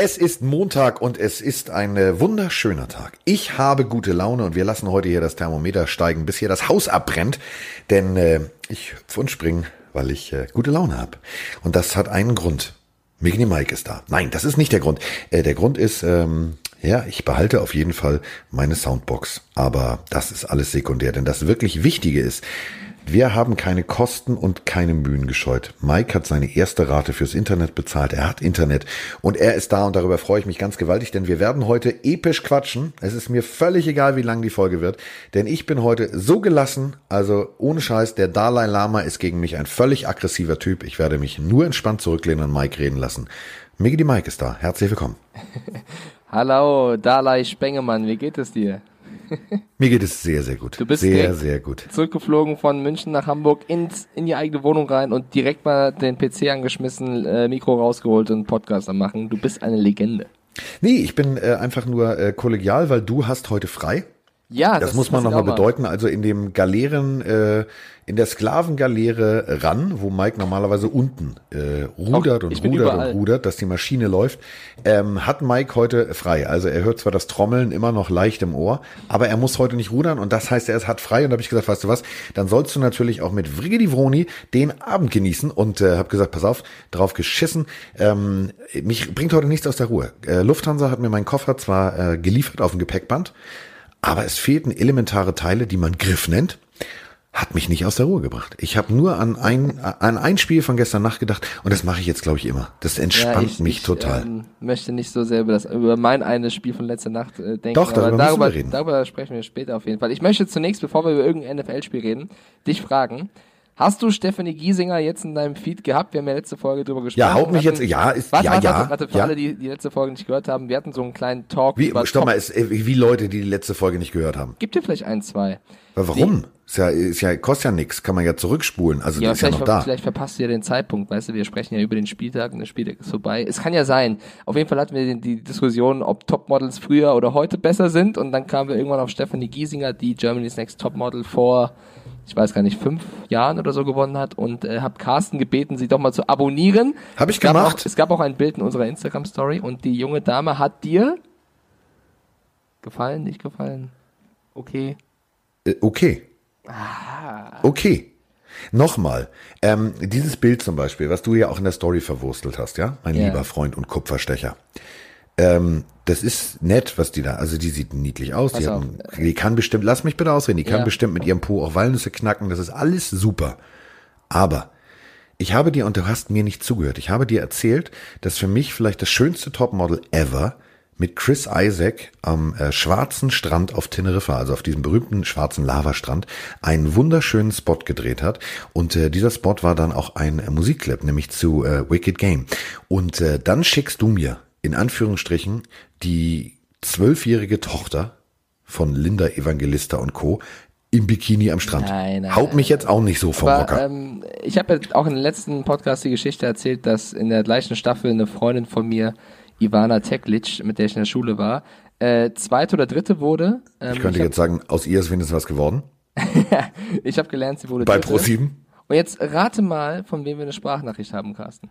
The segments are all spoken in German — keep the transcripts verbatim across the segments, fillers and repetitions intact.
Es ist Montag und es ist ein äh, wunderschöner Tag. Ich habe gute Laune und wir lassen heute hier das Thermometer steigen, bis hier das Haus abbrennt. Denn äh, ich hüpfe und springe, weil ich äh, gute Laune habe. Und das hat einen Grund. Migni Mike ist da. Nein, das ist nicht der Grund. Äh, der Grund ist, ähm, ja, ich behalte auf jeden Fall meine Soundbox. Aber das ist alles sekundär, denn das wirklich Wichtige ist, wir haben keine Kosten und keine Mühen gescheut. Mike hat seine erste Rate fürs Internet bezahlt. Er hat Internet und er ist da und darüber freue ich mich ganz gewaltig, denn wir werden heute episch quatschen. Es ist mir völlig egal, wie lang die Folge wird, denn ich bin heute so gelassen, also ohne Scheiß, der Dalai Lama ist gegen mich ein völlig aggressiver Typ. Ich werde mich nur entspannt zurücklehnen und Mike reden lassen. Miggi die Mike ist da. Herzlich willkommen. Hallo, Dalai Spengemann, wie geht es dir? Mir geht es sehr, sehr gut. Du bist sehr, sehr gut. Zurückgeflogen von München nach Hamburg ins, in die eigene Wohnung rein und direkt mal den P C angeschmissen, äh, Mikro rausgeholt und einen Podcast am machen. Du bist eine Legende. Nee, ich bin äh, einfach nur äh, kollegial, weil du hast heute frei. Ja, das, das muss man nochmal bedeuten. Also in dem Galeeren, äh, in der Sklavengaleere ran, wo Mike normalerweise unten äh, rudert Auch, und rudert und rudert, dass die Maschine läuft, ähm, hat Mike heute frei. Also er hört zwar das Trommeln immer noch leicht im Ohr, aber er muss heute nicht rudern und das heißt, er hat frei. Und da habe ich gesagt, weißt du was, dann sollst du natürlich auch mit Vrigedi Vroni den Abend genießen und äh, habe gesagt, pass auf, drauf geschissen. Ähm, mich bringt heute nichts aus der Ruhe. Äh, Lufthansa hat mir meinen Koffer zwar äh, geliefert auf dem Gepäckband, aber es fehlten elementare Teile, die man Griff nennt. Hat mich nicht aus der Ruhe gebracht. Ich habe nur an ein an ein Spiel von gestern Nacht gedacht und das mache ich jetzt, glaube ich, immer. Das entspannt ja, ich, mich ich, total. Ich ähm, möchte nicht so sehr über, das, über mein eines Spiel von letzter Nacht äh, denken. Doch, darüber, aber darüber, wir reden. darüber sprechen wir später auf jeden Fall. Ich möchte zunächst, bevor wir über irgendein N F L-Spiel reden, dich fragen, hast du Stephanie Giesinger jetzt in deinem Feed gehabt? Wir haben ja letzte Folge drüber gesprochen. Ja, haut mich jetzt, ja, ist, warte, ja, warte, ja. Warte, warte, für ja. alle, die die letzte Folge nicht gehört haben, wir hatten so einen kleinen Talk. Wie, über stopp mal, ist, wie Leute, die die letzte Folge nicht gehört haben. Gibt dir vielleicht ein, zwei. Aber warum? Ist ja, ist ja, kostet ja nichts, kann man ja zurückspulen, also ja, die ist ja noch ver- da. Vielleicht verpasst ihr ja den Zeitpunkt, weißt du, wir sprechen ja über den Spieltag und der Spieltag ist vorbei. Es kann ja sein. Auf jeden Fall hatten wir die Diskussion, ob Topmodels früher oder heute besser sind und dann kamen wir irgendwann auf Stephanie Giesinger, die Germany's Next Topmodel vor, ich weiß gar nicht, fünf Jahren oder so gewonnen hat und äh, habe Carsten gebeten, sie doch mal zu abonnieren. Hab ich es gab gemacht. Auch, es gab auch ein Bild in unserer Instagram-Story und die junge Dame hat dir gefallen, nicht gefallen? Okay. Äh, okay. Ah. Okay. Nochmal, ähm, dieses Bild zum Beispiel, was du ja auch in der Story verwurstelt hast, ja, mein Ja. lieber Freund und Kupferstecher. Ähm, das ist nett, was die da, also die sieht niedlich aus, die, hat, die kann bestimmt, lass mich bitte ausreden, die kann Ja. bestimmt mit ihrem Po auch Walnüsse knacken, das ist alles super. Aber ich habe dir, und du hast mir nicht zugehört, ich habe dir erzählt, dass für mich vielleicht das schönste Topmodel ever mit Chris Isaak am äh, schwarzen Strand auf Teneriffa, also auf diesem berühmten schwarzen Lavastrand, einen wunderschönen Spot gedreht hat. Und äh, dieser Spot war dann auch ein äh, Musikclip, nämlich zu äh, Wicked Game. Und äh, dann schickst du mir, in Anführungsstrichen, die zwölfjährige Tochter von Linda Evangelista und Co. im Bikini am Strand. Nein, nein, Haut mich nein. jetzt auch nicht so vom Aber, Hocker. Ähm, ich habe ja auch in dem letzten Podcast die Geschichte erzählt, dass in der gleichen Staffel eine Freundin von mir, Ivana Teklic, mit der ich in der Schule war, äh, zweite oder dritte wurde. Ähm, ich könnte ich jetzt sagen, aus ihr ist wenigstens was geworden. ich habe gelernt, sie wurde Bei dritte. ProSieben. Und jetzt rate mal, von wem wir eine Sprachnachricht haben, Carsten.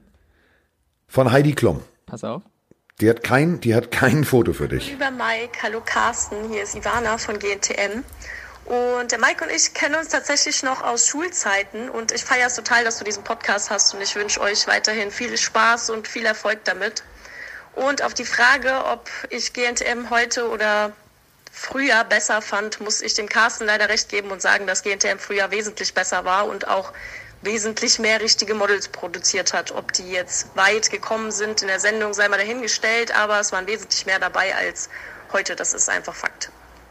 Von Heidi Klum. Pass auf. Die hat kein, die hat kein Foto für dich. Lieber Mike, hallo Carsten, hier ist Ivana von G N T M. Und der Mike und ich kennen uns tatsächlich noch aus Schulzeiten und ich feiere es total, dass du diesen Podcast hast und ich wünsche euch weiterhin viel Spaß und viel Erfolg damit. Und auf die Frage, ob ich G N T M heute oder früher besser fand, muss ich dem Carsten leider recht geben und sagen, dass G N T M früher wesentlich besser war und auch wesentlich mehr richtige Models produziert hat. Ob die jetzt weit gekommen sind in der Sendung, sei mal dahingestellt, aber es waren wesentlich mehr dabei als heute. Das ist einfach Fakt.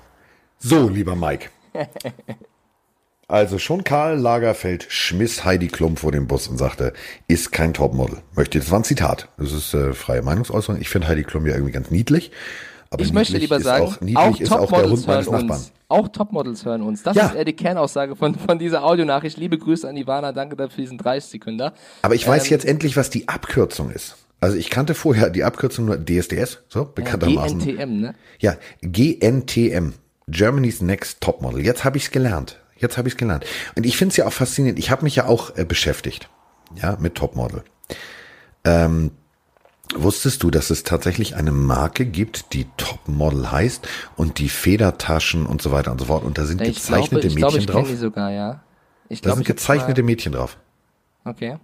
So, lieber Mike. Also schon Karl Lagerfeld schmiss Heidi Klum vor den Bus und sagte, ist kein Topmodel. Möchte, das war ein Zitat. Das ist äh, freie Meinungsäußerung. Ich finde Heidi Klum ja irgendwie ganz niedlich. Aber ich möchte lieber ist sagen, auch, niedlich auch ist auch der Hund meines hören Nachbarn. uns. Auch Topmodels hören uns. Das Ja. ist eher die Kernaussage von, von dieser Audionachricht. Liebe Grüße an Ivana, danke dafür diesen dreißig Sekunden. Aber ich weiß Ähm, jetzt endlich, was die Abkürzung ist. Also ich kannte vorher die Abkürzung nur D S D S, so bekanntermaßen. G N T M, ne? Ja, G N T M, Germany's Next Topmodel. Jetzt habe ich es gelernt. Jetzt habe ich es gelernt. Und ich finde es ja auch faszinierend. Ich habe mich ja auch äh, beschäftigt, ja, mit Topmodel. Ähm, Wusstest du, dass es tatsächlich eine Marke gibt, die Topmodel heißt und die Federtaschen und so weiter und so fort und da sind Ich gezeichnete glaube, ich glaube, Mädchen ich drauf? kenne die sogar, ja. Ich Da glaube, sind ich hab's gezeichnete mal- Mädchen drauf. Okay.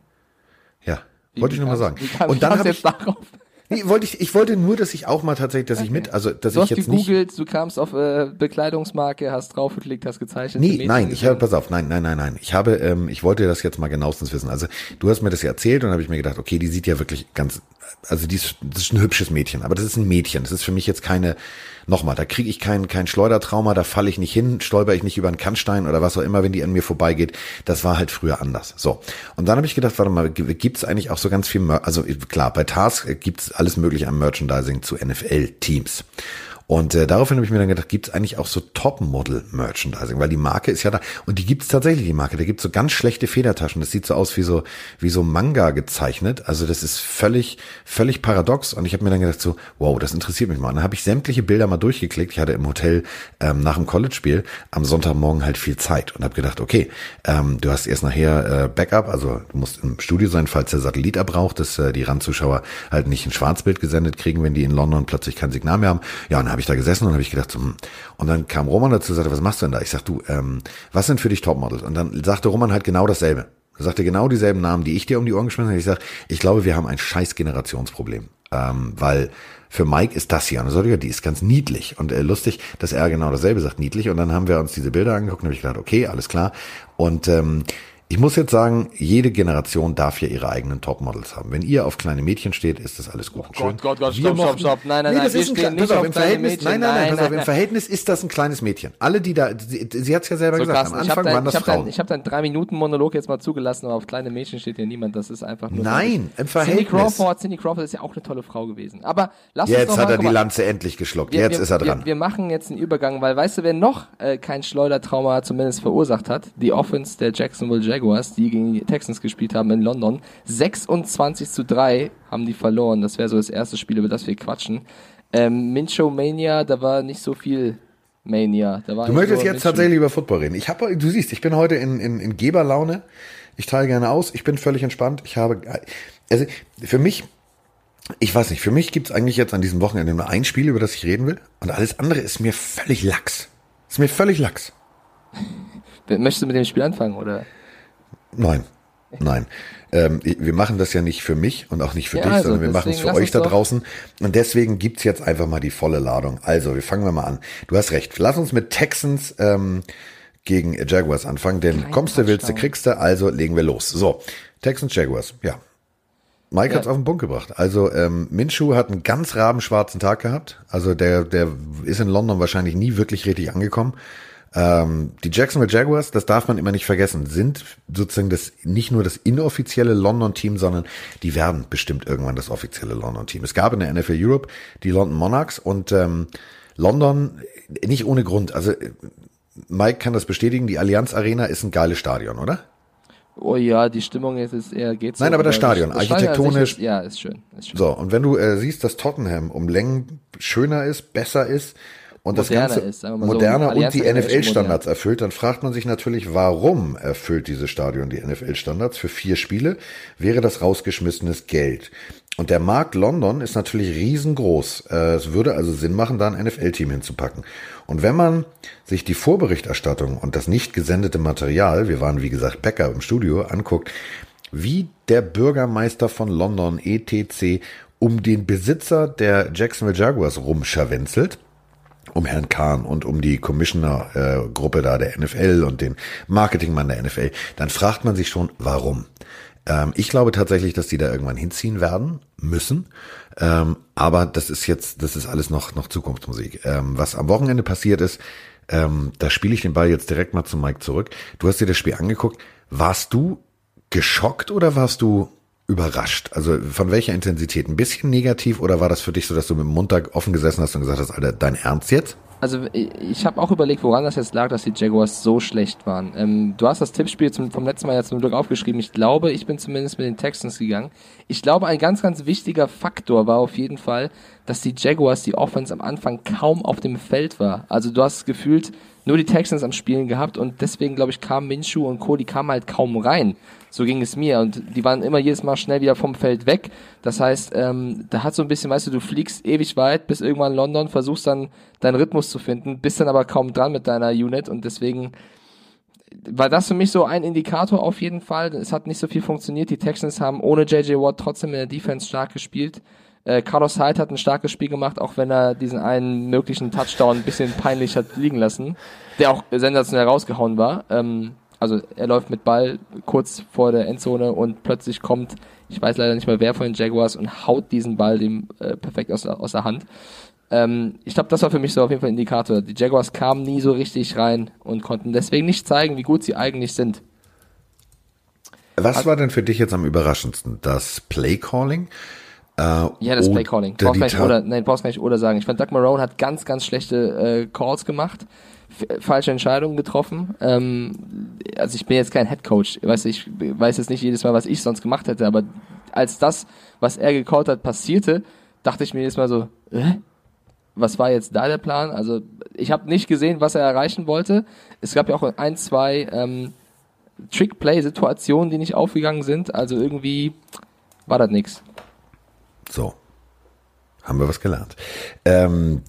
Ja, Wie- wollte ich wie nur mal sagen. kamst- Wie kam, Und dann habe jetzt ich, darauf? nee, wollte ich, ich wollte nur, dass ich auch mal tatsächlich, dass ich mit, also dass Du ich hast jetzt nicht. gegoogelt, du kamst auf äh, Bekleidungsmarke, hast draufgeklickt, hast gezeichnet. Nee, nein, ich habe, pass auf, nein, nein, nein, nein. Ich habe, ähm, ich wollte das jetzt mal genauestens wissen. Also du hast mir das ja erzählt und habe ich mir gedacht, okay, die sieht ja wirklich ganz, also die ist, das ist ein hübsches Mädchen, aber das ist ein Mädchen. Das ist für mich jetzt keine, nochmal, da kriege ich kein, kein Schleudertrauma, da falle ich nicht hin, stolper ich nicht über einen Kannstein oder was auch immer, wenn die an mir vorbeigeht. Das war halt früher anders. So. Und dann habe ich gedacht, warte mal, gibt's eigentlich auch so ganz viel, Mer- also klar, bei Task gibt's alles mögliche am Merchandising zu N F L-Teams. Und äh, daraufhin habe ich mir dann gedacht, gibt's eigentlich auch so Top-Model-Merchandising, weil die Marke ist ja da und die gibt's tatsächlich, die Marke, da gibt's so ganz schlechte Federtaschen, das sieht so aus wie so wie so Manga gezeichnet, also das ist völlig völlig paradox und ich habe mir dann gedacht so, wow, das interessiert mich mal. Und dann habe ich sämtliche Bilder mal durchgeklickt, ich hatte im Hotel ähm, nach dem College-Spiel am Sonntagmorgen halt viel Zeit und habe gedacht, okay, ähm, du hast erst nachher äh, Backup, also du musst im Studio sein, falls der Satellit abbraucht, dass äh, die Randzuschauer halt nicht ein Schwarzbild gesendet kriegen, wenn die in London plötzlich kein Signal mehr haben. Ja, und dann habe ich da gesessen und habe ich gedacht, so, hm. Und dann kam Roman dazu und sagte, was machst du denn da? Ich sag, du, ähm, was sind für dich Topmodels? Und dann sagte Roman halt genau dasselbe. Er sagte genau dieselben Namen, die ich dir um die Ohren geschmissen habe. Ich sag, ich glaube, wir haben ein scheiß Generationsproblem. Ähm, weil für Mike ist das hier, und er sagte, ja, die ist ganz niedlich und äh, lustig, dass er genau dasselbe sagt, niedlich. Und dann haben wir uns diese Bilder angeguckt und habe ich gedacht, okay, alles klar. Und ähm, ich muss jetzt sagen, jede Generation darf ja ihre eigenen Topmodels haben. Wenn ihr auf kleine Mädchen steht, ist das alles gut und schön. Gott, Gott, Gott, Wir stopp, stopp, mochten- stopp. Nein, nein, nee, nein, das wir ist ein stehen klein- nicht pass auf, auf im kleine Verhältnis, Mädchen. nein, nein, nein, Nein, pass auf, nein, im nein. Verhältnis ist das ein kleines Mädchen. Alle, die da, sie, sie hat es ja selber So, gesagt, Carsten, am ich habe Anfang dein, waren ich das hab dein, Frauen. ich hab deinen drei Minuten Monolog jetzt mal zugelassen, aber auf kleine Mädchen steht hier niemand. Das ist einfach nur. Nein, im Cindy Verhältnis. Crawford, Cindy Crawford ist ja auch eine tolle Frau gewesen. Aber lass uns Jetzt doch hat mal, er guck die mal, Lanze endlich geschluckt. wir, Jetzt wir, ist er dran. Wir, wir machen jetzt einen Übergang, weil weißt du, wer noch äh, kein Schleudertrauma zumindest verursacht hat? Die Offense der Jacksonville Jaguars, die gegen die Texans gespielt haben in London. sechsundzwanzig zu drei haben die verloren. Das wäre so das erste Spiel, über das wir quatschen. Ähm, Minshew Mania, da war nicht so viel Mania. Da war Du eigentlich möchtest nur jetzt Minshew. tatsächlich über Football reden. Ich habe, du siehst, ich bin heute in, in, in Geberlaune. Ich teile gerne aus. Ich bin völlig entspannt. Ich habe, also für mich, ich weiß nicht, für mich gibt's eigentlich jetzt an diesem Wochenende nur ein Spiel, über das ich reden will. Und alles andere ist mir völlig lax. Ist mir völlig lax. Möchtest du mit dem Spiel anfangen, oder? Nein, nein. Ähm, wir machen das ja nicht für mich und auch nicht für Ja, dich, also, sondern wir machen es deswegen für lass euch uns da doch- draußen. Und deswegen gibt's jetzt einfach mal die volle Ladung. Also, wir fangen wir mal an. Du hast recht. Lass uns mit Texans ähm, gegen Jaguars anfangen, denn Kein kommst du, willst du, Touchdown. kriegst du, also legen wir los. So, Texans, Jaguars, ja. Mike Ja. hat's auf den Punkt gebracht. Also ähm, Minshew hat einen ganz rabenschwarzen Tag gehabt. Also der, der ist in London wahrscheinlich nie wirklich richtig angekommen. Ähm, die Jacksonville Jaguars, das darf man immer nicht vergessen, sind sozusagen das nicht nur das inoffizielle London-Team, sondern die werden bestimmt irgendwann das offizielle London-Team. Es gab in der N F L Europe die London Monarchs und ähm, London nicht ohne Grund. Also äh, Mike kann das bestätigen, die Allianz Arena ist ein geiles Stadion, oder? Oh ja, die Stimmung jetzt ist eher geht so. Nein, aber das Stadion, an sich architektonisch- Ist, ja, ist schön. Ist schön. So, und wenn du äh, siehst, dass Tottenham um Längen schöner ist, besser ist und das Moderner Ganze ist, sagen wir mal so. moderner und Allianz die Arena N ist F schon L-Standards erfüllt, dann fragt man sich natürlich, warum erfüllt dieses Stadion die N F L-Standards? Für vier Spiele wäre das rausgeschmissenes Geld. Und der Markt London ist natürlich riesengroß. Äh, Es würde also Sinn machen, da ein N F L-Team hinzupacken. Und wenn man sich die Vorberichterstattung und das nicht gesendete Material, wir waren wie gesagt Bäcker im Studio, anguckt, wie der Bürgermeister von London, et cetera, um den Besitzer der Jacksonville Jaguars rumscharwenzelt, um Herrn Kahn und um die Commissioner-Gruppe da der N F L und den Marketingmann der N F L, dann fragt man sich schon, warum. Ähm, ich glaube tatsächlich, dass die da irgendwann hinziehen werden müssen, ähm, aber das ist jetzt, das ist alles noch noch Zukunftsmusik. Ähm, was am Wochenende passiert ist, ähm, da spiele ich den Ball jetzt direkt mal zu Mike zurück. Du hast dir das Spiel angeguckt. Warst du geschockt oder warst du überrascht? Also von welcher Intensität? Ein bisschen negativ oder war das für dich so, dass du mit dem Mund da offen gesessen hast und gesagt hast, Alter, dein Ernst jetzt? Also ich, ich habe auch überlegt, woran das jetzt lag, dass die Jaguars so schlecht waren. Ähm, du hast das Tippspiel zum, vom letzten Mal ja zum Glück aufgeschrieben. Ich glaube, ich bin zumindest mit den Texans gegangen. Ich glaube, ein ganz, ganz wichtiger Faktor war auf jeden Fall, dass die Jaguars, die Offense am Anfang kaum auf dem Feld war. Also du hast gefühlt nur die Texans am Spielen gehabt und deswegen, glaube ich, kamen Minshew und Co., die kamen halt kaum rein. So ging es mir und die waren immer jedes Mal schnell wieder vom Feld weg. Das heißt, ähm, da hat so ein bisschen, weißt du, du fliegst ewig weit bis irgendwann in London, versuchst dann deinen Rhythmus zu finden, bist dann aber kaum dran mit deiner Unit und deswegen war das für mich so ein Indikator auf jeden Fall. Es hat nicht so viel funktioniert. Die Texans haben ohne J J Watt trotzdem in der Defense stark gespielt. Äh, Carlos Hyde hat ein starkes Spiel gemacht, auch wenn er diesen einen möglichen Touchdown ein bisschen peinlich hat liegen lassen, der auch sensationell rausgehauen war. Ähm, also er läuft mit Ball kurz vor der Endzone und plötzlich kommt, ich weiß leider nicht mehr wer von den Jaguars, und haut diesen Ball dem äh, perfekt aus, aus der Hand. Ähm, ich glaube, das war für mich so auf jeden Fall ein Indikator. Die Jaguars kamen nie so richtig rein und konnten deswegen nicht zeigen, wie gut sie eigentlich sind. Was war denn für dich jetzt am überraschendsten? Das Play-Calling? Äh, ja, das Play-Calling. Brauchst nicht oder, nein, brauchst gar nicht oder sagen. Ich fand, Doug Marrone hat ganz, ganz schlechte äh, Calls gemacht, f- falsche Entscheidungen getroffen. Ähm, also ich bin jetzt kein Headcoach. Weißt du, ich weiß jetzt nicht jedes Mal, was ich sonst gemacht hätte, aber als das, was er gecallt hat, passierte, dachte ich mir jedes Mal so, äh? Was war jetzt da der Plan? Also ich habe nicht gesehen, was er erreichen wollte. Es gab ja auch ein, zwei ähm, Trick-Play-Situationen, die nicht aufgegangen sind. Also irgendwie war das nix. So, haben wir was gelernt. Ähm,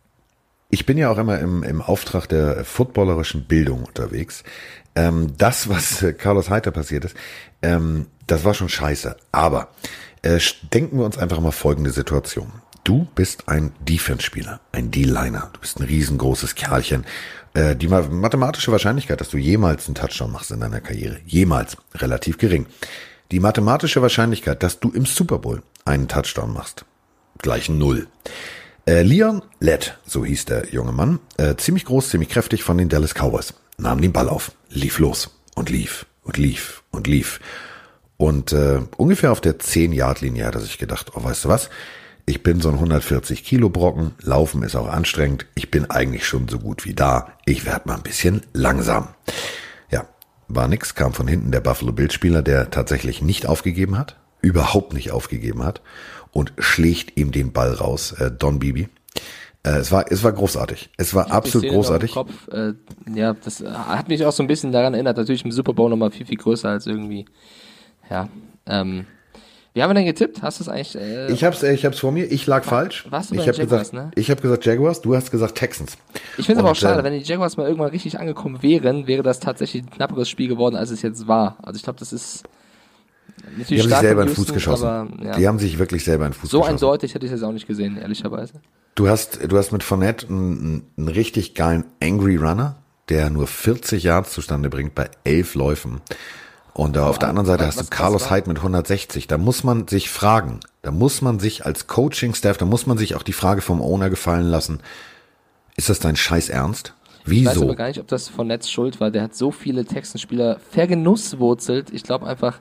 ich bin ja auch immer im, im Auftrag der footballerischen Bildung unterwegs. Ähm, das, was äh, Carlos Hyde passiert ist, ähm, das war schon scheiße. Aber äh, denken wir uns einfach mal folgende Situation. Du bist ein Defense-Spieler, ein D-Liner. Du bist ein riesengroßes Kerlchen. Äh, die mathematische Wahrscheinlichkeit, dass du jemals einen Touchdown machst in deiner Karriere, jemals relativ gering. Die mathematische Wahrscheinlichkeit, dass du im Super Bowl einen Touchdown machst, gleich null. Äh, Leon Lett, so hieß der junge Mann, äh, ziemlich groß, ziemlich kräftig von den Dallas Cowboys, nahm den Ball auf, lief los und lief und lief und lief. Und äh, ungefähr auf der zehn-Yard-Linie hat er sich gedacht, oh, weißt du was? Ich bin so ein hundertvierzig Kilo Brocken, Laufen ist auch anstrengend, ich bin eigentlich schon so gut wie da, ich werde mal ein bisschen langsam. Ja, war nix, kam von hinten der Buffalo Bills Spieler, der tatsächlich nicht aufgegeben hat, überhaupt nicht aufgegeben hat und schlägt ihm den Ball raus, äh, Don Beebe. Äh, es war, es war großartig, es war absolut großartig. Kopf, äh, ja, das hat mich auch so ein bisschen daran erinnert, natürlich im Super Bowl nochmal viel, viel größer als irgendwie, ja, ähm, wie haben wir denn getippt? Hast du es eigentlich? Äh, ich hab's, ich hab's vor mir. Ich lag was, falsch. Warst du ich bei habe Jaguars, gesagt, ne? ich habe gesagt Jaguars. Du hast gesagt Texans. Ich finde es aber auch schade, äh, wenn die Jaguars mal irgendwann richtig angekommen wären, wäre das tatsächlich ein knapperes Spiel geworden, als es jetzt war. Also ich glaube, das ist natürlich die haben sich selber in den Fuß geschossen. Aber, ja. Die haben sich wirklich selber in den Fuß so geschossen. So eindeutig hätte ich das auch nicht gesehen, ehrlicherweise. Du hast, du hast mit Fournette einen, einen richtig geilen Angry Runner, der nur vierzig Yards zustande bringt bei elf Läufen. Und da auf der anderen Seite hast du Carlos Hyde mit hundertsechzig. Da muss man sich fragen, da muss man sich als Coaching-Staff, da muss man sich auch die Frage vom Owner gefallen lassen, ist das dein Scheiß Ernst? Wieso? Ich weiß aber gar nicht, ob das von Netz schuld war. Der hat so viele Texans-Spieler vergenusswurzelt. Ich glaube einfach,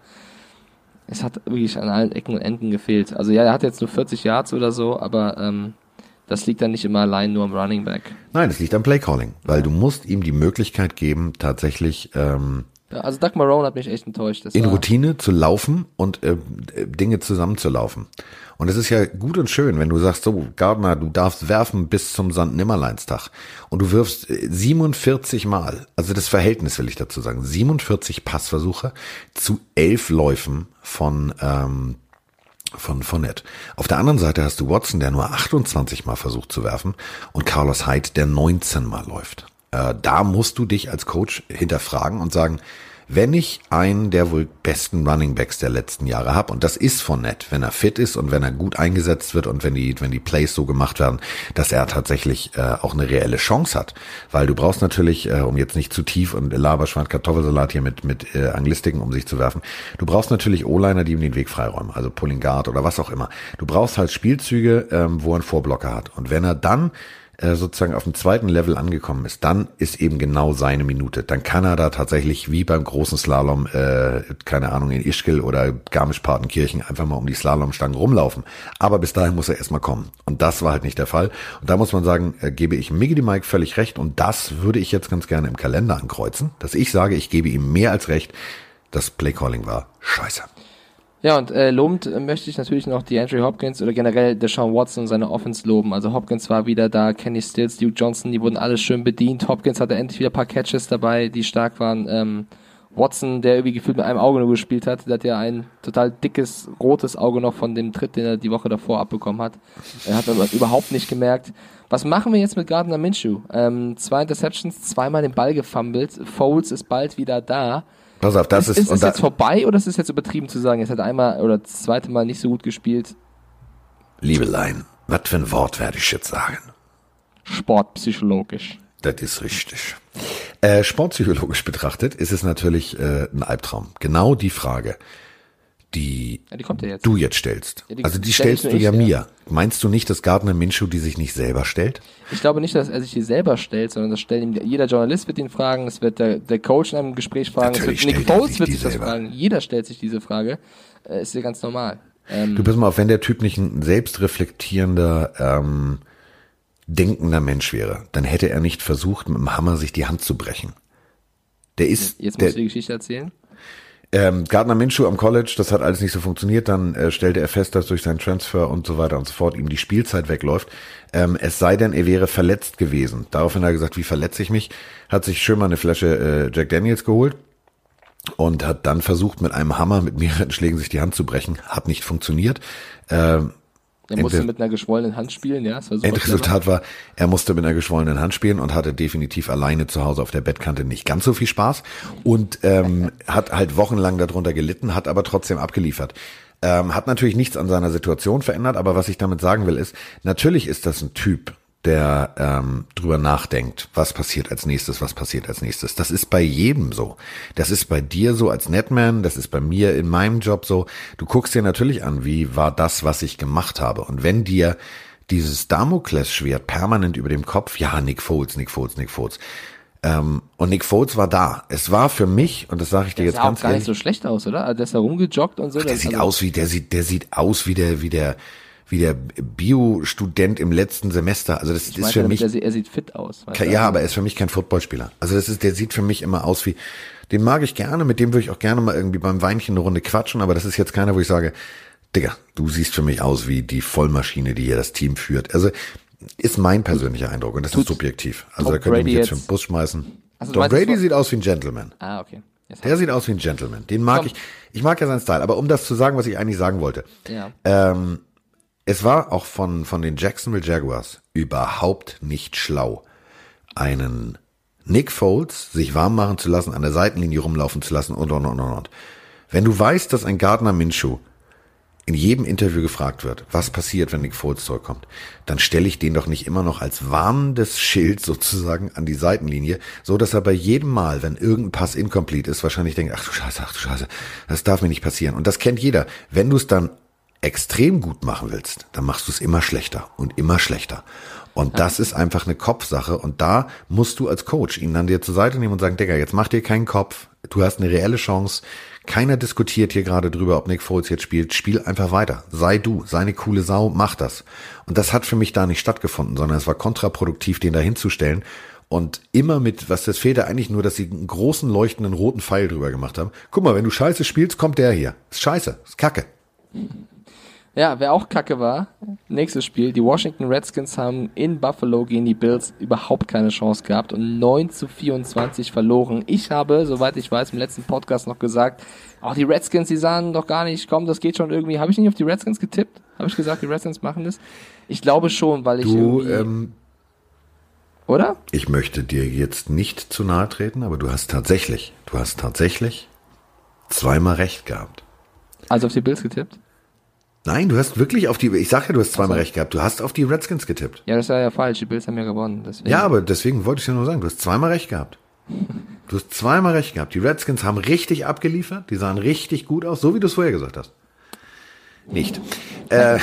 es hat wirklich an allen Ecken und Enden gefehlt. Also ja, er hat jetzt nur vierzig Yards oder so, aber ähm, das liegt dann nicht immer allein nur am Running Back. Nein, das liegt am Play-Calling, weil du musst ihm die Möglichkeit geben, tatsächlich ähm, ja, also Doug Marrone hat mich echt enttäuscht. Das in war Routine zu laufen und äh, Dinge zusammenzulaufen. Und es ist ja gut und schön, wenn du sagst, so Gardner, du darfst werfen bis zum Sankt-Nimmerleinstag und du wirfst siebenundvierzig Mal, also das Verhältnis will ich dazu sagen, siebenundvierzig Passversuche zu elf Läufen von ähm, von Fournette. Auf der anderen Seite hast du Watson, der nur achtundzwanzig Mal versucht zu werfen und Carlos Hyde, der neunzehn Mal läuft. Äh, da musst du dich als Coach hinterfragen und sagen, wenn ich einen der wohl besten Running Backs der letzten Jahre habe, und das ist Fournette, wenn er fit ist und wenn er gut eingesetzt wird und wenn die wenn die Plays so gemacht werden, dass er tatsächlich äh, auch eine reelle Chance hat. Weil du brauchst natürlich, äh, um jetzt nicht zu tief und Laberschwand Kartoffelsalat hier mit mit äh, Anglistiken um sich zu werfen, du brauchst natürlich O-Liner, die ihm den Weg freiräumen, also Pulling Guard oder was auch immer. Du brauchst halt Spielzüge, ähm, wo er einen Vorblocker hat. Und wenn er dann sozusagen auf dem zweiten Level angekommen ist, dann ist eben genau seine Minute. Dann kann er da tatsächlich wie beim großen Slalom, äh, keine Ahnung, in Ischgl oder Garmisch-Partenkirchen einfach mal um die Slalomstangen rumlaufen. Aber bis dahin muss er erstmal kommen. Und das war halt nicht der Fall. Und da muss man sagen, äh, gebe ich Miggy Mike völlig recht. Und das würde ich jetzt ganz gerne im Kalender ankreuzen, dass ich sage, ich gebe ihm mehr als recht. Das Playcalling war scheiße. Ja, und äh, lobend äh, möchte ich natürlich noch die Andrew Hopkins oder generell Deshaun Watson und seine Offense loben. Also Hopkins war wieder da, Kenny Stills, Duke Johnson, die wurden alle schön bedient. Hopkins hatte endlich wieder ein paar Catches dabei, die stark waren. Ähm, Watson, der irgendwie gefühlt mit einem Auge nur gespielt hat, der hat ja ein total dickes, rotes Auge noch von dem Tritt, den er die Woche davor abbekommen hat. Er hat aber überhaupt nicht gemerkt. Was machen wir jetzt mit Gardner Minshew? Ähm, zwei Interceptions, zweimal den Ball gefummelt. Foles ist bald wieder da. Pass auf, das ist, ist... Ist es jetzt vorbei oder ist es jetzt übertrieben zu sagen, jetzt hat er einmal oder das zweite Mal nicht so gut gespielt? Liebelein, was für ein Wort werde ich jetzt sagen? Sportpsychologisch. Das ist richtig. Äh, sportpsychologisch betrachtet ist es natürlich äh, ein Albtraum. Genau die Frage, die, ja, die kommt ja jetzt. du jetzt stellst. Ja, die also die stell stellst du ich, ja, ja mir. Meinst du nicht, dass Gardner Minshew die sich nicht selber stellt? Ich glaube nicht, dass er sich die selber stellt, sondern das stellen ihm, jeder Journalist wird ihn fragen, es wird der, der Coach in einem Gespräch fragen, Natürlich es wird, Nick stellt er Foles sich wird die sich das selber. fragen. Jeder stellt sich diese Frage. Äh, ist ja ganz normal. Ähm, Du pass mal auf, wenn der Typ nicht ein selbstreflektierender, ähm, denkender Mensch wäre, dann hätte er nicht versucht, mit dem Hammer sich die Hand zu brechen. Der ist, jetzt der, musst du die Geschichte erzählen. Ähm, Gardner Minshew am College, das hat alles nicht so funktioniert, dann äh, stellte er fest, dass durch seinen Transfer und so weiter und so fort ihm die Spielzeit wegläuft. Ähm, es sei denn, er wäre verletzt gewesen. Daraufhin hat er gesagt, wie verletze ich mich? Hat sich schön mal eine Flasche äh, Jack Daniels geholt und hat dann versucht, mit einem Hammer, mit mehreren Schlägen sich die Hand zu brechen. Hat nicht funktioniert. Ähm, Er musste Ende- mit einer geschwollenen Hand spielen, ja. Das war super Endresultat war, er musste mit einer geschwollenen Hand spielen und hatte definitiv alleine zu Hause auf der Bettkante nicht ganz so viel Spaß und ähm, hat halt wochenlang darunter gelitten, hat aber trotzdem abgeliefert. Ähm, hat natürlich nichts an seiner Situation verändert, aber was ich damit sagen will ist, natürlich ist das ein Typ, der ähm, drüber nachdenkt, was passiert als nächstes, was passiert als nächstes. Das ist bei jedem so. Das ist bei dir so als Netman, das ist bei mir in meinem Job so. Du guckst dir natürlich an, wie war das, was ich gemacht habe. Und wenn dir dieses Damoklesschwert permanent über dem Kopf, ja, Nick Foles, Nick Foles, Nick Foles. Ähm, und Nick Foles war da. Es war für mich, und das sage ich dir Der jetzt sah ganz auch gar ehrlich, nicht so schlecht aus, oder? Also der ist da rumgejoggt und so. ach, der das- sieht also, aus wie, der sieht, der sieht aus wie der, wie der, wie der Bio-Student im letzten Semester. Also das ich ist meinte für damit, mich, er, sieht- er sieht fit aus. weißt Ke- du? ja, aber er ist für mich kein Footballspieler. Also das ist, der sieht für mich immer aus wie, den mag ich gerne, mit dem würde ich auch gerne mal irgendwie beim Weinchen eine Runde quatschen, aber das ist jetzt keiner, wo ich sage, Digga, du siehst für mich aus wie die Vollmaschine, die hier das Team führt. Also ist mein persönlicher Eindruck und das ist subjektiv. Also Tom da könnt ihr mich Brady jetzt für jetzt- den Bus schmeißen. Also du Tom meinst, das Brady war- sieht aus wie ein Gentleman. Ah, okay. Jetzt Der sieht aus wie ein Gentleman. Den mag Komm. ich. Ich mag ja seinen Style. Aber um das zu sagen, was ich eigentlich sagen wollte. Ja. Ähm, es war auch von, von den Jacksonville Jaguars überhaupt nicht schlau, einen Nick Foles sich warm machen zu lassen, an der Seitenlinie rumlaufen zu lassen und, und, und, und, und. Wenn du weißt, dass ein Gardner Minshew in jedem Interview gefragt wird, was passiert, wenn Nick Foles zurückkommt, dann stelle ich den doch nicht immer noch als warnendes Schild sozusagen an die Seitenlinie, so dass er bei jedem Mal, wenn irgendein Pass incomplete ist, wahrscheinlich denkt, ach du Scheiße, ach du Scheiße, das darf mir nicht passieren. Und das kennt jeder. Wenn du es dann extrem gut machen willst, dann machst du es immer schlechter und immer schlechter. Und das ist einfach eine Kopfsache und da musst du als Coach ihn dann dir zur Seite nehmen und sagen, Digga, jetzt mach dir keinen Kopf, du hast eine reelle Chance, keiner diskutiert hier gerade drüber, ob Nick Foles jetzt spielt, spiel einfach weiter, sei du, sei eine coole Sau, mach das. Und das hat für mich da nicht stattgefunden, sondern es war kontraproduktiv, den da hinzustellen und immer mit, was das fehlte eigentlich nur, dass sie einen großen leuchtenden roten Pfeil drüber gemacht haben. Guck mal, wenn du Scheiße spielst, kommt der hier. Ist scheiße, ist Kacke. Ja, wer auch kacke war, nächstes Spiel, die Washington Redskins haben in Buffalo gegen die Bills überhaupt keine Chance gehabt und neun zu vierundzwanzig verloren. Ich habe, soweit ich weiß, im letzten Podcast noch gesagt, auch die Redskins, die sahen doch gar nicht, komm, das geht schon irgendwie. Habe ich nicht auf die Redskins getippt? Habe ich gesagt, die Redskins machen das? Ich glaube schon, weil ich Du, irgendwie... ähm, oder? ich möchte dir jetzt nicht zu nahe treten, aber du hast tatsächlich, du hast tatsächlich zweimal recht gehabt. Also auf die Bills getippt? Nein, du hast wirklich auf die, ich sag ja, du hast zweimal Ach so. recht gehabt, du hast auf die Redskins getippt. Ja, das war ja falsch, die Bills haben ja gewonnen. Deswegen. Ja, aber deswegen wollte ich dir nur sagen, du hast zweimal recht gehabt. Du hast zweimal recht gehabt. Die Redskins haben richtig abgeliefert, die sahen richtig gut aus, so wie du es vorher gesagt hast. Nicht. Äh,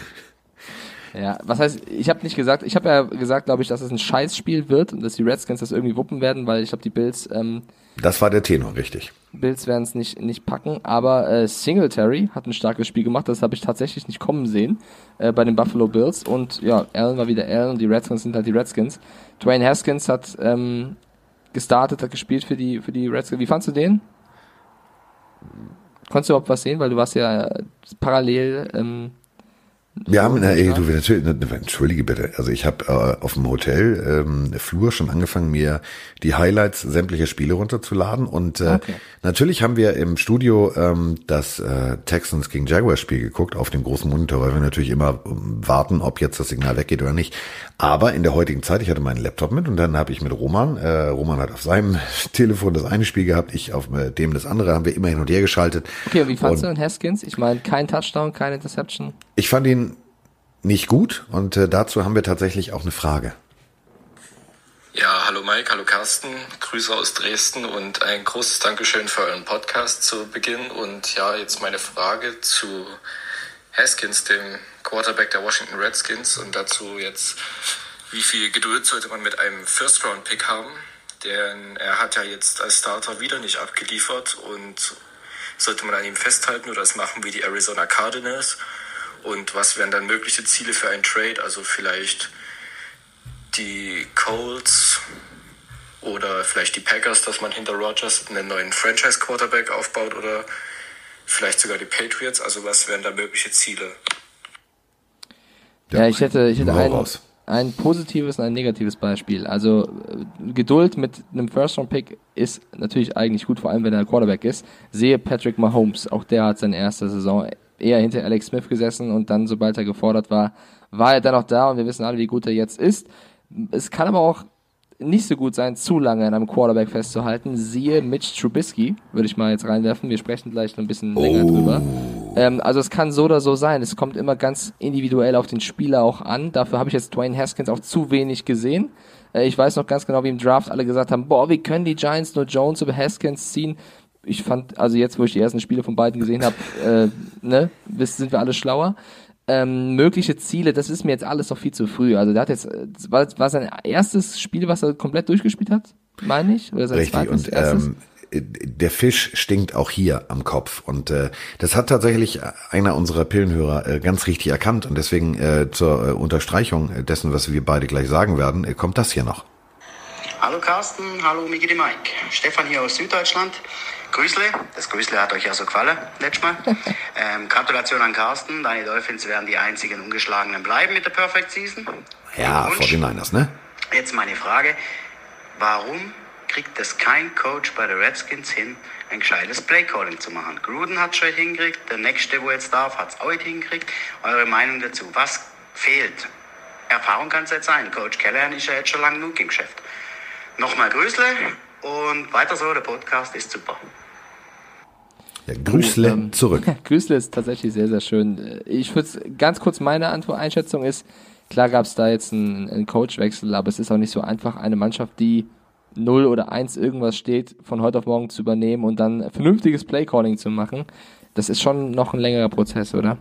Ja, was heißt, ich habe nicht gesagt, ich habe ja gesagt, glaube ich, dass es ein Scheißspiel wird und dass die Redskins das irgendwie wuppen werden, weil ich glaube, die Bills ähm, das war der Tenor, richtig. Bills werden es nicht nicht packen, aber äh, Singletary hat ein starkes Spiel gemacht, das habe ich tatsächlich nicht kommen sehen äh, bei den Buffalo Bills und ja, Allen war wieder Allen und die Redskins sind halt die Redskins. Dwayne Haskins hat ähm, gestartet, hat gespielt für die für die Redskins. Wie fandst du den? Konntest du überhaupt was sehen, weil du warst ja parallel ähm, Wir haben, na, ey, du, natürlich, entschuldige bitte, also ich habe äh, auf dem Hotel ähm, Flur schon angefangen, mir die Highlights sämtlicher Spiele runterzuladen und äh, okay. Natürlich haben wir im Studio ähm, das äh, Texans gegen Jaguars Spiel geguckt auf dem großen Monitor, weil wir natürlich immer ähm, warten, ob jetzt das Signal weggeht oder nicht. Aber in der heutigen Zeit, ich hatte meinen Laptop mit und dann habe ich mit Roman, äh, Roman hat auf seinem Telefon das eine Spiel gehabt, ich auf äh, dem das andere, haben wir immer hin und her geschaltet. Okay, und wie fandst und, du den Haskins? Ich meine, kein Touchdown, keine Interception. Ich fand ihn nicht gut und äh, dazu haben wir tatsächlich auch eine Frage. Ja, hallo Mike, hallo Carsten, Grüße aus Dresden und ein großes Dankeschön für euren Podcast zu Beginn. Und ja, jetzt meine Frage zu Haskins, dem Quarterback der Washington Redskins, und dazu jetzt, wie viel Geduld sollte man mit einem First-Round-Pick haben? Denn er hat ja jetzt als Starter wieder nicht abgeliefert und sollte man an ihm festhalten oder das machen wie die Arizona Cardinals? Und was wären dann mögliche Ziele für einen Trade? Also vielleicht die Colts oder vielleicht die Packers, dass man hinter Rodgers einen neuen Franchise-Quarterback aufbaut oder vielleicht sogar die Patriots. Also was wären da mögliche Ziele? Ja, ich hätte, ich hätte ein, ein positives und ein negatives Beispiel. Also Geduld mit einem First-Round-Pick ist natürlich eigentlich gut, vor allem wenn er Quarterback ist. Sehe Patrick Mahomes, auch der hat seine erste Saison eher hinter Alex Smith gesessen und dann, sobald er gefordert war, war er dann auch da und wir wissen alle, wie gut er jetzt ist. Es kann aber auch nicht so gut sein, zu lange an einem Quarterback festzuhalten. Siehe Mitch Trubisky, würde ich mal jetzt reinwerfen. Wir sprechen gleich noch ein bisschen oh. länger drüber. Ähm, also es kann so oder so sein. Es kommt immer ganz individuell auf den Spieler auch an. Dafür habe ich jetzt Dwayne Haskins auch zu wenig gesehen. Äh, ich weiß noch ganz genau, wie im Draft alle gesagt haben, boah, wie können die Giants nur Jones über Haskins ziehen? Ich fand, also jetzt, wo ich die ersten Spiele von beiden gesehen habe, äh, ne, sind wir alle schlauer. Ähm, mögliche Ziele, das ist mir jetzt alles noch viel zu früh. Also der hat jetzt, war, war sein erstes Spiel, was er komplett durchgespielt hat, meine ich? Oder sein Richtig, und ähm, der Fisch stinkt auch hier am Kopf. Und äh, das hat tatsächlich einer unserer Pillenhörer äh, ganz richtig erkannt. Und deswegen äh, zur äh, Unterstreichung dessen, was wir beide gleich sagen werden, äh, kommt das hier noch. Hallo Carsten, hallo Miki de Mike. Stefan hier aus Süddeutschland. Grüßle, das Grüßle hat euch ja so gefallen, letztes Mal. Ähm, Gratulation an Carsten, deine Dolphins werden die einzigen Ungeschlagenen bleiben mit der Perfect Season. Ja, forty-niners, ne? Jetzt meine Frage, warum kriegt es kein Coach bei den Redskins hin, ein gescheites Playcalling zu machen? Gruden hat es schon hingekriegt, der nächste, wo jetzt darf, hat es auch hingekriegt. Eure Meinung dazu, was fehlt? Erfahrung kann es jetzt sein, Coach Callahan ist ja jetzt schon lange genug im Geschäft. Nochmal Grüßle und weiter so, der Podcast ist super. Ja, Grüßle ähm, zurück. Grüßle ist tatsächlich sehr, sehr schön. Ich würde ganz kurz, meine Antwort, Einschätzung ist, klar gab es da jetzt einen, einen Coachwechsel, aber es ist auch nicht so einfach, eine Mannschaft, die null oder eins irgendwas steht, von heute auf morgen zu übernehmen und dann vernünftiges Playcalling zu machen. Das ist schon noch ein längerer Prozess, oder?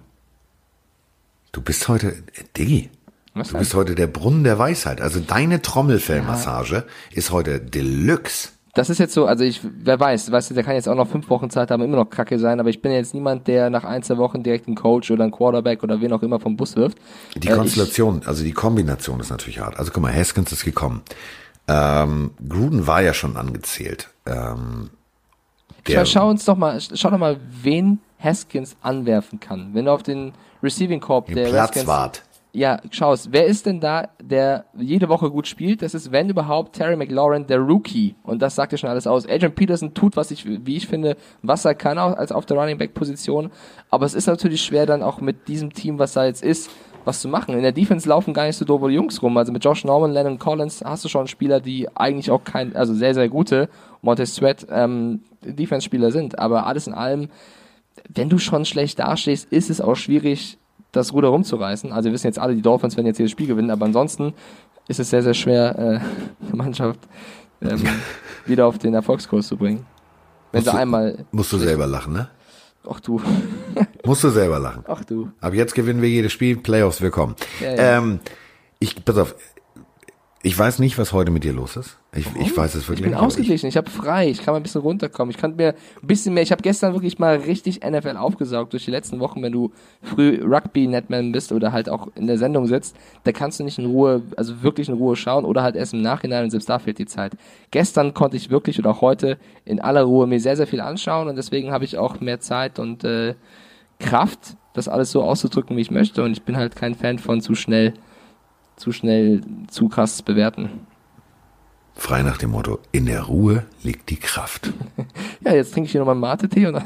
Du bist heute, äh, Diggi, Was du heißt? bist heute der Brunnen der Weisheit. Also deine Trommelfellmassage ja. ist heute Deluxe. Das ist jetzt so, also ich, wer weiß, weißt du, der kann jetzt auch noch fünf Wochen Zeit haben, immer noch kacke sein, aber ich bin jetzt niemand, der nach ein, zwei Wochen direkt einen Coach oder einen Quarterback oder wen auch immer vom Bus wirft. Die Konstellation, äh, ich, also die Kombination ist natürlich hart. Also guck mal, Haskins ist gekommen. Ähm, Gruden war ja schon angezählt. Ähm, der, schau uns doch mal, schau doch mal, wen Haskins anwerfen kann. Wenn du auf den Receiving Corp der Platzwart. Ja, schaust, wer ist denn da, der jede Woche gut spielt? Das ist, wenn überhaupt, Terry McLaurin, der Rookie. Und das sagt ja schon alles aus. Adrian Peterson tut, was ich, wie ich finde, was er kann, auch als auf der Running Back Position. Aber es ist natürlich schwer, dann auch mit diesem Team, was da jetzt ist, was zu machen. In der Defense laufen gar nicht so doofe Jungs rum. Also mit Josh Norman, Lennon Collins hast du schon Spieler, die eigentlich auch kein, also sehr, sehr gute Montez Sweat, ähm, Defense-Spieler sind. Aber alles in allem, wenn du schon schlecht dastehst, ist es auch schwierig, das Ruder rumzureißen. Also wir wissen jetzt alle, die Dolphins werden jetzt jedes Spiel gewinnen, aber ansonsten ist es sehr, sehr schwer, äh, eine Mannschaft ähm, wieder auf den Erfolgskurs zu bringen. Wenn musst sie du, einmal... Musst du selber lachen, ne? Ach du. Musst du selber lachen. Ach du. Ab jetzt gewinnen wir jedes Spiel, Playoffs, wir kommen. Ja, ja. Ähm, ich, pass auf, Ich weiß nicht, was heute mit dir los ist. Ich, ich weiß es wirklich Ich bin nicht. ausgeglichen, ich, ich habe frei, ich kann mal ein bisschen runterkommen. Ich kann mir ein bisschen mehr, ich habe gestern wirklich mal richtig N F L aufgesaugt durch die letzten Wochen, wenn du früh Rugby-Netman bist oder halt auch in der Sendung sitzt, da kannst du nicht in Ruhe, also wirklich in Ruhe schauen oder halt erst im Nachhinein und selbst da fehlt die Zeit. Gestern konnte ich wirklich oder auch heute in aller Ruhe mir sehr, sehr viel anschauen und deswegen habe ich auch mehr Zeit und äh, Kraft, das alles so auszudrücken, wie ich möchte und ich bin halt kein Fan von zu schnell zu schnell, zu krass bewerten. Frei nach dem Motto, in der Ruhe liegt die Kraft. Ja, jetzt trinke ich hier nochmal einen Mate-Tee und dann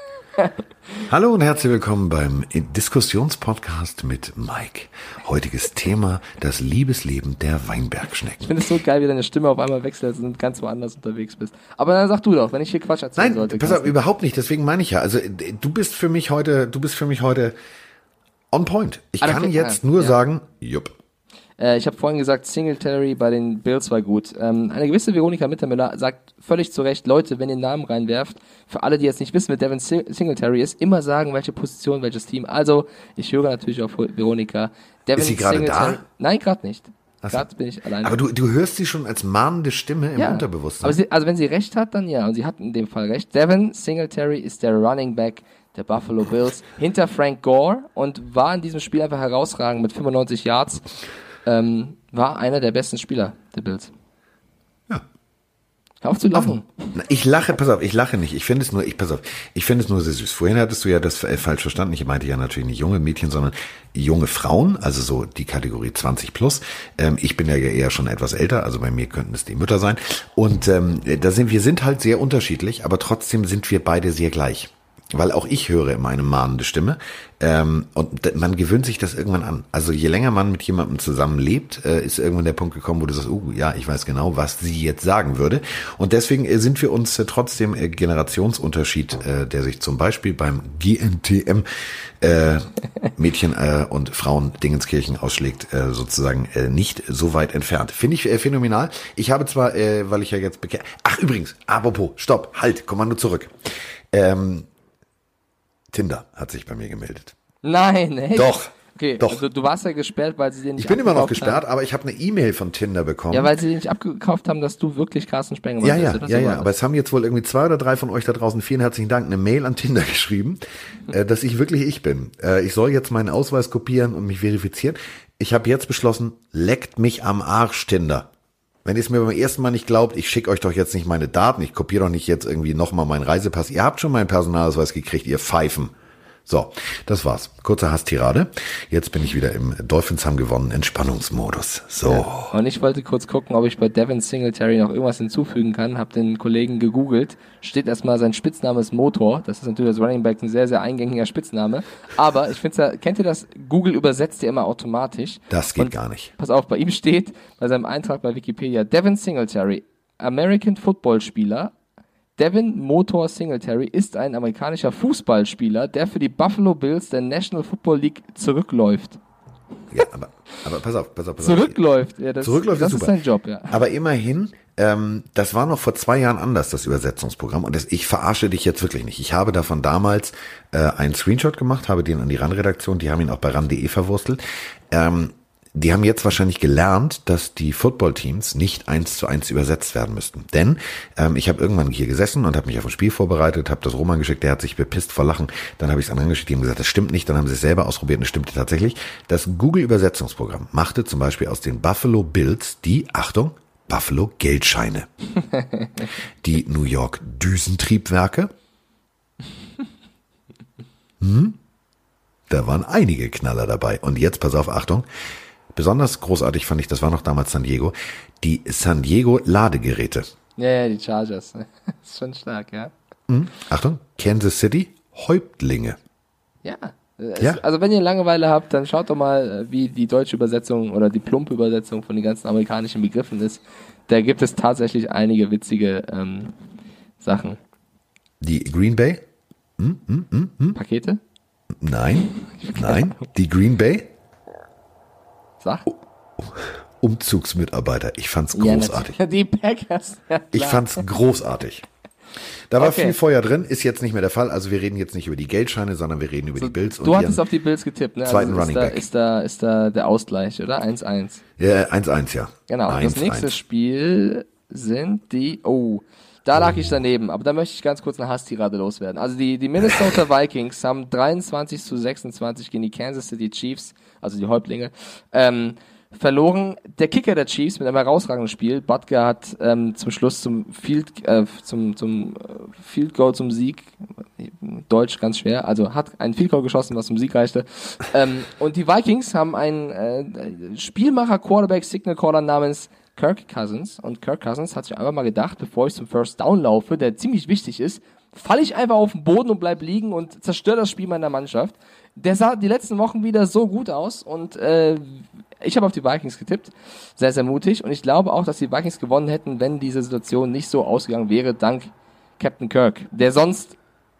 Hallo und herzlich willkommen beim Diskussionspodcast mit Mike. Heutiges Thema, das Liebesleben der Weinbergschnecken. Ich finde es so geil, wie deine Stimme auf einmal wechselt und ganz woanders unterwegs bist. Aber dann sag du doch, wenn ich hier Quatsch erzählen Nein, sollte. pass auf, überhaupt nicht, deswegen meine ich ja. Also du bist für mich heute, du bist für mich heute on point. Ich Ah, kann okay, jetzt ja, nur ja. sagen, jupp. Äh, ich habe vorhin gesagt, Singletary bei den Bills war gut. Ähm, eine gewisse Veronika Mittermüller sagt völlig zu Recht, Leute, wenn ihr einen Namen reinwerft, für alle, die jetzt nicht wissen, wer Devin Singletary ist, immer sagen, welche Position, welches Team. Also, ich höre natürlich auf Veronika. Devin Ist sie gerade Singletary- da? Nein, gerade nicht. Ach so. Gerade bin ich alleine. Aber du, du hörst sie schon als mahnende Stimme im Ja, Unterbewusstsein. aber sie, also wenn sie recht hat, dann ja. Und sie hat in dem Fall recht. Devin Singletary ist der Running Back der Buffalo Bills hinter Frank Gore und war in diesem Spiel einfach herausragend mit fünfundneunzig Yards. Ähm, war einer der besten Spieler der Bills. Ja. Hör auf zu lachen. Na, Ich lache, pass auf, ich lache nicht. Ich finde es nur, ich pass auf, ich finde es nur sehr süß. Vorhin hattest du ja das äh, falsch verstanden. Ich meinte ja natürlich nicht junge Mädchen, sondern junge Frauen, also so die Kategorie zwanzig plus. Ähm, ich bin ja eher schon etwas älter, also bei mir könnten es die Mütter sein. Und ähm, da sind wir sind halt sehr unterschiedlich, aber trotzdem sind wir beide sehr gleich. Weil auch ich höre immer eine mahnende Stimme ähm, und d- man gewöhnt sich das irgendwann an. Also je länger man mit jemandem zusammenlebt, äh, ist irgendwann der Punkt gekommen, wo du sagst, oh ja, ich weiß genau, was sie jetzt sagen würde. Und deswegen äh, sind wir uns äh, trotzdem äh, Generationsunterschied, äh, der sich zum Beispiel beim G N T M äh, Mädchen äh, und Frauen Dingenskirchen ausschlägt, äh, sozusagen äh, nicht so weit entfernt. Finde ich äh, phänomenal. Ich habe zwar, äh, weil ich ja jetzt bekehrt... Ach übrigens, apropos, stopp, halt, Kommando zurück. Ähm... Tinder hat sich bei mir gemeldet. Nein, echt? Doch. Okay, Doch. also du warst ja gesperrt, weil sie den nicht Ich bin immer noch abgekauft gesperrt, haben. aber ich habe eine E-Mail von Tinder bekommen. Ja, weil sie nicht abgekauft haben, dass du wirklich Carsten Spengemann ja, bist. ja, oder ja, so ja, war aber das. es haben jetzt wohl irgendwie zwei oder drei von euch da draußen, vielen herzlichen Dank, eine Mail an Tinder geschrieben, äh, dass ich wirklich ich bin. Äh, ich soll jetzt meinen Ausweis kopieren und mich verifizieren. Ich habe jetzt beschlossen, leckt mich am Arsch, Tinder. Wenn ihr es mir beim ersten Mal nicht glaubt, ich schicke euch doch jetzt nicht meine Daten, ich kopiere doch nicht jetzt irgendwie nochmal meinen Reisepass. Ihr habt schon meinen Personalausweis gekriegt, ihr Pfeifen. So, das war's. Kurze Hasstirade. Jetzt bin ich wieder im Dolphins haben gewonnen Entspannungsmodus. So. Ja. Und ich wollte kurz gucken, ob ich bei Devin Singletary noch irgendwas hinzufügen kann. Hab den Kollegen gegoogelt. Steht erstmal, sein Spitzname ist Motor. Das ist natürlich als Running Back ein sehr, sehr eingängiger Spitzname. Aber ich finde ja, kennt ihr das? Google übersetzt ja immer automatisch. Das geht Und gar nicht. Pass auf, bei ihm steht, bei seinem Eintrag bei Wikipedia, Devin Singletary, American Football Spieler. Devin Motor Singletary ist ein amerikanischer Fußballspieler, der für die Buffalo Bills der National Football League zurückläuft. Ja, aber, aber pass auf, pass auf, pass auf. Zurückläuft, ja, das, Zurückläuft das ist ist super. sein Job, ja. Aber immerhin, ähm, das war noch vor zwei Jahren anders, das Übersetzungsprogramm. Und das, ich verarsche dich jetzt wirklich nicht. Ich habe davon damals äh, einen Screenshot gemacht, habe den an die RAN-Redaktion, die haben ihn auch bei ran punkt de verwurstelt. Ähm, die haben jetzt wahrscheinlich gelernt, dass die Footballteams nicht eins zu eins übersetzt werden müssten. Denn ähm, ich habe irgendwann hier gesessen und habe mich auf ein Spiel vorbereitet, habe das Roman geschickt, der hat sich bepisst vor Lachen. Dann habe ich es anderen geschickt, die haben gesagt, das stimmt nicht. Dann haben sie es selber ausprobiert und es stimmte tatsächlich. Das Google-Übersetzungsprogramm machte zum Beispiel aus den Buffalo Bills die, Achtung, Buffalo Geldscheine. Die New York Düsentriebwerke. Hm? Da waren einige Knaller dabei. Und jetzt, pass auf, Achtung, besonders großartig fand ich, das war noch damals San Diego, die San Diego Ladegeräte. Ja, ja, die Chargers. Das ist schon stark, ja. Hm? Achtung, Kansas City Häuptlinge. Ja. Es, Ja. Also wenn ihr Langeweile habt, dann schaut doch mal, wie die deutsche Übersetzung oder die plumpe Übersetzung von den ganzen amerikanischen Begriffen ist. Da gibt es tatsächlich einige witzige ähm, Sachen. Die Green Bay? Hm? Hm? Hm? Hm? Pakete? Nein, nein, die Green Bay Sag. Umzugsmitarbeiter. Ich fand's Ja, großartig. natürlich. Die Packers. Ja, Ich klar. fand's großartig. Da war Okay. viel Feuer drin, ist jetzt nicht mehr der Fall. Also wir reden jetzt nicht über die Geldscheine, sondern wir reden über die Bills. Du und hattest ihren auf die Bills getippt, ne? zweiten ist Running da, Back. Ist da, ist da der Ausgleich, oder? eins eins. Ja, eins eins, ja. Genau. eins, das nächste eins. Spiel sind die, oh, da lag ich daneben, aber da möchte ich ganz kurz eine Hasstirade loswerden. Also die, die Minnesota Vikings haben dreiundzwanzig zu sechsundzwanzig gegen die Kansas City Chiefs, also die Häuptlinge, ähm, verloren. Der Kicker der Chiefs mit einem herausragenden Spiel. Butker hat ähm, zum Schluss zum Field, äh, zum, zum äh, Field Goal zum Sieg, Deutsch ganz schwer, also hat einen Field Goal geschossen, was zum Sieg reichte. Ähm, und die Vikings haben einen äh, Spielmacher Quarterback Signal Caller namens Kirk Cousins. Und Kirk Cousins hat sich einfach mal gedacht, bevor ich zum First Down laufe, der ziemlich wichtig ist, falle ich einfach auf den Boden und bleib liegen und zerstöre das Spiel meiner Mannschaft. Der sah die letzten Wochen wieder so gut aus und äh, ich habe auf die Vikings getippt, sehr, sehr mutig, und ich glaube auch, dass die Vikings gewonnen hätten, wenn diese Situation nicht so ausgegangen wäre, dank Captain Kirk, der sonst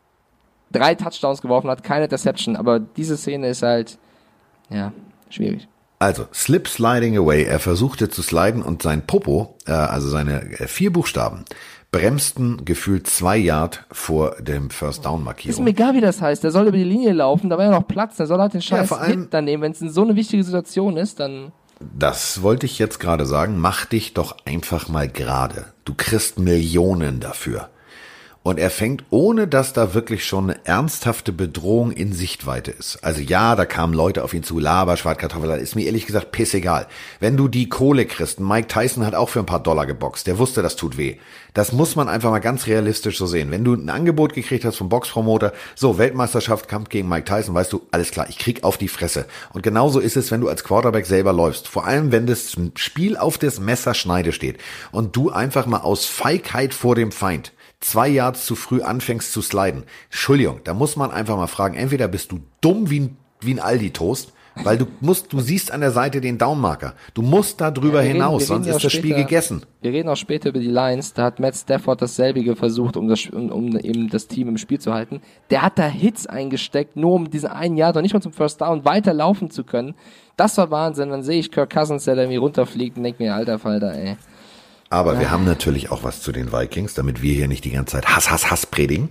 drei Touchdowns geworfen hat, keine Interception, aber diese Szene ist halt, ja, schwierig. Also, slip sliding away. Er versuchte zu sliden und sein Popo, äh, also seine äh, vier Buchstaben, bremsten gefühlt zwei Yard vor dem First Down Ist Markierung. mir egal, wie das heißt, der soll über die Linie laufen, da war ja noch Platz, der soll halt den scheiß vor allem- Hit dann nehmen, wenn es in so eine wichtige Situation ist, dann... Das wollte ich jetzt gerade sagen. Mach dich doch einfach mal gerade. Du kriegst Millionen dafür. Und er fängt, ohne dass da wirklich schon eine ernsthafte Bedrohung in Sichtweite ist. Also ja, da kamen Leute auf ihn zu, Laber, Schwartkartoffel, ist mir ehrlich gesagt pissegal. Wenn du die Kohle kriegst, Mike Tyson hat auch für ein paar Dollar geboxt, der wusste, das tut weh. Das muss man einfach mal ganz realistisch so sehen. Wenn du ein Angebot gekriegt hast vom Boxpromoter, so, Weltmeisterschaft, Kampf gegen Mike Tyson, weißt du, alles klar, ich krieg auf die Fresse. Und genauso ist es, wenn du als Quarterback selber läufst. Vor allem, wenn das Spiel auf das Messerschneide steht und du einfach mal aus Feigheit vor dem Feind zwei Yards zu früh anfängst zu sliden. Entschuldigung, da muss man einfach mal fragen, entweder bist du dumm wie ein, wie ein Aldi-Toast, weil du musst, du siehst an der Seite den Downmarker. Du musst da drüber Ja, wir reden- hinaus, wir reden sonst ja ist auch das Spiel später- gegessen. Wir reden auch später über die Lions, da hat Matt Stafford dasselbige versucht, um, das, um, um eben das Team im Spiel zu halten. Der hat da Hits eingesteckt, nur um diesen einen Jahr, noch nicht mal zum First Down, weiter laufen zu können. Das war Wahnsinn. Dann sehe ich Kirk Cousins, der da irgendwie runterfliegt und denke mir, alter Falter, ey. Aber wir haben natürlich auch was zu den Vikings, damit wir hier nicht die ganze Zeit Hass, Hass, Hass predigen.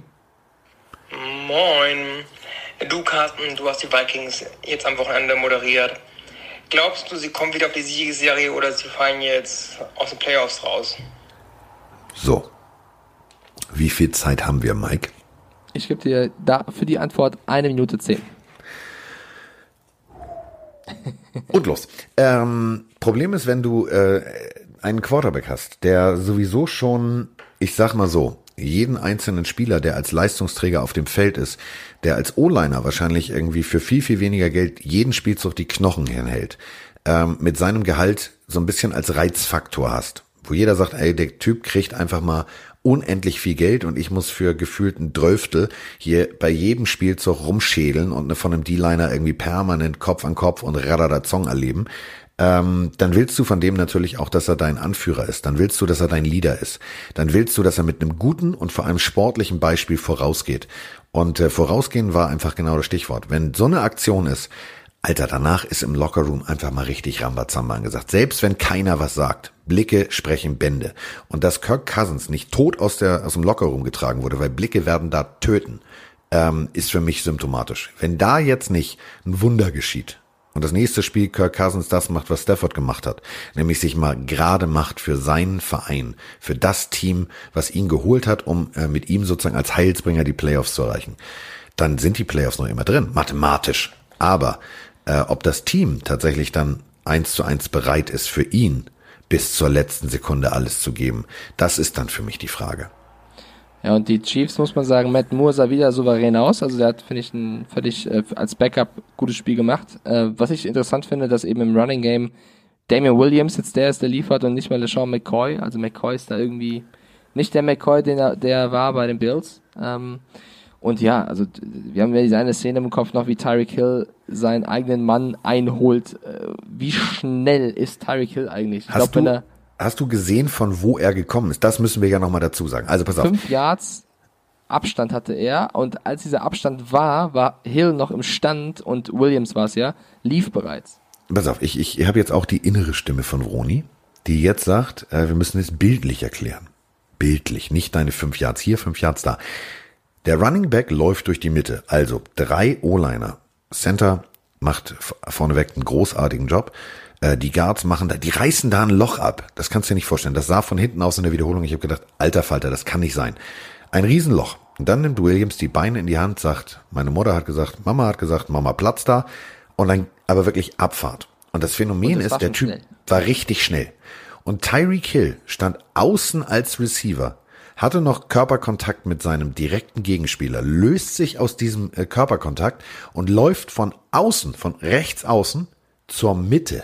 Moin. Du, Carsten, du hast die Vikings jetzt am Wochenende moderiert. Glaubst du, sie kommen wieder auf die Siegesserie oder sie fallen jetzt aus den Playoffs raus? So. Wie viel Zeit haben wir, Mike? Ich gebe dir da für die Antwort eine Minute zehn. Und los. Ähm, Problem ist, wenn du äh, einen Quarterback hast, der sowieso schon, ich sag mal so, jeden einzelnen Spieler, der als Leistungsträger auf dem Feld ist, der als O-Liner wahrscheinlich irgendwie für viel, viel weniger Geld jeden Spielzug die Knochen hinhält, ähm, mit seinem Gehalt so ein bisschen als Reizfaktor hast, wo jeder sagt, ey, der Typ kriegt einfach mal unendlich viel Geld und ich muss für gefühlten Dröftel hier bei jedem Spielzug rumschädeln und von einem D-Liner irgendwie permanent Kopf an Kopf und Radadazong erleben, ähm, dann willst du von dem natürlich auch, dass er dein Anführer ist. Dann willst du, dass er dein Leader ist. Dann willst du, dass er mit einem guten und vor allem sportlichen Beispiel vorausgeht. Und äh, vorausgehen war einfach genau das Stichwort. Wenn so eine Aktion ist, Alter, danach ist im Lockerroom einfach mal richtig Rambazamba angesagt. Selbst wenn keiner was sagt. Blicke sprechen Bände. Und dass Kirk Cousins nicht tot aus der aus dem Lockerroom getragen wurde, weil Blicke werden da töten, ähm, ist für mich symptomatisch. Wenn da jetzt nicht ein Wunder geschieht und das nächste Spiel Kirk Cousins das macht, was Stafford gemacht hat, nämlich sich mal gerade macht für seinen Verein, für das Team, was ihn geholt hat, um äh, mit ihm sozusagen als Heilsbringer die Playoffs zu erreichen, dann sind die Playoffs noch immer drin, mathematisch. Aber äh, ob das Team tatsächlich dann eins zu eins bereit ist, für ihn bis zur letzten Sekunde alles zu geben, das ist dann für mich die Frage. Ja, und die Chiefs, muss man sagen, Matt Moore sah wieder souverän aus. Also der hat, finde ich, ein völlig äh, als Backup gutes Spiel gemacht. Äh, was ich interessant finde, dass eben im Running Game Damian Williams jetzt der ist, der liefert und nicht mal LeSean McCoy. Also McCoy ist da irgendwie nicht der McCoy, den er, der war bei den Bills. Ähm, und ja, also wir haben ja diese eine Szene im Kopf noch, wie Tyreek Hill seinen eigenen Mann einholt. Äh, wie schnell ist Tyreek Hill eigentlich? Ich Hast glaub, wenn du, er hast du gesehen, von wo er gekommen ist? Das müssen wir ja nochmal dazu sagen. Also pass auf. fünf Yards Abstand hatte er und als dieser Abstand war, war Hill noch im Stand und Williams war es ja, lief bereits. Pass auf, ich, ich habe jetzt auch die innere Stimme von Roni, die jetzt sagt, äh, wir müssen es bildlich erklären. bildlich, nicht deine fünf Yards hier, fünf Yards da. Der Running Back läuft durch die Mitte, also drei O-Liner. Center macht vorneweg einen großartigen Job. Äh, die Guards machen da, die reißen da ein Loch ab. Das kannst du dir nicht vorstellen. Das sah von hinten aus in der Wiederholung. Ich habe gedacht, alter Falter, das kann nicht sein. Ein Riesenloch. Und dann nimmt Williams die Beine in die Hand, sagt, meine Mutter hat gesagt, Mama hat gesagt, Mama Platz da. Und dann aber wirklich Abfahrt. Und das Phänomen ist, der Typ war richtig schnell. Und Tyreek Hill stand außen als Receiver, hatte noch Körperkontakt mit seinem direkten Gegenspieler, löst sich aus diesem äh, Körperkontakt und läuft von außen, von rechts außen zur Mitte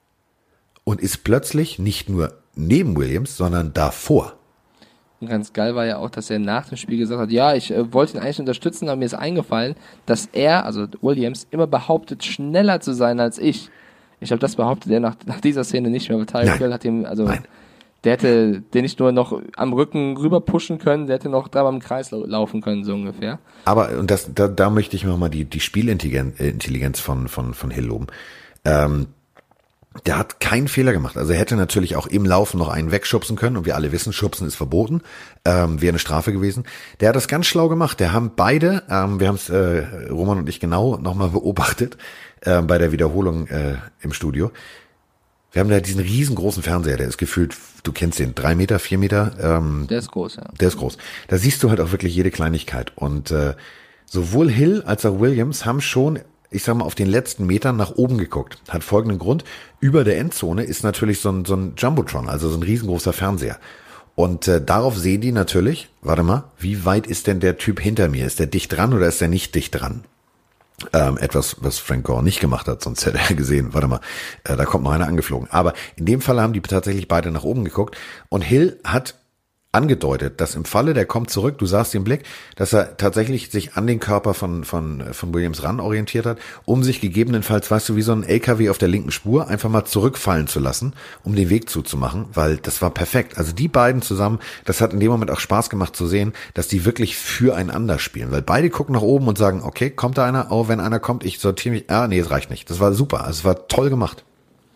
und ist plötzlich nicht nur neben Williams, sondern davor. Und ganz geil war ja auch, dass er nach dem Spiel gesagt hat, ja, ich äh, wollte ihn eigentlich unterstützen, aber mir ist eingefallen, dass er, also Williams, immer behauptet, schneller zu sein als ich. Ich glaube, das behauptet er nach, nach dieser Szene nicht mehr, weil Tyreek Hill hat ihm, also Nein. der hätte den nicht nur noch am Rücken rüber pushen können, der hätte noch dreimal im Kreis laufen können, so ungefähr. Aber, und das, da, da möchte ich nochmal die, die Spielintelligenz von, von, von Hill loben. Ähm, der hat keinen Fehler gemacht. Also er hätte natürlich auch im Laufen noch einen wegschubsen können und wir alle wissen, schubsen ist verboten, ähm, wäre eine Strafe gewesen. Der hat das ganz schlau gemacht. Der haben beide, ähm, wir haben es, äh, Roman und ich genau nochmal beobachtet, äh, bei der Wiederholung äh, im Studio. Wir haben da diesen riesengroßen Fernseher, der ist gefühlt, du kennst den, drei Meter, vier Meter. Ähm, der ist groß, ja. Der ist groß. Da siehst du halt auch wirklich jede Kleinigkeit. Und äh, sowohl Hill als auch Williams haben schon, ich sag mal, auf den letzten Metern nach oben geguckt. Hat folgenden Grund. Über der Endzone ist natürlich so ein, so ein Jumbotron, also so ein riesengroßer Fernseher. Und äh, darauf sehen die natürlich, warte mal, wie weit ist denn der Typ hinter mir? Ist der dicht dran oder ist der nicht dicht dran? Ähm, etwas, was Frank Gore nicht gemacht hat, sonst hätte er gesehen, warte mal, äh, da kommt noch einer angeflogen. Aber in dem Fall haben die tatsächlich beide nach oben geguckt und Hill hat angedeutet, dass im Falle, der kommt zurück, du sahst den Blick, dass er tatsächlich sich an den Körper von von von Williams ran orientiert hat, um sich gegebenenfalls, weißt du, wie so ein L K W auf der linken Spur einfach mal zurückfallen zu lassen, um den Weg zuzumachen, weil das war perfekt. Also die beiden zusammen, das hat in dem Moment auch Spaß gemacht zu sehen, dass die wirklich füreinander spielen, weil beide gucken nach oben und sagen, okay, kommt da einer? Oh, wenn einer kommt, ich sortiere mich. Ah, nee, es reicht nicht. Das war super, also es war toll gemacht.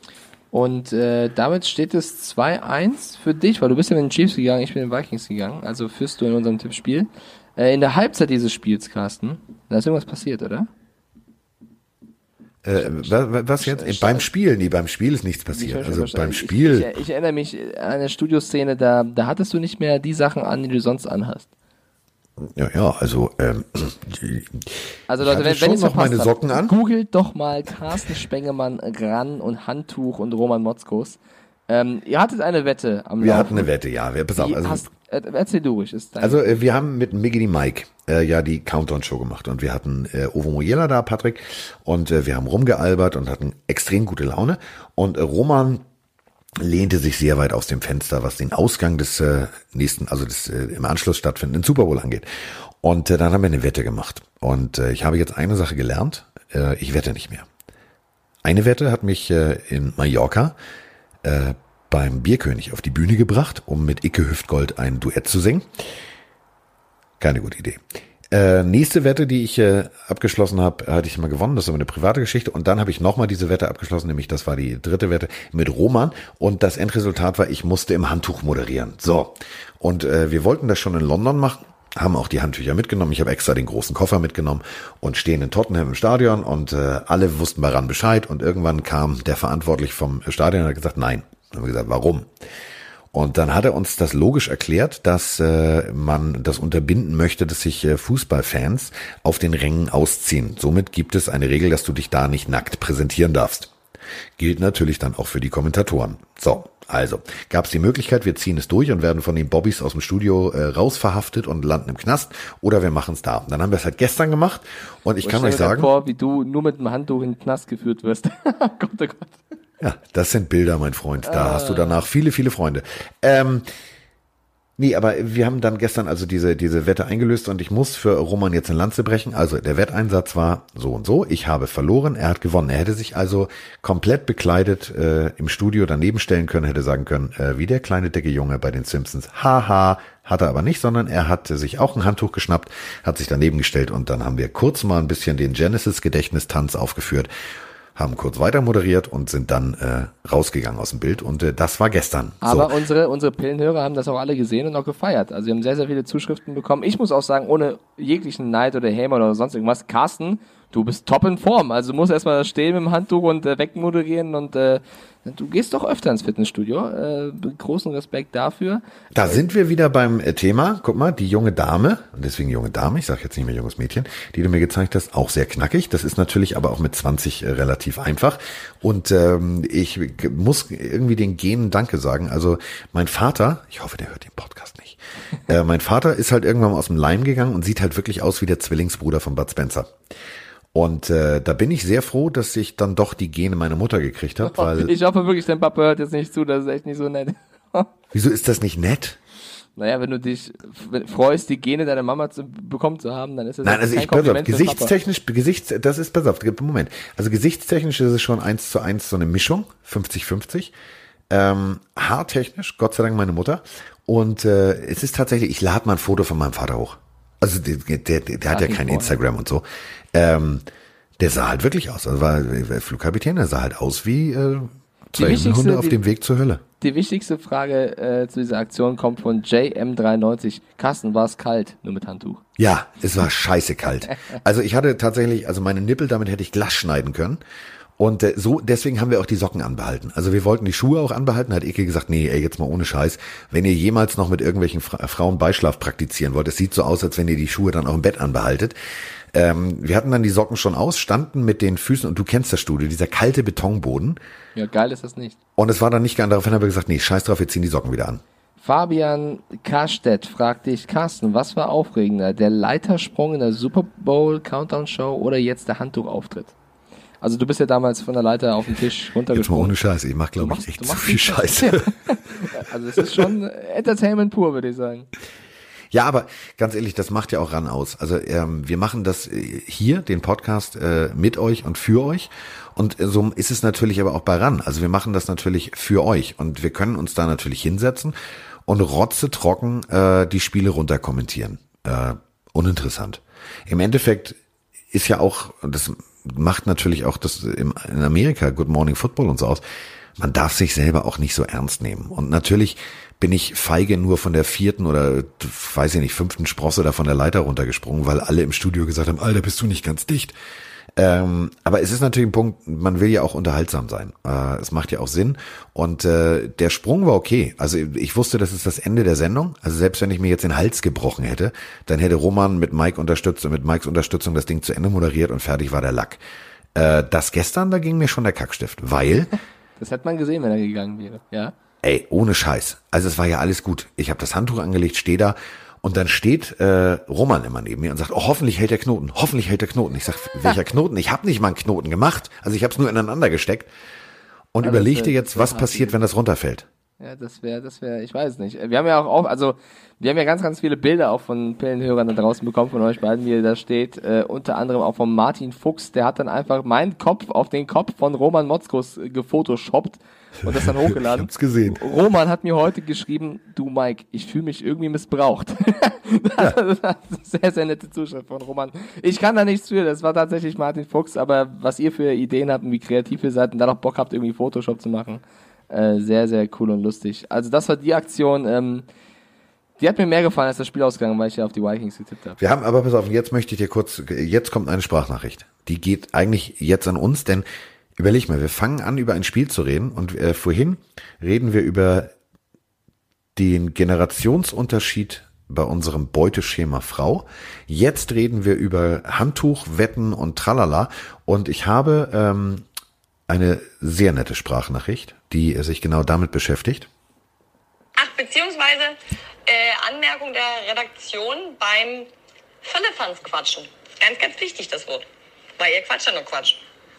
Und äh, damit steht es zwei eins für dich, weil du bist ja mit den Chiefs gegangen, ich bin in den Vikings gegangen, also führst du in unserem Tippspiel. Äh, in der Halbzeit dieses Spiels, Carsten, da ist irgendwas passiert, oder? Äh, was, was jetzt? Ich, beim Spiel? Nee, beim Spiel ist nichts passiert. Also beim Spiel. Ich, ich, ich erinnere mich an eine Studioszene, da, da hattest du nicht mehr die Sachen an, die du sonst anhast. Ja, ja, also ähm, also Leute, wenn, wenn ihr noch meine Socken an. Googelt doch mal Carsten Spengemann, Gran und Handtuch und Roman Motzkos. Ähm, ihr hattet eine Wette am Wir Laufen. hatten eine Wette, ja. Wir, pass auf, also, hast, äh, erzähl du ruhig. Ist also äh, wir haben mit Miggity Mike äh, ja die Countdown-Show gemacht und wir hatten äh, Ovo Mojela da, Patrick, und äh, wir haben rumgealbert und hatten extrem gute Laune und äh, Roman lehnte sich sehr weit aus dem Fenster, was den Ausgang des äh, nächsten, also des äh, im Anschluss stattfindenden Super Bowl angeht. Und äh, dann haben wir eine Wette gemacht. Und äh, ich habe jetzt eine Sache gelernt, äh, ich wette nicht mehr. Eine Wette hat mich äh, in Mallorca äh, beim Bierkönig auf die Bühne gebracht, um mit Icke Hüftgold ein Duett zu singen. Keine gute Idee. Äh, nächste Wette, die ich äh, abgeschlossen habe, hatte ich mal gewonnen. Das ist aber eine private Geschichte. Und dann habe ich nochmal diese Wette abgeschlossen, nämlich das war die dritte Wette mit Roman. Und das Endresultat war, ich musste im Handtuch moderieren. So. Und äh, wir wollten das schon in London machen, haben auch die Handtücher mitgenommen. Ich habe extra den großen Koffer mitgenommen und stehen in Tottenham im Stadion und äh, alle wussten daran Bescheid. Und irgendwann kam der Verantwortliche vom Stadion und hat gesagt, nein. Dann haben wir gesagt, warum? Und dann hat er uns das logisch erklärt, dass äh, man das unterbinden möchte, dass sich äh, Fußballfans auf den Rängen ausziehen. Somit gibt es eine Regel, dass du dich da nicht nackt präsentieren darfst. Gilt natürlich dann auch für die Kommentatoren. So, also gab es die Möglichkeit, wir ziehen es durch und werden von den Bobbys aus dem Studio äh, rausverhaftet und landen im Knast, oder wir machen es da. Dann haben wir es halt gestern gemacht und ich und kann euch sagen, vor, wie du nur mit dem Handtuch in den Knast geführt wirst. Gott, oh Gott. Ja, das sind Bilder, mein Freund. Da äh. hast du danach viele, viele Freunde. Ähm, nee, aber wir haben dann gestern also diese diese Wette eingelöst und ich muss für Roman jetzt eine Lanze brechen. Also der Wetteinsatz war so und so. Ich habe verloren, er hat gewonnen. Er hätte sich also komplett bekleidet äh, im Studio daneben stellen können, hätte sagen können, äh, wie der kleine dicke Junge bei den Simpsons. Haha, hat er aber nicht, sondern er hat sich auch ein Handtuch geschnappt, hat sich daneben gestellt und dann haben wir kurz mal ein bisschen den Genesis-Gedächtnistanz aufgeführt. haben kurz weiter moderiert und sind dann äh, rausgegangen aus dem Bild und äh, das war gestern. Aber so. unsere, unsere Pillenhörer haben das auch alle gesehen und auch gefeiert. Also wir haben sehr, sehr viele Zuschriften bekommen. Ich muss auch sagen, ohne jeglichen Neid oder Häme oder sonst irgendwas, Carsten, du bist top in Form. Also du musst erstmal stehen mit dem Handtuch und äh, wegmoderieren und äh, du gehst doch öfter ins Fitnessstudio. Äh, großen Respekt dafür. Da sind wir wieder beim äh, Thema. Guck mal, die junge Dame, und deswegen junge Dame, ich sage jetzt nicht mehr junges Mädchen, die du mir gezeigt hast, auch sehr knackig. Das ist natürlich aber auch mit zwanzig äh, relativ einfach. Und ähm, ich muss irgendwie den Genen Danke sagen. Also mein Vater, ich hoffe, der hört den Podcast nicht. äh, mein Vater ist halt irgendwann mal aus dem Leim gegangen und sieht halt wirklich aus wie der Zwillingsbruder von Bud Spencer. Und äh, da bin ich sehr froh, dass ich dann doch die Gene meiner Mutter gekriegt habe, weil... Ich hoffe wirklich, dein Papa hört jetzt nicht zu, das ist echt nicht so nett. Wieso ist das nicht nett? Naja, wenn du dich freust, die Gene deiner Mama zu, bekommen zu haben, dann ist das Nein, also kein ich, pass auf, Kompliment für den Papa. gesichtstechnisch, Gesichts, das ist, pass auf, Moment. Also gesichtstechnisch ist es schon eins zu eins so eine Mischung, fünfzig fünfzig. Ähm, haartechnisch, Gott sei Dank meine Mutter. Und äh, es ist tatsächlich, ich lade mal ein Foto von meinem Vater hoch. Also der, der, der, der hat ja kein Instagram und so. Ähm, der sah halt wirklich aus. Also war, war Flugkapitän, der sah halt aus wie äh, zwei Hunde auf die, dem Weg zur Hölle. Die wichtigste Frage äh, zu dieser Aktion kommt von J M dreiundneunzig. Carsten, war es kalt, nur mit Handtuch? Ja, es war scheiße kalt. Also ich hatte tatsächlich, also meine Nippel, damit hätte ich Glas schneiden können. Und äh, so, deswegen haben wir auch die Socken anbehalten. Also wir wollten die Schuhe auch anbehalten, hat Eke gesagt, nee, ey, jetzt mal ohne Scheiß. Wenn ihr jemals noch mit irgendwelchen Fra- Frauen Beischlaf praktizieren wollt, es sieht so aus, als wenn ihr die Schuhe dann auch im Bett anbehaltet. Ähm, wir hatten dann die Socken schon aus, standen mit den Füßen, und du kennst das Studio, dieser kalte Betonboden. Ja, geil ist das nicht. Und es war dann nicht geil, daraufhin haben wir gesagt, nee, scheiß drauf, wir ziehen die Socken wieder an. Fabian Karstedt fragt dich, Carsten, was war aufregender, der Leitersprung in der Super Bowl Countdown Show oder jetzt der Handtuchauftritt? Also du bist ja damals von der Leiter auf den Tisch runtergesprungen. Jetzt mal ohne Scheiße, ich mach glaube ich echt zu viel Scheiße. Also es ist schon Entertainment pur, würde ich sagen. Ja, aber ganz ehrlich, das macht ja auch ran aus. Also ähm, wir machen das hier, den Podcast, äh, mit euch und für euch. Und äh, so ist es natürlich aber auch bei ran. Also wir machen das natürlich für euch. Und wir können uns da natürlich hinsetzen und rotzetrocken äh, die Spiele runter kommentieren. Äh, uninteressant. Im Endeffekt ist ja auch, das macht natürlich auch das im, in Amerika Good Morning Football und so aus, man darf sich selber auch nicht so ernst nehmen. Und natürlich bin ich feige nur von der vierten oder, weiß ich nicht, fünften Sprosse da von der Leiter runtergesprungen, weil alle im Studio gesagt haben, Alter, bist du nicht ganz dicht. Ähm, aber es ist natürlich ein Punkt, man will ja auch unterhaltsam sein. Äh, es macht ja auch Sinn. Und äh, der Sprung war okay. Also ich wusste, das ist das Ende der Sendung. Also selbst wenn ich mir jetzt den Hals gebrochen hätte, dann hätte Roman mit Mike unterstützt und mit Mikes Unterstützung das Ding zu Ende moderiert und fertig war der Lack. Äh, das gestern, da ging mir schon der Kackstift, weil... Das hätte man gesehen, wenn er gegangen wäre, ja. Ey, ohne Scheiß. Also es war ja alles gut. Ich habe das Handtuch angelegt, stehe da und dann steht äh, Roman immer neben mir und sagt, oh, hoffentlich hält der Knoten, hoffentlich hält der Knoten. Ich sag, welcher Knoten? Ich habe nicht mal einen Knoten gemacht. Also ich habe es nur ineinander gesteckt und ja, überlegte jetzt, was passiert, wenn das runterfällt. Ja, das wäre, das wäre, ich weiß nicht. Wir haben ja auch, auf, also wir haben ja ganz, ganz viele Bilder auch von Pillenhörern da draußen bekommen, von euch beiden, wie ihr da steht. Äh, unter anderem auch von Martin Fuchs, der hat dann einfach meinen Kopf auf den Kopf von Roman Motzkus gefotoshoppt und das dann hochgeladen. Ich hab's gesehen. Roman hat mir heute geschrieben, du Mike, ich fühle mich irgendwie missbraucht. Das ist eine sehr, sehr nette Zuschrift von Roman. Ich kann da nichts für, das war tatsächlich Martin Fuchs, aber was ihr für Ideen habt und wie kreativ ihr seid und dann auch Bock habt, irgendwie Photoshop zu machen, Äh, sehr, sehr cool und lustig. Also das war die Aktion, ähm, die hat mir mehr gefallen als das Spiel ausgegangen, weil ich ja auf die Vikings getippt habe. Wir haben aber, pass auf, jetzt möchte ich dir kurz, jetzt kommt eine Sprachnachricht. Die geht eigentlich jetzt an uns, denn überleg mal, wir fangen an, über ein Spiel zu reden und äh, vorhin reden wir über den Generationsunterschied bei unserem Beuteschema Frau. Jetzt reden wir über Handtuch, Wetten und Tralala und ich habe ähm, eine sehr nette Sprachnachricht, die sich genau damit beschäftigt. Ach, beziehungsweise äh, Anmerkung der Redaktion beim Firlefanz quatschen. Ganz, ganz wichtig, das Wort. Weil ihr quatscht ja nur Quatsch.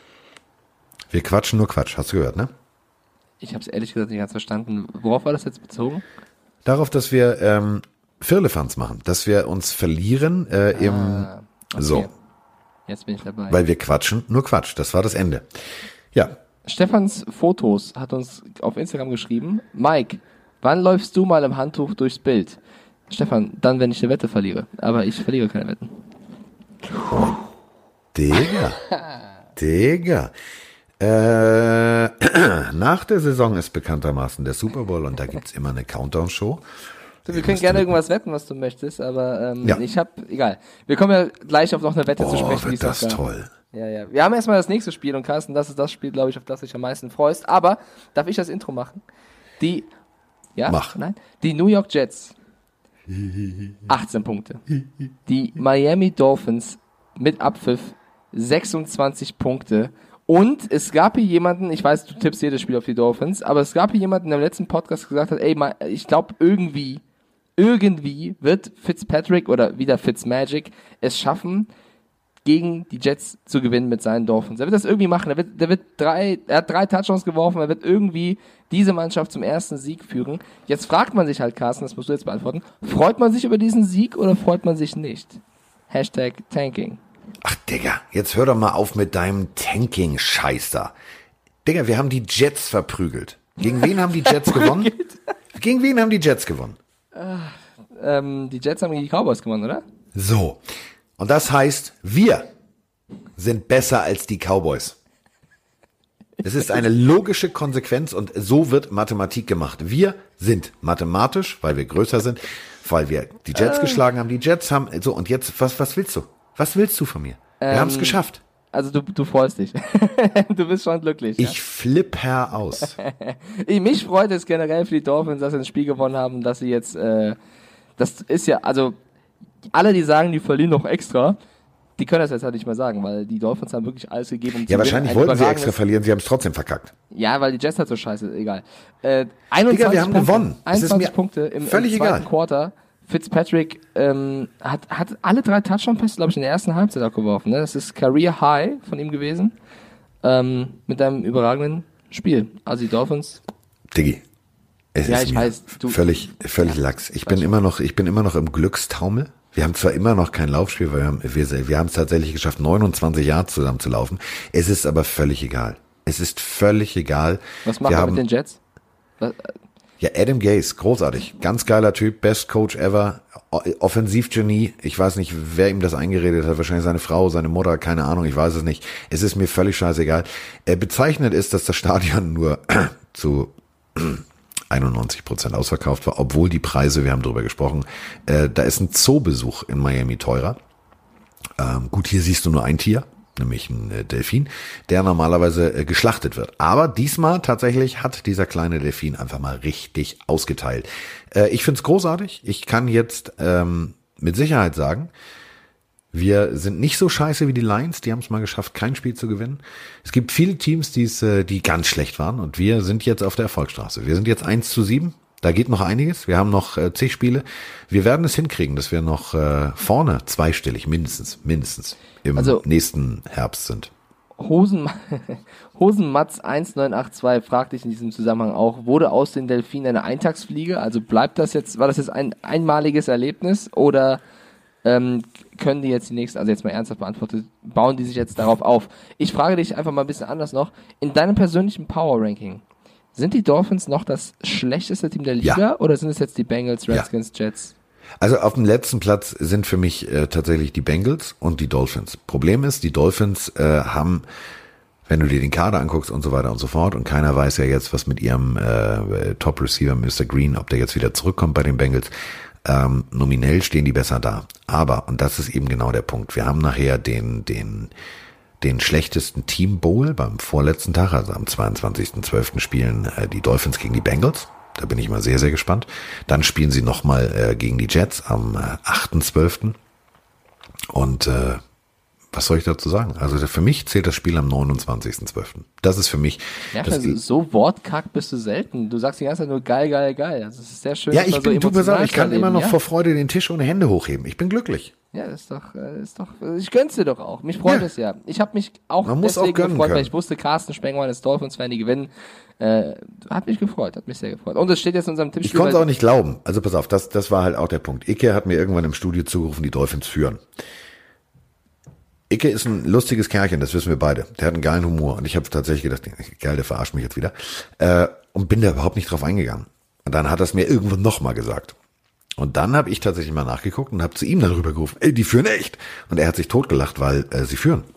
Wir quatschen nur Quatsch, hast du gehört, ne? Ich habe es ehrlich gesagt nicht ganz verstanden. Worauf war das jetzt bezogen? Darauf, dass wir ähm, Firlefanz machen, dass wir uns verlieren äh, im... Ah, okay. So. Jetzt bin ich dabei. Weil wir quatschen, nur Quatsch, das war das Ende. Ja. Stefans Fotos hat uns auf Instagram geschrieben, Mike, wann läufst du mal im Handtuch durchs Bild? Stefan, dann, wenn ich eine Wette verliere. Aber ich verliere keine Wetten. Digga. Digga. Äh, nach der Saison ist bekanntermaßen der Super Bowl und da gibt's immer eine Countdown-Show. Du, wir können gerne irgendwas wetten, was du möchtest, aber ähm, Ja. ich habe, egal. Wir kommen ja gleich auf noch eine Wette Oh, zu sprechen. die wird es das noch gab. toll. Ja, ja. Wir haben erstmal das nächste Spiel und Carsten, das ist das Spiel, glaube ich, auf das du dich am meisten freust. Aber, darf ich das Intro machen? Die, ja? Mach. Nein? Die New York Jets, achtzehn Punkte. Die Miami Dolphins mit Abpfiff, sechsundzwanzig Punkte. Und es gab hier jemanden, ich weiß, du tippst jedes Spiel auf die Dolphins, aber es gab hier jemanden, der im letzten Podcast gesagt hat, ey, ma- ich glaube irgendwie, irgendwie wird Fitzpatrick oder wieder Fitzmagic es schaffen, gegen die Jets zu gewinnen mit seinen Dolphins. Er wird das irgendwie machen. Er wird, der wird drei, er hat drei Touchdowns geworfen. Er wird irgendwie diese Mannschaft zum ersten Sieg führen. Jetzt fragt man sich halt, Carsten, das musst du jetzt beantworten. Freut man sich über diesen Sieg oder freut man sich nicht? Hashtag Tanking. Ach, Digga, jetzt hör doch mal auf mit deinem Tanking-Scheiß da. Digga, wir haben die Jets verprügelt. Gegen wen haben die Jets gewonnen? Gegen wen haben die Jets gewonnen? Ähm, die Jets haben gegen die Cowboys gewonnen, oder? So. Und das heißt, wir sind besser als die Cowboys. Es ist eine logische Konsequenz und so wird Mathematik gemacht. Wir sind mathematisch, weil wir größer sind, weil wir die Jets geschlagen haben. Die Jets haben, so, und jetzt, was, was willst du? Was willst du von mir? Wir Ähm, haben es geschafft. Also du, du freust dich. Du bist schon glücklich. Ich flipper aus. Ja? Mich freut es generell für die Dolphins, dass sie ein Spiel gewonnen haben, dass sie jetzt, äh, das ist ja, also alle, die sagen, die verlieren noch extra, die können das jetzt halt nicht mehr sagen, weil die Dolphins haben wirklich alles gegeben, um zu Ja, wahrscheinlich gewinnen. Ein wollten sie überragendes- extra verlieren, sie haben es trotzdem verkackt. Ja, weil die Jets halt so scheiße, egal. Äh, einundzwanzig Digga, wir haben Punkte, gewonnen. Es ist einundzwanzig mir Punkte im, völlig im zweiten egal. Quarter. Fitzpatrick ähm, hat, hat alle drei Touchdown-Pässe, glaube ich, in der ersten Halbzeit auch geworfen. Ne? Das ist Career High von ihm gewesen. Ähm, mit einem überragenden Spiel. Also die Dolphins. Diggi, es Ja, ist ich mir weiß, du- völlig, völlig lax. Ich bin immer noch, ich bin immer noch im Glückstaumel. Wir haben zwar immer noch kein Laufspiel, weil wir haben, wir, wir haben es tatsächlich geschafft, neunundzwanzig Yards zusammen zu laufen. Es ist aber völlig egal. Es ist völlig egal. Was machen wir wir haben, mit den Jets? Was, Ja, Adam Gase, großartig. Ganz geiler Typ, best Coach ever, O- Offensivgenie. Ich weiß nicht, wer ihm das eingeredet hat. Wahrscheinlich seine Frau, seine Mutter, keine Ahnung, ich weiß es nicht. Es ist mir völlig scheißegal. Äh, bezeichnend ist, dass das Stadion nur zu einundneunzig Prozent ausverkauft war, obwohl die Preise, wir haben drüber gesprochen, äh, da ist ein Zoobesuch in Miami teurer. Ähm, gut, hier siehst du nur ein Tier, nämlich ein äh, Delfin, der normalerweise äh, geschlachtet wird. Aber diesmal tatsächlich hat dieser kleine Delfin einfach mal richtig ausgeteilt. Äh, ich find's großartig. Ich kann jetzt ähm, mit Sicherheit sagen, wir sind nicht so scheiße wie die Lions, die haben es mal geschafft, kein Spiel zu gewinnen. Es gibt viele Teams, die's, äh, die ganz schlecht waren und wir sind jetzt auf der Erfolgsstraße. Wir sind jetzt eins zu sieben, da geht noch einiges. Wir haben noch äh, zig Spiele. Wir werden es hinkriegen, dass wir noch äh, vorne zweistellig mindestens, mindestens im Also- nächsten Herbst sind. Hosen, Hosenmatz eins neun acht zwei fragt dich in diesem Zusammenhang auch, wurde aus den Delfinen eine Eintagsfliege? Also bleibt das jetzt, war das jetzt ein einmaliges Erlebnis oder ähm, können die jetzt die nächsten, also jetzt mal ernsthaft beantwortet, bauen die sich jetzt darauf auf? Ich frage dich einfach mal ein bisschen anders noch, in deinem persönlichen Power-Ranking, sind die Dolphins noch das schlechteste Team der Liga Ja. oder sind es jetzt die Bengals, Redskins, Jets? Also auf dem letzten Platz sind für mich äh, tatsächlich die Bengals und die Dolphins. Problem ist, die Dolphins äh, haben, wenn du dir den Kader anguckst und so weiter und so fort, und keiner weiß ja jetzt, was mit ihrem äh, Top-Receiver Mister Green, ob der jetzt wieder zurückkommt bei den Bengals, ähm, nominell stehen die besser da. Aber, und das ist eben genau der Punkt, wir haben nachher den, den, den schlechtesten Team Bowl beim vorletzten Tag, also am zweiundzwanzigsten zwölften spielen äh, die Dolphins gegen die Bengals. Da bin ich mal sehr, sehr gespannt. Dann spielen sie nochmal äh, gegen die Jets am äh, achten zwölften Und äh, was soll ich dazu sagen? Also für mich zählt das Spiel am neunundzwanzigsten zwölften Das ist für mich Ja, das also so wortkack bist du selten. Du sagst die ganze Zeit nur geil, geil, geil. Also es ist sehr schön. Ja, das ich mal so bin, du pass auf, emotional ich zu kann immer erleben, noch ja? vor Freude den Tisch ohne Hände hochheben. Ich bin glücklich. Ja, das ist doch, äh, ist doch, ich gönn's dir doch auch. Mich freut Ja. es ja. Ich habe mich auch Man muss deswegen auch gönnen gefreut, weil können. ich wusste, Carsten Spengmann ist Dolphins-Fan, die gewinnen. Äh, hat mich gefreut, hat mich sehr gefreut. Und es steht jetzt in unserem Ich Tippspiel. konnte es weil- auch nicht glauben. Also pass auf, das, das war halt auch der Punkt. Icke hat mir irgendwann im Studio zugerufen, die Dolphins führen. Icke ist ein lustiges Kerlchen, das wissen wir beide. Der hat einen geilen Humor. Und ich habe tatsächlich gedacht, geil, der verarscht mich jetzt wieder. Äh, und bin da überhaupt nicht drauf eingegangen. Und dann hat er es mir irgendwann nochmal gesagt. Und dann habe ich tatsächlich mal nachgeguckt und habe zu ihm dann rübergerufen, ey, die führen echt. Und er hat sich totgelacht, weil äh, sie führen.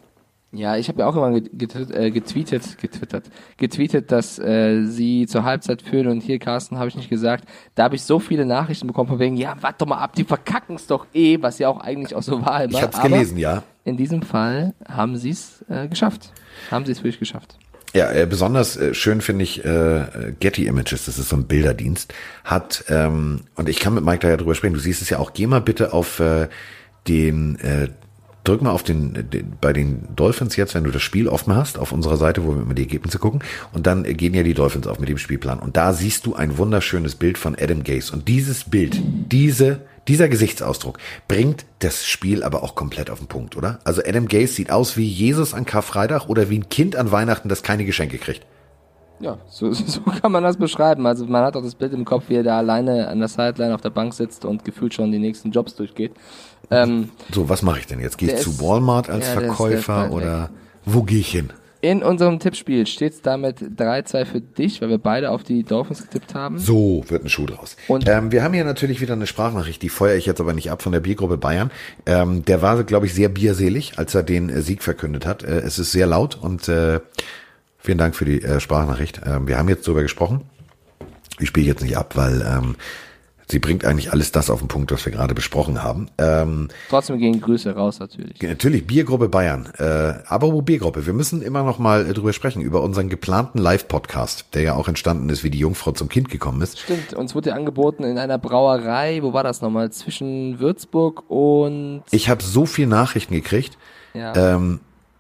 Ja, ich habe ja auch immer getwittert, äh, getweetet, getwittert, getweetet, dass äh, sie zur Halbzeit führen und hier, Carsten, habe ich nicht gesagt, da habe ich so viele Nachrichten bekommen von wegen, ja, warte doch mal ab, die verkacken es doch eh, was ja auch eigentlich auch so war immer. Ich habe es gelesen, ja. In diesem Fall haben sie es äh, geschafft, haben sie es wirklich geschafft. Ja, äh, besonders äh, schön finde ich äh, Getty Images, das ist so ein Bilderdienst, hat, ähm, und ich kann mit Mike da ja drüber sprechen, du siehst es ja auch, geh mal bitte auf äh, den äh, Drück mal auf den, den, bei den Dolphins jetzt, wenn du das Spiel offen hast, auf unserer Seite, wo wir immer die Ergebnisse gucken, und dann gehen ja die Dolphins auf mit dem Spielplan. Und da siehst du ein wunderschönes Bild von Adam Gase. Und dieses Bild, diese, dieser Gesichtsausdruck bringt das Spiel aber auch komplett auf den Punkt, oder? Also Adam Gase sieht aus wie Jesus an Karfreitag oder wie ein Kind an Weihnachten, das keine Geschenke kriegt. Ja, so, so kann man das beschreiben. Also man hat auch das Bild im Kopf, wie er da alleine an der Sideline auf der Bank sitzt und gefühlt schon die nächsten Jobs durchgeht. Ähm, so, was mache ich denn jetzt? Gehe ich zu Walmart als ja, Verkäufer der ist, der ist oder wo gehe ich hin? In unserem Tippspiel steht es damit drei zwei für dich, weil wir beide auf die Dolphins getippt haben. So wird ein Schuh draus. Und ähm, wir haben hier natürlich wieder eine Sprachnachricht, die feuere ich jetzt aber nicht ab, von der Biergruppe Bayern. Ähm, der war, glaube ich, sehr bierselig, als er den äh, Sieg verkündet hat. Äh, es ist sehr laut und äh, vielen Dank für die äh, Sprachnachricht. Ähm, wir haben jetzt darüber gesprochen. Ich spiele jetzt nicht ab, weil ähm, sie bringt eigentlich alles das auf den Punkt, was wir gerade besprochen haben. Ähm, Trotzdem gehen Grüße raus, natürlich. Natürlich, Biergruppe Bayern. Äh, aber wo Biergruppe? Wir müssen immer noch mal äh, drüber sprechen, über unseren geplanten Live-Podcast, der ja auch entstanden ist, wie die Jungfrau zum Kind gekommen ist. Stimmt, uns wurde ja angeboten in einer Brauerei, wo war das nochmal, zwischen Würzburg und... Ich habe so viele Nachrichten gekriegt, ja. ähm,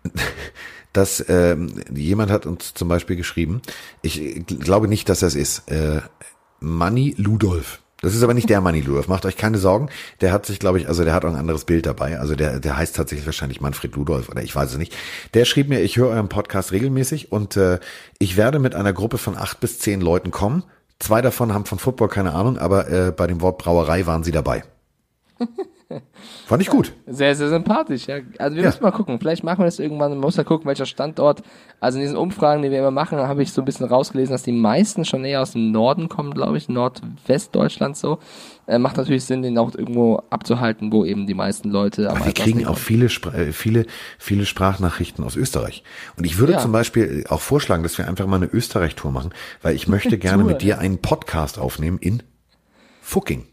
dass ähm, jemand hat uns zum Beispiel geschrieben, ich glaube nicht, dass das ist, äh, Manni Ludolf. Das ist aber nicht der Manni Ludolf, macht euch keine Sorgen. Der hat sich, glaube ich, also der hat auch ein anderes Bild dabei. Also der der heißt tatsächlich wahrscheinlich Manfred Ludolf oder ich weiß es nicht. Der schrieb mir, ich höre euren Podcast regelmäßig und äh, ich werde mit einer Gruppe von acht bis zehn Leuten kommen. Zwei davon haben von Football keine Ahnung, aber äh, bei dem Wort Brauerei waren sie dabei. Fand ich gut. Sehr, sehr sympathisch, ja. Also wir ja. müssen mal gucken, vielleicht machen wir das irgendwann, man muss ja gucken, welcher Standort, also in diesen Umfragen, die wir immer machen, habe ich so ein bisschen rausgelesen, dass die meisten schon eher aus dem Norden kommen, glaube ich, Nordwestdeutschland so. Äh, macht natürlich Sinn, den auch irgendwo abzuhalten, wo eben die meisten Leute am Aber wir kriegen auch viele, viele, viele Sprachnachrichten aus Österreich. Und ich würde ja. zum Beispiel auch vorschlagen, dass wir einfach mal eine Österreich-Tour machen, weil ich möchte gerne mit dir einen Podcast aufnehmen in Fucking.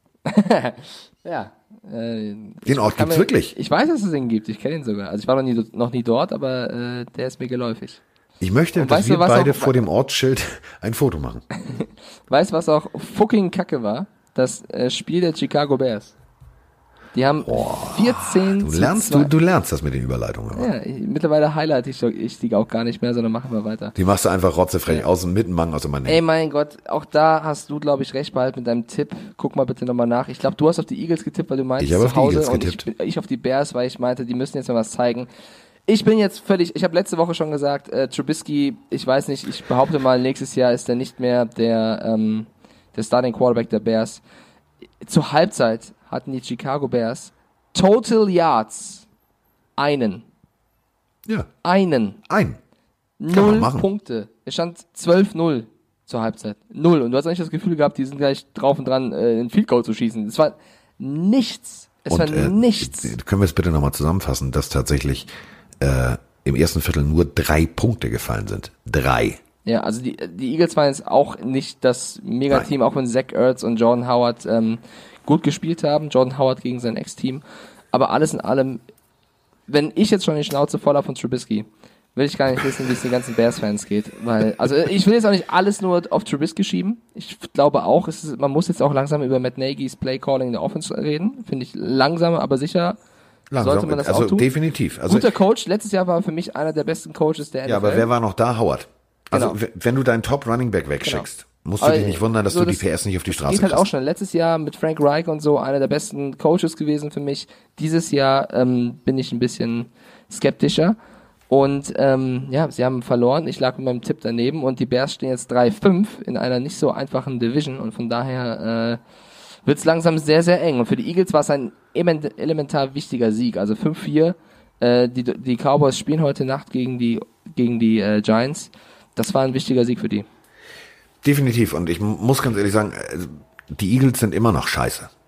Ja. Äh, den Ort gibt's mir, wirklich. Ich weiß, dass es den gibt. Ich kenne ihn sogar. Also ich war noch nie, noch nie dort, aber äh, der ist mir geläufig. Ich möchte, und dass wir beide auch, vor dem Ortsschild ein Foto machen. Weißt du, was auch fucking Kacke war? Das äh, Spiel der Chicago Bears. Die haben oh, vierzehn du lernst, du, du lernst das mit den Überleitungen. Ja, ich, mittlerweile highlight ich, ich die auch gar nicht mehr, sondern machen wir weiter. Die machst du einfach rotzefrech ja. aus dem Mittenmann aus dem Mann. Ey, mein Gott, auch da hast du, glaube ich, recht behalten mit deinem Tipp. Guck mal bitte nochmal nach. Ich glaube, du hast auf die Eagles getippt, weil du meinst, ich habe auf die Eagles und getippt. Ich, ich auf die Bears, weil ich meinte, die müssen jetzt mal was zeigen. Ich bin jetzt völlig, ich habe letzte Woche schon gesagt, äh, Trubisky, ich weiß nicht, ich behaupte mal, nächstes Jahr ist er nicht mehr der, ähm, der Starting Quarterback der Bears. Zur Halbzeit hatten die Chicago Bears Total Yards einen. Ja. Einen. Ein. Null Punkte. Es stand zwölf null zur Halbzeit. Null. Und du hast eigentlich das Gefühl gehabt, die sind gleich drauf und dran, äh, einen Field Goal zu schießen. Es war nichts. Es und, war äh, nichts. Können wir es bitte nochmal zusammenfassen, dass tatsächlich äh, im ersten Viertel nur drei Punkte gefallen sind. Drei. Ja, also die, die Eagles waren jetzt auch nicht das Megateam, auch wenn Zach Ertz und Jordan Howard ähm, gut gespielt haben. Jordan Howard gegen sein Ex-Team. Aber alles in allem, wenn ich jetzt schon die Schnauze voll habe von Trubisky, will ich gar nicht wissen, wie es den ganzen Bears-Fans geht. Weil, also ich will jetzt auch nicht alles nur auf Trubisky schieben. Ich glaube auch, es ist, man muss jetzt auch langsam über Matt Nagy's Play-Calling in der Offense reden. Finde ich langsam, aber sicher langsam, sollte man das also auch tun. Definitiv. Also guter Coach. Letztes Jahr war für mich einer der besten Coaches der N F L. Ja, aber wer war noch da? Howard. Also genau. wenn du deinen Top-Running-Back wegschickst, genau. musst du aber dich nicht wundern, dass so du das, die P S nicht auf die Straße kriegst. Geht halt kriegst. auch schnell. Letztes Jahr mit Frank Reich und so einer der besten Coaches gewesen für mich. Dieses Jahr ähm, bin ich ein bisschen skeptischer. Und ähm, ja, sie haben verloren. Ich lag mit meinem Tipp daneben und die Bears stehen jetzt drei fünf in einer nicht so einfachen Division und von daher äh, wird es langsam sehr, sehr eng. Und für die Eagles war es ein elementar wichtiger Sieg. Also fünf vier. Äh, die, die Cowboys spielen heute Nacht gegen die, gegen die äh, Giants. Das war ein wichtiger Sieg für die. Definitiv. Und ich muss ganz ehrlich sagen, die Eagles sind immer noch scheiße.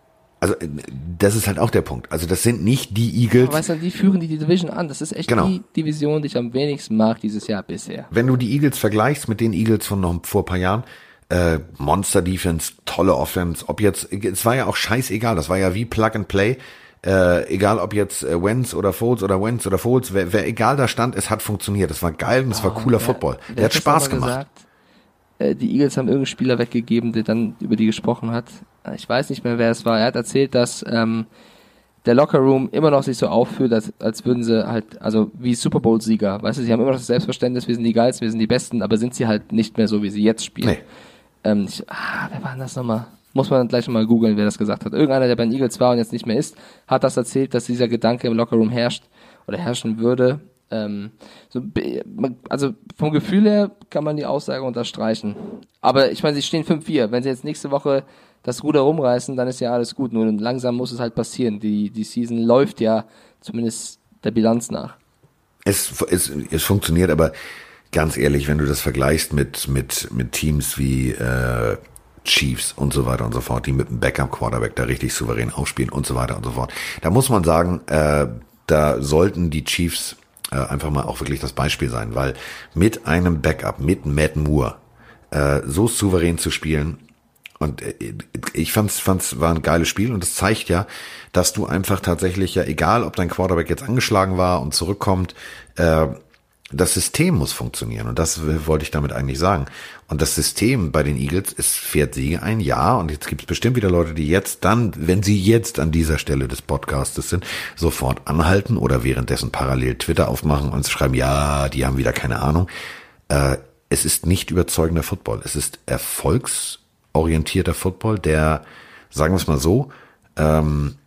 Also das ist halt auch der Punkt. Also das sind nicht die Eagles. Aber weißt du, die führen die Division an. Das ist echt genau. die Division, die ich am wenigsten mag dieses Jahr bisher. Wenn du die Eagles vergleichst mit den Eagles von noch vor ein paar Jahren, äh, Monster Defense, tolle Offense, ob jetzt, es war ja auch scheißegal, das war ja wie Plug and Play. Äh, egal ob jetzt äh, Wentz oder Foles oder Wentz oder Foles, wer, wer egal da stand, es hat funktioniert. Es war geil und es oh, war cooler der, Football. Der, der hat Spaß gemacht. Gesagt, äh, die Eagles haben irgendeinen Spieler weggegeben, der dann über die gesprochen hat. Ich weiß nicht mehr, wer es war. Er hat erzählt, dass ähm, der Lockerroom immer noch sich so aufführt, als, als würden sie halt, also wie Super Bowl-Sieger. Weißt du, sie haben immer noch das Selbstverständnis, wir sind die Geilsten, wir sind die Besten, aber sind sie halt nicht mehr so, wie sie jetzt spielen. Nee. Ähm, ich, ah, wer war denn das nochmal? Muss man gleich mal googeln, wer das gesagt hat. Irgendeiner, der bei den Eagles war und jetzt nicht mehr ist, hat das erzählt, dass dieser Gedanke im Lockerroom herrscht oder herrschen würde. Ähm, so, also vom Gefühl her kann man die Aussage unterstreichen. Aber ich meine, sie stehen fünf vier. Wenn sie jetzt nächste Woche das Ruder rumreißen, dann ist ja alles gut. Nur langsam muss es halt passieren. Die, die Season läuft ja zumindest der Bilanz nach. Es, es, es funktioniert, aber ganz ehrlich, wenn du das vergleichst mit, mit, mit Teams wie äh, Chiefs und so weiter und so fort, die mit dem Backup-Quarterback da richtig souverän aufspielen und so weiter und so fort. Da muss man sagen, äh, da sollten die Chiefs äh, einfach mal auch wirklich das Beispiel sein, weil mit einem Backup, mit Matt Moore, äh, so souverän zu spielen, und äh, ich fand's, fand's, war ein geiles Spiel und das zeigt ja, dass du einfach tatsächlich ja, egal ob dein Quarterback jetzt angeschlagen war und zurückkommt, äh, das System muss funktionieren und das wollte ich damit eigentlich sagen. Und das System bei den Eagles, es fährt Siege ein, ja, und jetzt gibt es bestimmt wieder Leute, die jetzt dann, wenn sie jetzt an dieser Stelle des Podcastes sind, sofort anhalten oder währenddessen parallel Twitter aufmachen und schreiben, ja, die haben wieder keine Ahnung. Äh, es ist nicht überzeugender Football, es ist erfolgsorientierter Football, der, sagen wir es mal so, ähm,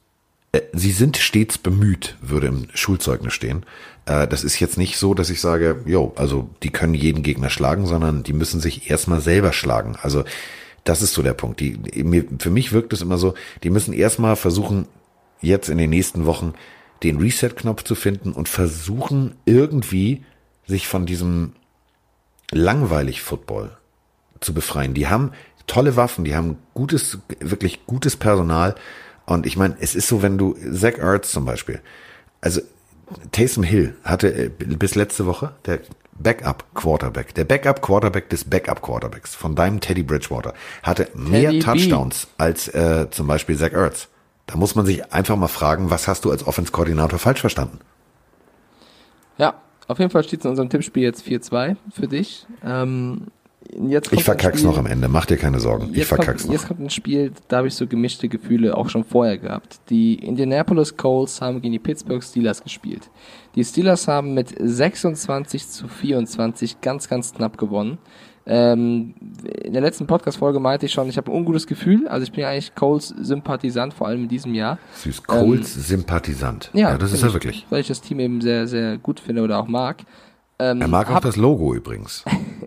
sie sind stets bemüht, würde im Schulzeugnis stehen. Das ist jetzt nicht so, dass ich sage, jo, also die können jeden Gegner schlagen, sondern die müssen sich erstmal selber schlagen. Also das ist so der Punkt. Die, für mich wirkt es immer so, die müssen erstmal versuchen, jetzt in den nächsten Wochen den Reset-Knopf zu finden und versuchen irgendwie sich von diesem langweilig Football zu befreien. Die haben tolle Waffen, die haben gutes, wirklich gutes Personal. Und ich meine, es ist so, wenn du Zach Ertz zum Beispiel, also Taysom Hill hatte bis letzte Woche der Backup-Quarterback, der Backup-Quarterback des Backup-Quarterbacks von deinem Teddy Bridgewater, hatte mehr Teddy Touchdowns B. als äh, zum Beispiel Zach Ertz. Da muss man sich einfach mal fragen, was hast du als Offense-Koordinator falsch verstanden? Ja, auf jeden Fall steht es in unserem Tippspiel jetzt vier zwei für dich. Ähm, jetzt kommt ich verkack's Spiel, noch am Ende, mach dir keine Sorgen, ich verkack's kommt, noch. Jetzt kommt ein Spiel, da habe ich so gemischte Gefühle auch schon vorher gehabt. Die Indianapolis Colts haben gegen die Pittsburgh Steelers gespielt. Die Steelers haben mit sechsundzwanzig zu vierundzwanzig ganz, ganz knapp gewonnen. Ähm, in der letzten Podcast-Folge meinte ich schon, ich habe ein ungutes Gefühl, also ich bin ja eigentlich Colts-Sympathisant, vor allem in diesem Jahr. Süß, Colts-Sympathisant. Ähm, ja, ja, das ist ja wirklich. Weil ich das Team eben sehr, sehr gut finde oder auch mag. Ähm, er mag auch das Logo übrigens.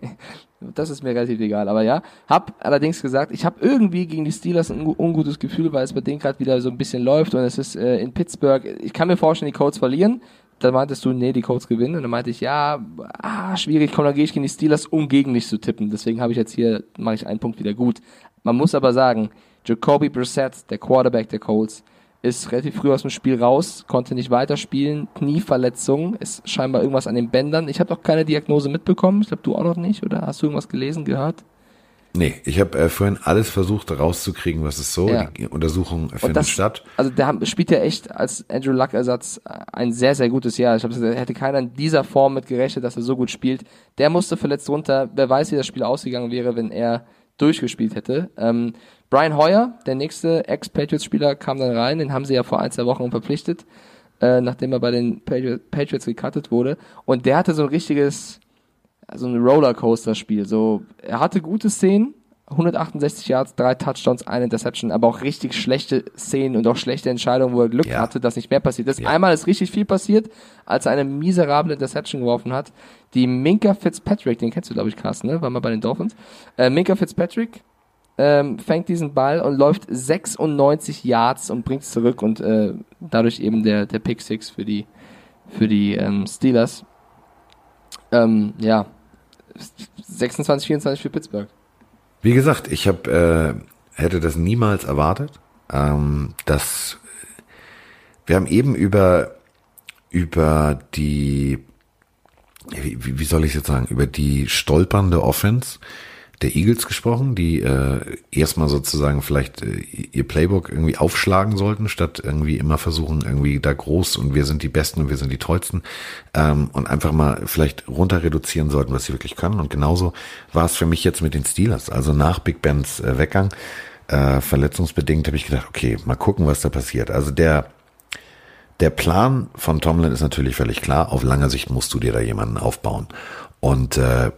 Das ist mir relativ egal, aber ja. Hab allerdings gesagt, ich habe irgendwie gegen die Steelers ein ungutes Gefühl, weil es bei denen gerade wieder so ein bisschen läuft und es ist äh, in Pittsburgh. Ich kann mir vorstellen, die Colts verlieren. Da meintest du, nee, die Colts gewinnen. Und dann meinte ich, ja, ah, schwierig, komm, dann gehe ich gegen die Steelers, um gegen mich zu tippen. Deswegen habe ich jetzt hier, mache ich einen Punkt wieder gut. Man muss aber sagen, Jacoby Brissett, der Quarterback der Colts, ist relativ früh aus dem Spiel raus, konnte nicht weiterspielen, Knieverletzung, ist scheinbar irgendwas an den Bändern. Ich habe noch keine Diagnose mitbekommen, ich glaube du auch noch nicht, oder hast du irgendwas gelesen, gehört? Nee, ich habe äh, vorhin alles versucht rauszukriegen, was ist so, ja. Die Untersuchung findet das, statt. Also der spielt ja echt als Andrew Luck-Ersatz ein sehr, sehr gutes Jahr. Ich glaube, da hätte keiner in dieser Form mit gerechnet, dass er so gut spielt. Der musste verletzt runter, wer weiß, wie das Spiel ausgegangen wäre, wenn er durchgespielt hätte. Ähm, Brian Hoyer, der nächste Ex-Patriots-Spieler, kam dann rein, den haben sie ja vor ein, zwei Wochen verpflichtet, äh, nachdem er bei den Patri- Patriots gecuttet wurde. Und der hatte so ein richtiges, so ein Rollercoaster-Spiel. So, er hatte gute Szenen, hundertachtundsechzig Yards, drei Touchdowns, eine Interception, aber auch richtig schlechte Szenen und auch schlechte Entscheidungen, wo er Glück ja. hatte, dass nicht mehr passiert ist. Ja. Einmal ist richtig viel passiert, als er eine miserable Interception geworfen hat. Die Minkah Fitzpatrick, den kennst du, glaube ich, Carsten, ne? War mal bei den Dolphins. Äh, Minkah Fitzpatrick ähm, fängt diesen Ball und läuft sechsundneunzig Yards und bringt es zurück und äh, dadurch eben der, der Pick Six für die, für die ähm, Steelers. Ähm, ja, sechsundzwanzig vierundzwanzig für Pittsburgh. Wie gesagt, ich hab, äh, hätte das niemals erwartet. Ähm, das, wir haben eben über, über die, wie, wie soll ich jetzt sagen, über die stolpernde Offense der Eagles gesprochen, die äh, erstmal sozusagen vielleicht äh, ihr Playbook irgendwie aufschlagen sollten, statt irgendwie immer versuchen, irgendwie da groß und wir sind die Besten und wir sind die Tollsten, ähm, und einfach mal vielleicht runter reduzieren sollten, was sie wirklich können. Und genauso war es für mich jetzt mit den Steelers. Also nach Big Bens äh, Weggang, äh, verletzungsbedingt, habe ich gedacht, okay, mal gucken, was da passiert. Also der der Plan von Tomlin ist natürlich völlig klar. Auf lange Sicht musst du dir da jemanden aufbauen. Und äh,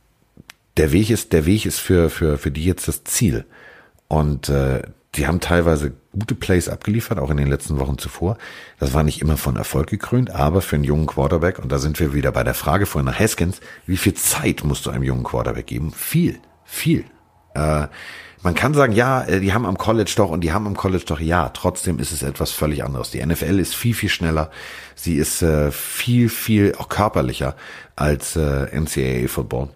Der Weg ist, der Weg ist für, für, für die jetzt das Ziel. Und äh, die haben teilweise gute Plays abgeliefert, auch in den letzten Wochen zuvor. Das war nicht immer von Erfolg gekrönt, aber für einen jungen Quarterback, und da sind wir wieder bei der Frage vorhin nach Haskins, wie viel Zeit musst du einem jungen Quarterback geben? Viel, viel. Äh, man kann sagen, ja, die haben am College doch und die haben am College doch, ja, trotzdem ist es etwas völlig anderes. Die N F L ist viel, viel schneller. Sie ist äh, viel, viel auch körperlicher als äh, N C A A-Football.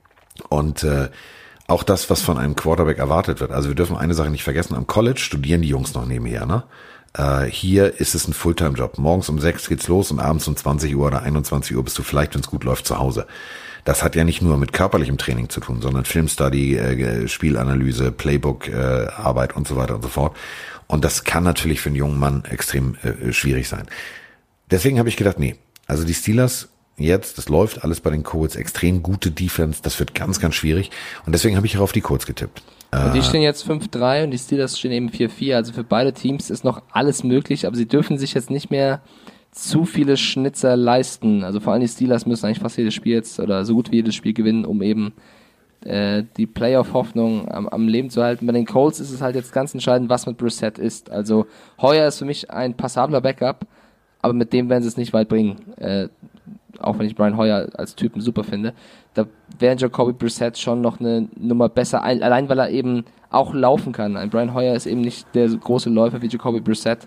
Und äh, auch das, was von einem Quarterback erwartet wird. Also wir dürfen eine Sache nicht vergessen, am College studieren die Jungs noch nebenher, ne? Äh, hier ist es ein Fulltime-Job. Morgens um sechs geht's los und abends um zwanzig Uhr oder einundzwanzig Uhr bist du vielleicht, wenn es gut läuft, zu Hause. Das hat ja nicht nur mit körperlichem Training zu tun, sondern Filmstudy, äh, Spielanalyse, Playbook, äh, Arbeit und so weiter und so fort. Und das kann natürlich für einen jungen Mann extrem äh, schwierig sein. Deswegen habe ich gedacht, nee, also die Steelers jetzt, das läuft alles bei den Colts, extrem gute Defense, das wird ganz, ganz schwierig und deswegen habe ich auch auf die Colts getippt. Und die stehen jetzt fünf drei und die Steelers stehen eben vier vier, also für beide Teams ist noch alles möglich, aber sie dürfen sich jetzt nicht mehr zu viele Schnitzer leisten, also vor allem die Steelers müssen eigentlich fast jedes Spiel jetzt oder so gut wie jedes Spiel gewinnen, um eben äh, die Playoff-Hoffnung am, am Leben zu halten. Bei den Colts ist es halt jetzt ganz entscheidend, was mit Brissett ist, also Hoyer ist für mich ein passabler Backup, aber mit dem werden sie es nicht weit bringen, äh, auch wenn ich Brian Hoyer als Typen super finde, da wäre Jacoby Brissett schon noch eine Nummer besser, allein weil er eben auch laufen kann. Ein Brian Hoyer ist eben nicht der große Läufer wie Jacoby Brissett.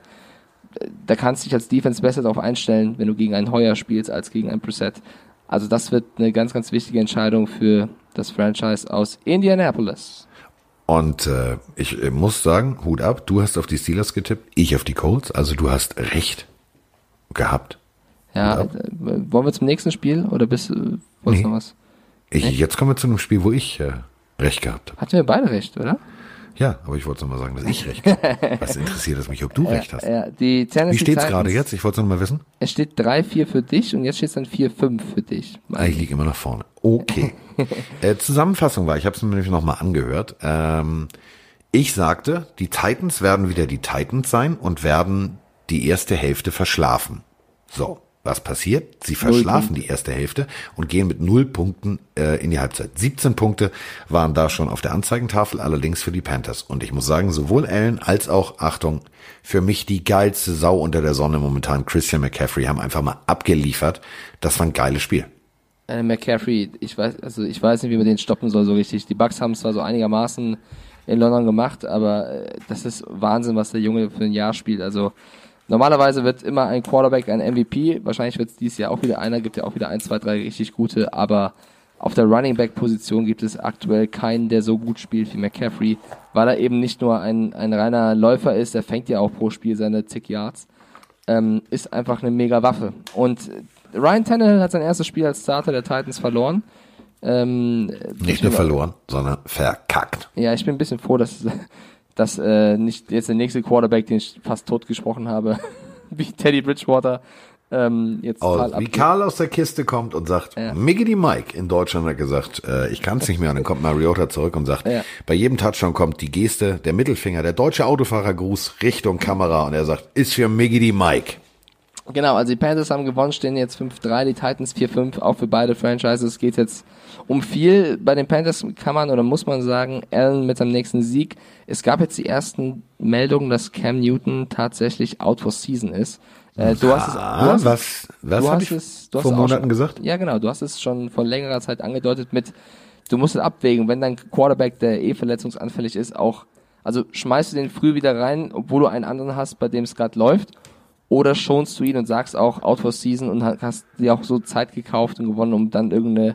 Da kannst du dich als Defense besser darauf einstellen, wenn du gegen einen Hoyer spielst, als gegen einen Brissett. Also das wird eine ganz, ganz wichtige Entscheidung für das Franchise aus Indianapolis. Und äh, ich äh, muss sagen, Hut ab, du hast auf die Steelers getippt, ich auf die Colts, also du hast recht gehabt. Ja, äh, wollen wir zum nächsten Spiel oder bist du nee. noch was? Ich, nee? Jetzt kommen wir zu einem Spiel, wo ich äh, recht gehabt habe. Hatten wir beide recht, oder? Ja, aber ich wollte noch mal sagen, dass ich recht habe. Was interessiert es mich, ob du ja, recht hast? Ja, die Tennessee Wie steht's Titans, gerade jetzt? Ich wollte es noch mal wissen. Es steht drei vier für dich und jetzt steht es dann vier fünf für dich. Ah, ich liege immer nach vorne. Okay. äh, Zusammenfassung war, ich habe es mir nämlich noch mal angehört. Ähm, ich sagte, die Titans werden wieder die Titans sein und werden die erste Hälfte verschlafen. So. Was passiert? Sie verschlafen die erste Hälfte und gehen mit null Punkten äh, in die Halbzeit. siebzehn Punkte waren da schon auf der Anzeigentafel, allerdings für die Panthers. Und ich muss sagen, sowohl Allen als auch, Achtung, für mich die geilste Sau unter der Sonne momentan, Christian McCaffrey, haben einfach mal abgeliefert. Das war ein geiles Spiel. Äh, McCaffrey, ich weiß, also ich weiß nicht, wie man den stoppen soll so richtig. Die Bucks haben es zwar so einigermaßen in London gemacht, aber äh, das ist Wahnsinn, was der Junge für ein Jahr spielt. Also normalerweise wird immer ein Quarterback ein M V P, wahrscheinlich wird es dieses Jahr auch wieder einer, gibt ja auch wieder ein, zwei, drei richtig gute, aber auf der Running Back Position gibt es aktuell keinen, der so gut spielt wie McCaffrey, weil er eben nicht nur ein, ein reiner Läufer ist, der fängt ja auch pro Spiel seine zig Yards, ähm, ist einfach eine mega Waffe. Und Ryan Tannehill hat sein erstes Spiel als Starter der Titans verloren. Ähm, nicht nur verloren, sondern verkackt. Ja, ich bin ein bisschen froh, dass dass äh, nicht jetzt der nächste Quarterback, den ich fast tot gesprochen habe, wie Teddy Bridgewater, ähm, jetzt oh, total wie abgeht. Karl aus der Kiste kommt und sagt, ja. Miggity Mike in Deutschland hat gesagt, äh, ich kann es nicht mehr, und dann kommt Mariota zurück und sagt, ja. Bei jedem Touchdown kommt die Geste, der Mittelfinger, der deutsche Autofahrergruß Richtung Kamera und er sagt, ist für Miggity Mike. Genau, also die Panthers haben gewonnen, stehen jetzt fünf drei, die Titans vier fünf, auch für beide Franchises geht jetzt um viel. Bei den Panthers kann man oder muss man sagen, Allen mit seinem nächsten Sieg. Es gab jetzt die ersten Meldungen, dass Cam Newton tatsächlich out for season ist. Äh, du hast es, du hast was, was du hab hast ich es, du hast vor Monaten schon, gesagt? Ja, genau, du hast es schon vor längerer Zeit angedeutet mit, du musst es abwägen, wenn dein Quarterback, der eh verletzungsanfällig ist, auch, also schmeißt du den früh wieder rein, obwohl du einen anderen hast, bei dem es gerade läuft, oder schonst du ihn und sagst auch out for season und hast dir auch so Zeit gekauft und gewonnen, um dann irgendeine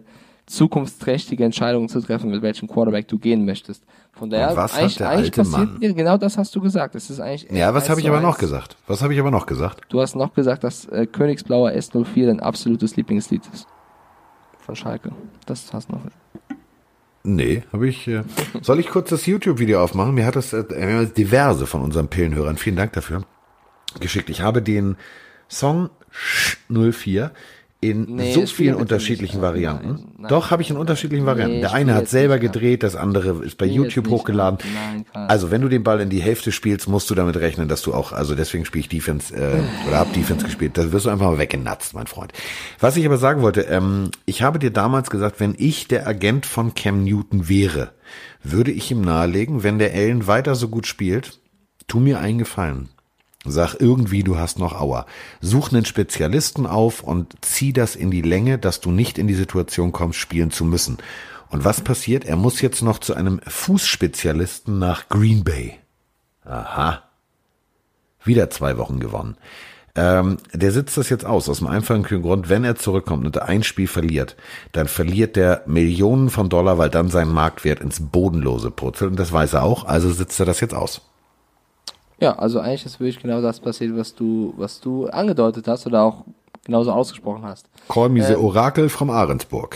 zukunftsträchtige Entscheidungen zu treffen, mit welchem Quarterback du gehen möchtest. Von daher, Und was eigentlich, hat der eigentlich alte passiert, Mann? ja, genau das hast du gesagt. Das ist eigentlich Ja, was eins habe ich zu aber noch eins. gesagt? Was habe ich aber noch gesagt? Du hast noch gesagt, dass äh, Königsblauer S null vier dein absolutes Lieblingslied ist. Von Schalke. Das hast du noch. Nee, habe ich. Äh, soll ich kurz das YouTube-Video aufmachen? Mir hat das äh, diverse von unseren Pillenhörern, vielen Dank dafür, geschickt. Ich habe den Song null vier in Nee, so das vielen spiel unterschiedlichen bitte nicht. Varianten. Nein, nein. Doch, habe ich in unterschiedlichen Varianten. Nee, Der spiel eine hat jetzt selber nicht ab. gedreht, das andere ist bei Spiel YouTube jetzt nicht hochgeladen. ab. Nein, Karl. Also wenn du den Ball in die Hälfte spielst, musst du damit rechnen, dass du auch, also deswegen spiele ich Defense äh, oder hab Defense gespielt. Da wirst du einfach mal weggenatzt, mein Freund. Was ich aber sagen wollte, ähm, ich habe dir damals gesagt, wenn ich der Agent von Cam Newton wäre, würde ich ihm nahelegen, wenn der Allen weiter so gut spielt, tu mir einen Gefallen. Sag irgendwie, du hast noch Aua. Such einen Spezialisten auf und zieh das in die Länge, dass du nicht in die Situation kommst, spielen zu müssen. Und was passiert? Er muss jetzt noch zu einem Fußspezialisten nach Green Bay. Aha. Wieder zwei Wochen gewonnen. Ähm, der sitzt das jetzt aus, aus dem einfachen Grund, wenn er zurückkommt und ein Spiel verliert, dann verliert der Millionen von Dollar, weil dann sein Marktwert ins Bodenlose purzelt. Und das weiß er auch, also sitzt er das jetzt aus. Ja, also eigentlich ist wirklich genau das passiert, was du, was du angedeutet hast oder auch genauso ausgesprochen hast. Call me the Ähm, Orakel from Ahrensburg.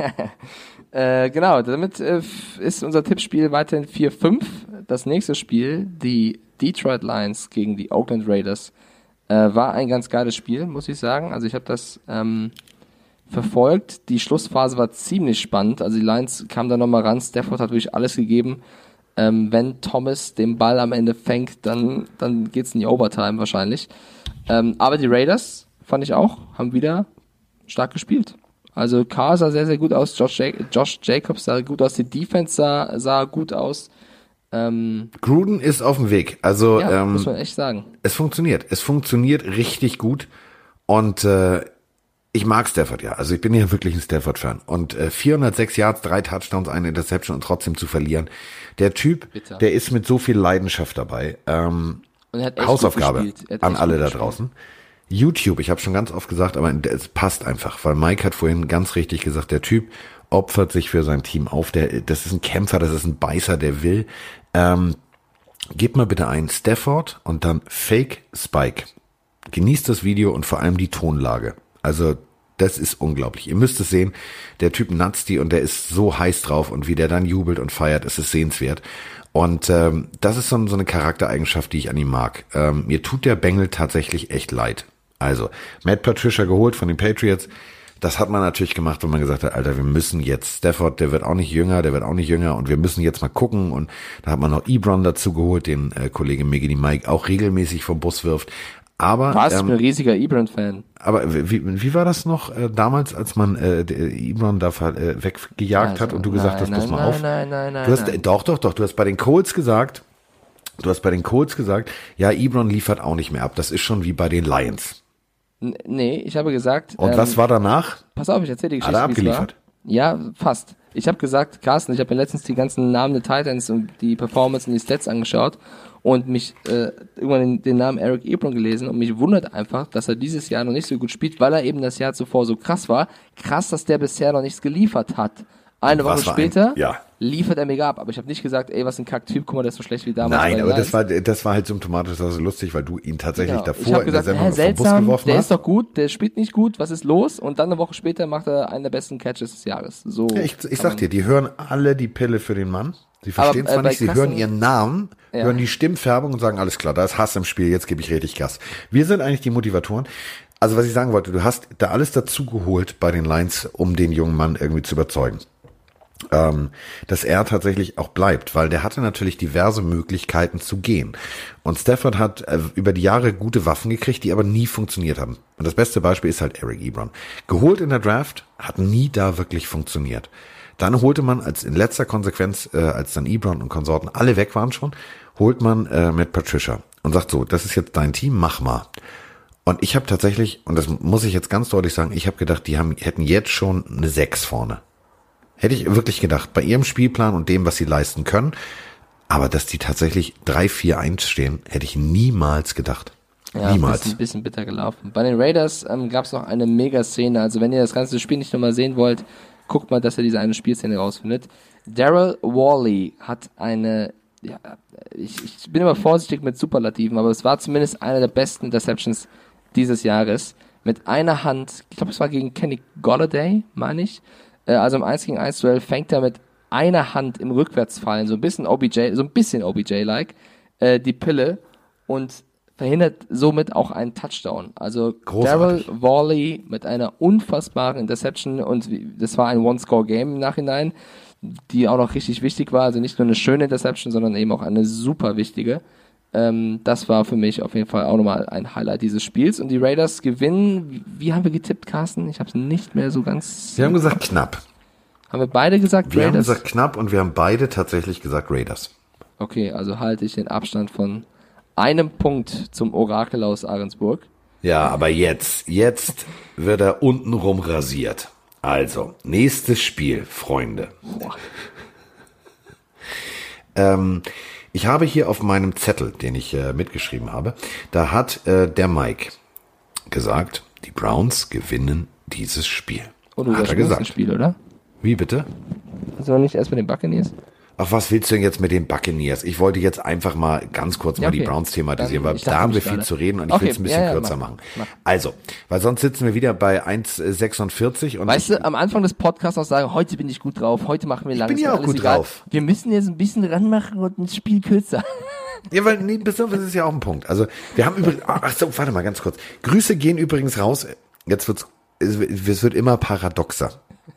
Äh, genau, damit äh, ist unser Tippspiel weiterhin vier fünf. Das nächste Spiel, die Detroit Lions gegen die Oakland Raiders, äh, war ein ganz geiles Spiel, muss ich sagen. Also ich habe das ähm, verfolgt. Die Schlussphase war ziemlich spannend. Also die Lions kamen da nochmal ran. Stafford hat wirklich alles gegeben. Ähm, wenn Thomas den Ball am Ende fängt, dann, dann geht's in die Overtime wahrscheinlich. Ähm, aber die Raiders, fand ich auch, haben wieder stark gespielt. Also Carr sah sehr, sehr gut aus, Josh, ja- Josh Jacobs sah gut aus, die Defense sah, sah gut aus. Ähm, Gruden ist auf dem Weg. Also ja, ähm, muss man echt sagen. es funktioniert. Es funktioniert richtig gut. Und äh, ich mag Stafford, ja. Also ich bin ja wirklich ein Stafford-Fan. Und äh, vierhundertsechs Yards, drei Touchdowns, eine Interception und trotzdem zu verlieren. Der Typ, Bitter. der ist mit so viel Leidenschaft dabei. Ähm, Und er hat echt Hausaufgabe gut gespielt. Er hat an echt alle gut da gespielt. draußen. YouTube, ich habe schon ganz oft gesagt, aber es passt einfach, weil Mike hat vorhin ganz richtig gesagt, der Typ opfert sich für sein Team auf. Der, das ist ein Kämpfer, das ist ein Beißer, der will. Ähm, gebt mal bitte ein Stafford und dann Fake Spike. Genießt das Video und vor allem die Tonlage. Also das ist unglaublich. Ihr müsst es sehen. Der Typ natzt die und der ist so heiß drauf und wie der dann jubelt und feiert, es ist sehenswert. Und ähm, das ist so, so eine Charaktereigenschaft, die ich an ihm mag. Ähm, mir tut der Bengel tatsächlich echt leid. Also, Matt Patricia geholt von den Patriots. Das hat man natürlich gemacht, wenn man gesagt hat, Alter, wir müssen jetzt, Stafford, der wird auch nicht jünger, der wird auch nicht jünger und wir müssen jetzt mal gucken. Und da hat man noch Ebron dazu geholt, den äh, Kollege Miggity Mike auch regelmäßig vom Bus wirft. Aber, Was? Ich ähm, bin ein riesiger Ebron-Fan. aber wie, wie war das noch äh, damals, als man äh, Ebron da äh, weggejagt Also, hat und du gesagt nein, hast, pass nein, mal auf. Nein, nein, nein, Du hast, nein. doch, doch, doch, du hast bei den Colts gesagt, du hast bei den Colts gesagt, ja, Ebron liefert auch nicht mehr ab. Das ist schon wie bei den Lions. N- Nee, ich habe gesagt. Und ähm, was war danach? Pass auf, ich erzähle die Geschichte. Alle wie es war. abgeliefert. Ja, fast. Ich habe gesagt, Carsten, ich habe mir letztens die ganzen Namen der Titans und die Performance und die Stats angeschaut und mich äh, irgendwann den, den Namen Eric Ebron gelesen und mich wundert einfach, dass er dieses Jahr noch nicht so gut spielt, weil er eben das Jahr zuvor so krass war. Krass, dass der bisher noch nichts geliefert hat. Eine Was Woche war ein- später ja. liefert er mega ab. Aber ich habe nicht gesagt, ey, was ein Kack-Typ, guck mal, der ist so schlecht wie damals. bei Nein, den aber das Lions. war, das war halt symptomatisch, das war so lustig, weil du ihn tatsächlich Genau. Ich davor habe in der gesagt, Sendung hä, vom Bus seltsam, geworfen der hast. ist doch gut, der spielt nicht gut, was ist los? Und dann eine Woche später macht er einen der besten Catches des Jahres. So Ja, ich, ich kann sag man- dir, die hören alle die Pille für den Mann. Sie verstehen Aber, äh, zwar bei nicht, sie krassen- hören ihren Namen, Ja. hören die Stimmfärbung und sagen, alles klar, da ist Hass im Spiel, jetzt gebe ich richtig Gas. Wir sind eigentlich die Motivatoren. Also was ich sagen wollte, du hast da alles dazu geholt bei den Lions, um den jungen Mann irgendwie zu überzeugen. Ähm, dass er tatsächlich auch bleibt, weil der hatte natürlich diverse Möglichkeiten zu gehen. Und Stafford hat äh, über die Jahre gute Waffen gekriegt, die aber nie funktioniert haben. Und das beste Beispiel ist halt Eric Ebron. Geholt in der Draft, hat nie da wirklich funktioniert. Dann holte man als in letzter Konsequenz, äh, als dann Ebron und Konsorten alle weg waren schon, holt man äh, Matt Patricia und sagt so, das ist jetzt dein Team, mach mal. Und ich habe tatsächlich, und das muss ich jetzt ganz deutlich sagen, ich habe gedacht, die haben, hätten jetzt schon eine sechs vorne. Hätte ich wirklich gedacht, bei ihrem Spielplan und dem, was sie leisten können. Aber dass die tatsächlich drei vier eins stehen, hätte ich niemals gedacht. Ja, niemals. Bisschen, bisschen bitter gelaufen. Bei den Raiders ähm, gab es noch eine Mega-Szene. Also wenn ihr das ganze Spiel nicht nochmal sehen wollt, guckt mal, dass er diese eine Spielszene rausfindet. Daryl Worley hat eine, ja, ich, ich bin immer vorsichtig mit Superlativen, aber es war zumindest eine der besten Interceptions dieses Jahres. Mit einer Hand, ich glaube, es war gegen Kenny Golladay, meine ich. Äh, also im eins gegen eins Duell fängt er mit einer Hand im Rückwärtsfallen, so ein bisschen O B J, so ein bisschen O B J-like, äh, die Pille und verhindert somit auch einen Touchdown. Also Daryl Worley mit einer unfassbaren Interception und das war ein One-Score-Game im Nachhinein, die auch noch richtig wichtig war. Also nicht nur eine schöne Interception, sondern eben auch eine super wichtige. Ähm, das war für mich auf jeden Fall auch nochmal ein Highlight dieses Spiels. Und die Raiders gewinnen. Wie, wie haben wir getippt, Carsten? Ich habe es nicht mehr so ganz... Wir haben gesagt knapp. Haben wir beide gesagt wir Raiders? Wir haben gesagt knapp und wir haben beide tatsächlich gesagt Raiders. Okay, also halte ich den Abstand von einem Punkt zum Orakel aus Ahrensburg. Ja, aber jetzt, jetzt wird er untenrum rasiert. Also, nächstes Spiel, Freunde. ähm, ich habe hier auf meinem Zettel, den ich äh, mitgeschrieben habe, da hat äh, der Mike gesagt, die Browns gewinnen dieses Spiel. Oh, du hast ein Spiel, oder? Wie bitte? Also nicht erst mit den Buccaneers? Ach, was willst du denn jetzt mit den Buccaneers? Ich wollte jetzt einfach mal ganz kurz ja, mal okay. die Browns thematisieren, Dann, weil da haben wir viel gerade. zu reden und ich okay. will es ein bisschen ja, ja, kürzer mach, machen. Mach. Also, weil sonst sitzen wir wieder bei eins sechsundvierzig und weißt du, am Anfang des Podcasts noch sagen, heute bin ich gut drauf, heute machen wir langsam. Ich bin ja auch gut egal. drauf. Wir müssen jetzt ein bisschen ranmachen und ein Spiel kürzer. Ja, weil, nee, das ist ja auch ein Punkt. Also, wir haben übrigens, ach so, warte mal ganz kurz. Grüße gehen übrigens raus. Jetzt wird's, es wird immer paradoxer.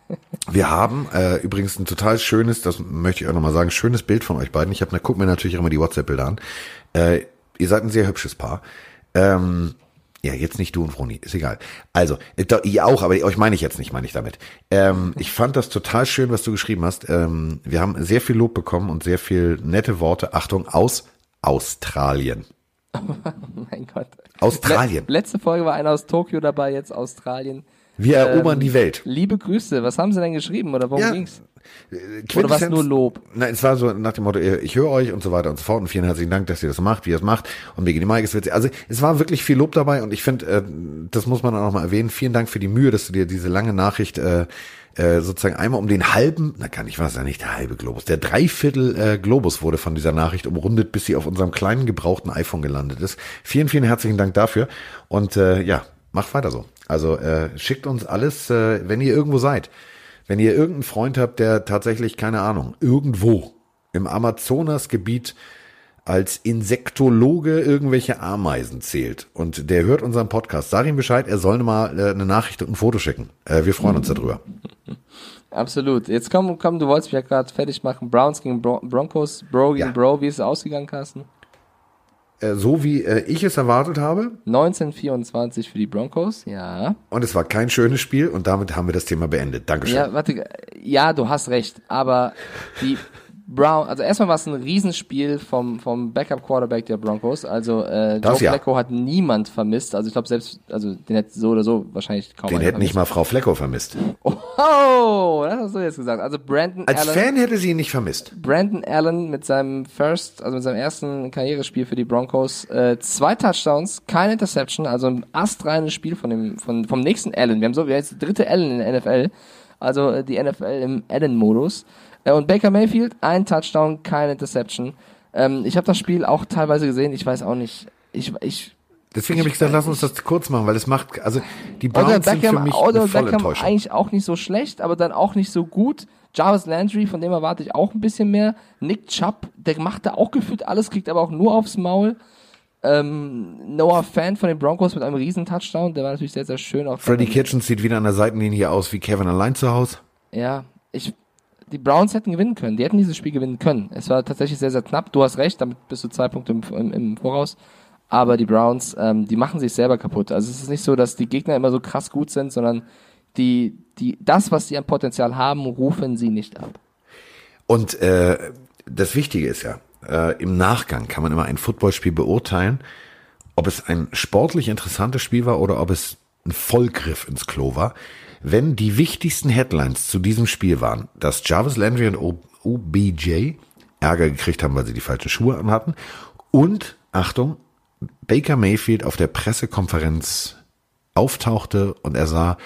Wir haben äh, übrigens ein total schönes, das möchte ich auch nochmal sagen, schönes Bild von euch beiden. Ich habe, guck mir natürlich immer die WhatsApp-Bilder an. Äh, ihr seid ein sehr hübsches Paar. Ähm, ja, jetzt nicht du und Froni, ist egal. Also, äh, ihr auch, aber euch meine ich jetzt nicht, meine ich damit. Ähm, ich fand das total schön, was du geschrieben hast. Ähm, wir haben sehr viel Lob bekommen und sehr viel nette Worte. Achtung, aus Australien. Oh mein Gott. Australien. Le- letzte Folge war einer aus Tokio dabei, jetzt Australien. Wir erobern ähm, die Welt. Liebe Grüße, was haben sie denn geschrieben oder worum ja. ging's? Oder was nur Lob? Nein, es war so nach dem Motto, ich höre euch und so weiter und so fort und vielen herzlichen Dank, dass ihr das macht, wie ihr es macht und wegen die Mike ist witzig. Also es war wirklich viel Lob dabei und ich finde, äh, das muss man auch noch mal erwähnen, vielen Dank für die Mühe, dass du dir diese lange Nachricht äh, äh, sozusagen einmal um den halben, na kann ich was ja nicht der halbe Globus, der Dreiviertel äh, Globus wurde von dieser Nachricht umrundet, bis sie auf unserem kleinen gebrauchten iPhone gelandet ist. Vielen, vielen herzlichen Dank dafür und äh, ja, macht weiter so. Also äh, schickt uns alles, äh, wenn ihr irgendwo seid. Wenn ihr irgendeinen Freund habt, der tatsächlich, keine Ahnung, irgendwo im Amazonasgebiet als Insektologe irgendwelche Ameisen zählt und der hört unseren Podcast, sag ihm Bescheid, er soll mal äh, eine Nachricht und ein Foto schicken. Äh, wir freuen uns darüber. Absolut. Jetzt komm, komm, du wolltest mich ja gerade fertig machen. Browns gegen Bron- Broncos, Bro gegen ja. Bro. Wie ist es ausgegangen, Carsten? So wie äh, ich es erwartet habe. neunzehn vierundzwanzig für die Broncos, ja. Und es war kein schönes Spiel und damit haben wir das Thema beendet. Dankeschön. Ja, warte, ja, du hast recht, aber die Brown, also erstmal war es ein Riesenspiel vom vom Backup-Quarterback der Broncos, also äh, Joe ja. Flacco hat niemand vermisst, also ich glaube selbst, also den hätte so oder so wahrscheinlich kaum Den hätte nicht mal Frau Flacco vermisst. Oh, das hast du jetzt gesagt. Also Brandon Als Allen. Als Fan hätte sie ihn nicht vermisst. Brandon Allen mit seinem First, also mit seinem ersten Karrierespiel für die Broncos, äh, zwei Touchdowns, keine Interception, also ein astreines Spiel von dem, von, vom nächsten Allen. Wir haben so, wir haben jetzt die dritte Allen in der N F L, also äh, die N F L im Allen-Modus. Äh, und Baker Mayfield, ein Touchdown, keine Interception. Ähm, ich habe das Spiel auch teilweise gesehen, ich weiß auch nicht, ich, ich, Deswegen habe ich gesagt, lass uns das kurz machen, weil es macht, also die Browns sind für mich eine volle Enttäuschung. Eigentlich auch nicht so schlecht, aber dann auch nicht so gut. Jarvis Landry, von dem erwarte ich auch ein bisschen mehr. Nick Chubb, der macht da auch gefühlt alles, kriegt aber auch nur aufs Maul. Ähm, Noah Fant von den Broncos mit einem riesen Touchdown, der war natürlich sehr, sehr schön. Auch Freddie Kitchens sieht wieder an der Seitenlinie aus wie Kevin allein zu Hause. Ja, ich, die Browns hätten gewinnen können, die hätten dieses Spiel gewinnen können. Es war tatsächlich sehr, sehr knapp, du hast recht, damit bist du zwei Punkte im, im, im Voraus. Aber die Browns, ähm, die machen sich selber kaputt. Also es ist nicht so, dass die Gegner immer so krass gut sind, sondern die, die, das, was sie an Potenzial haben, rufen sie nicht ab. Und äh, das Wichtige ist ja, äh, im Nachgang kann man immer ein Footballspiel beurteilen, ob es ein sportlich interessantes Spiel war oder ob es ein Vollgriff ins Klo war. Wenn die wichtigsten Headlines zu diesem Spiel waren, dass Jarvis Landry und O B J Ärger gekriegt haben, weil sie die falschen Schuhe anhatten und, Achtung, Baker Mayfield auf der Pressekonferenz auftauchte und er sah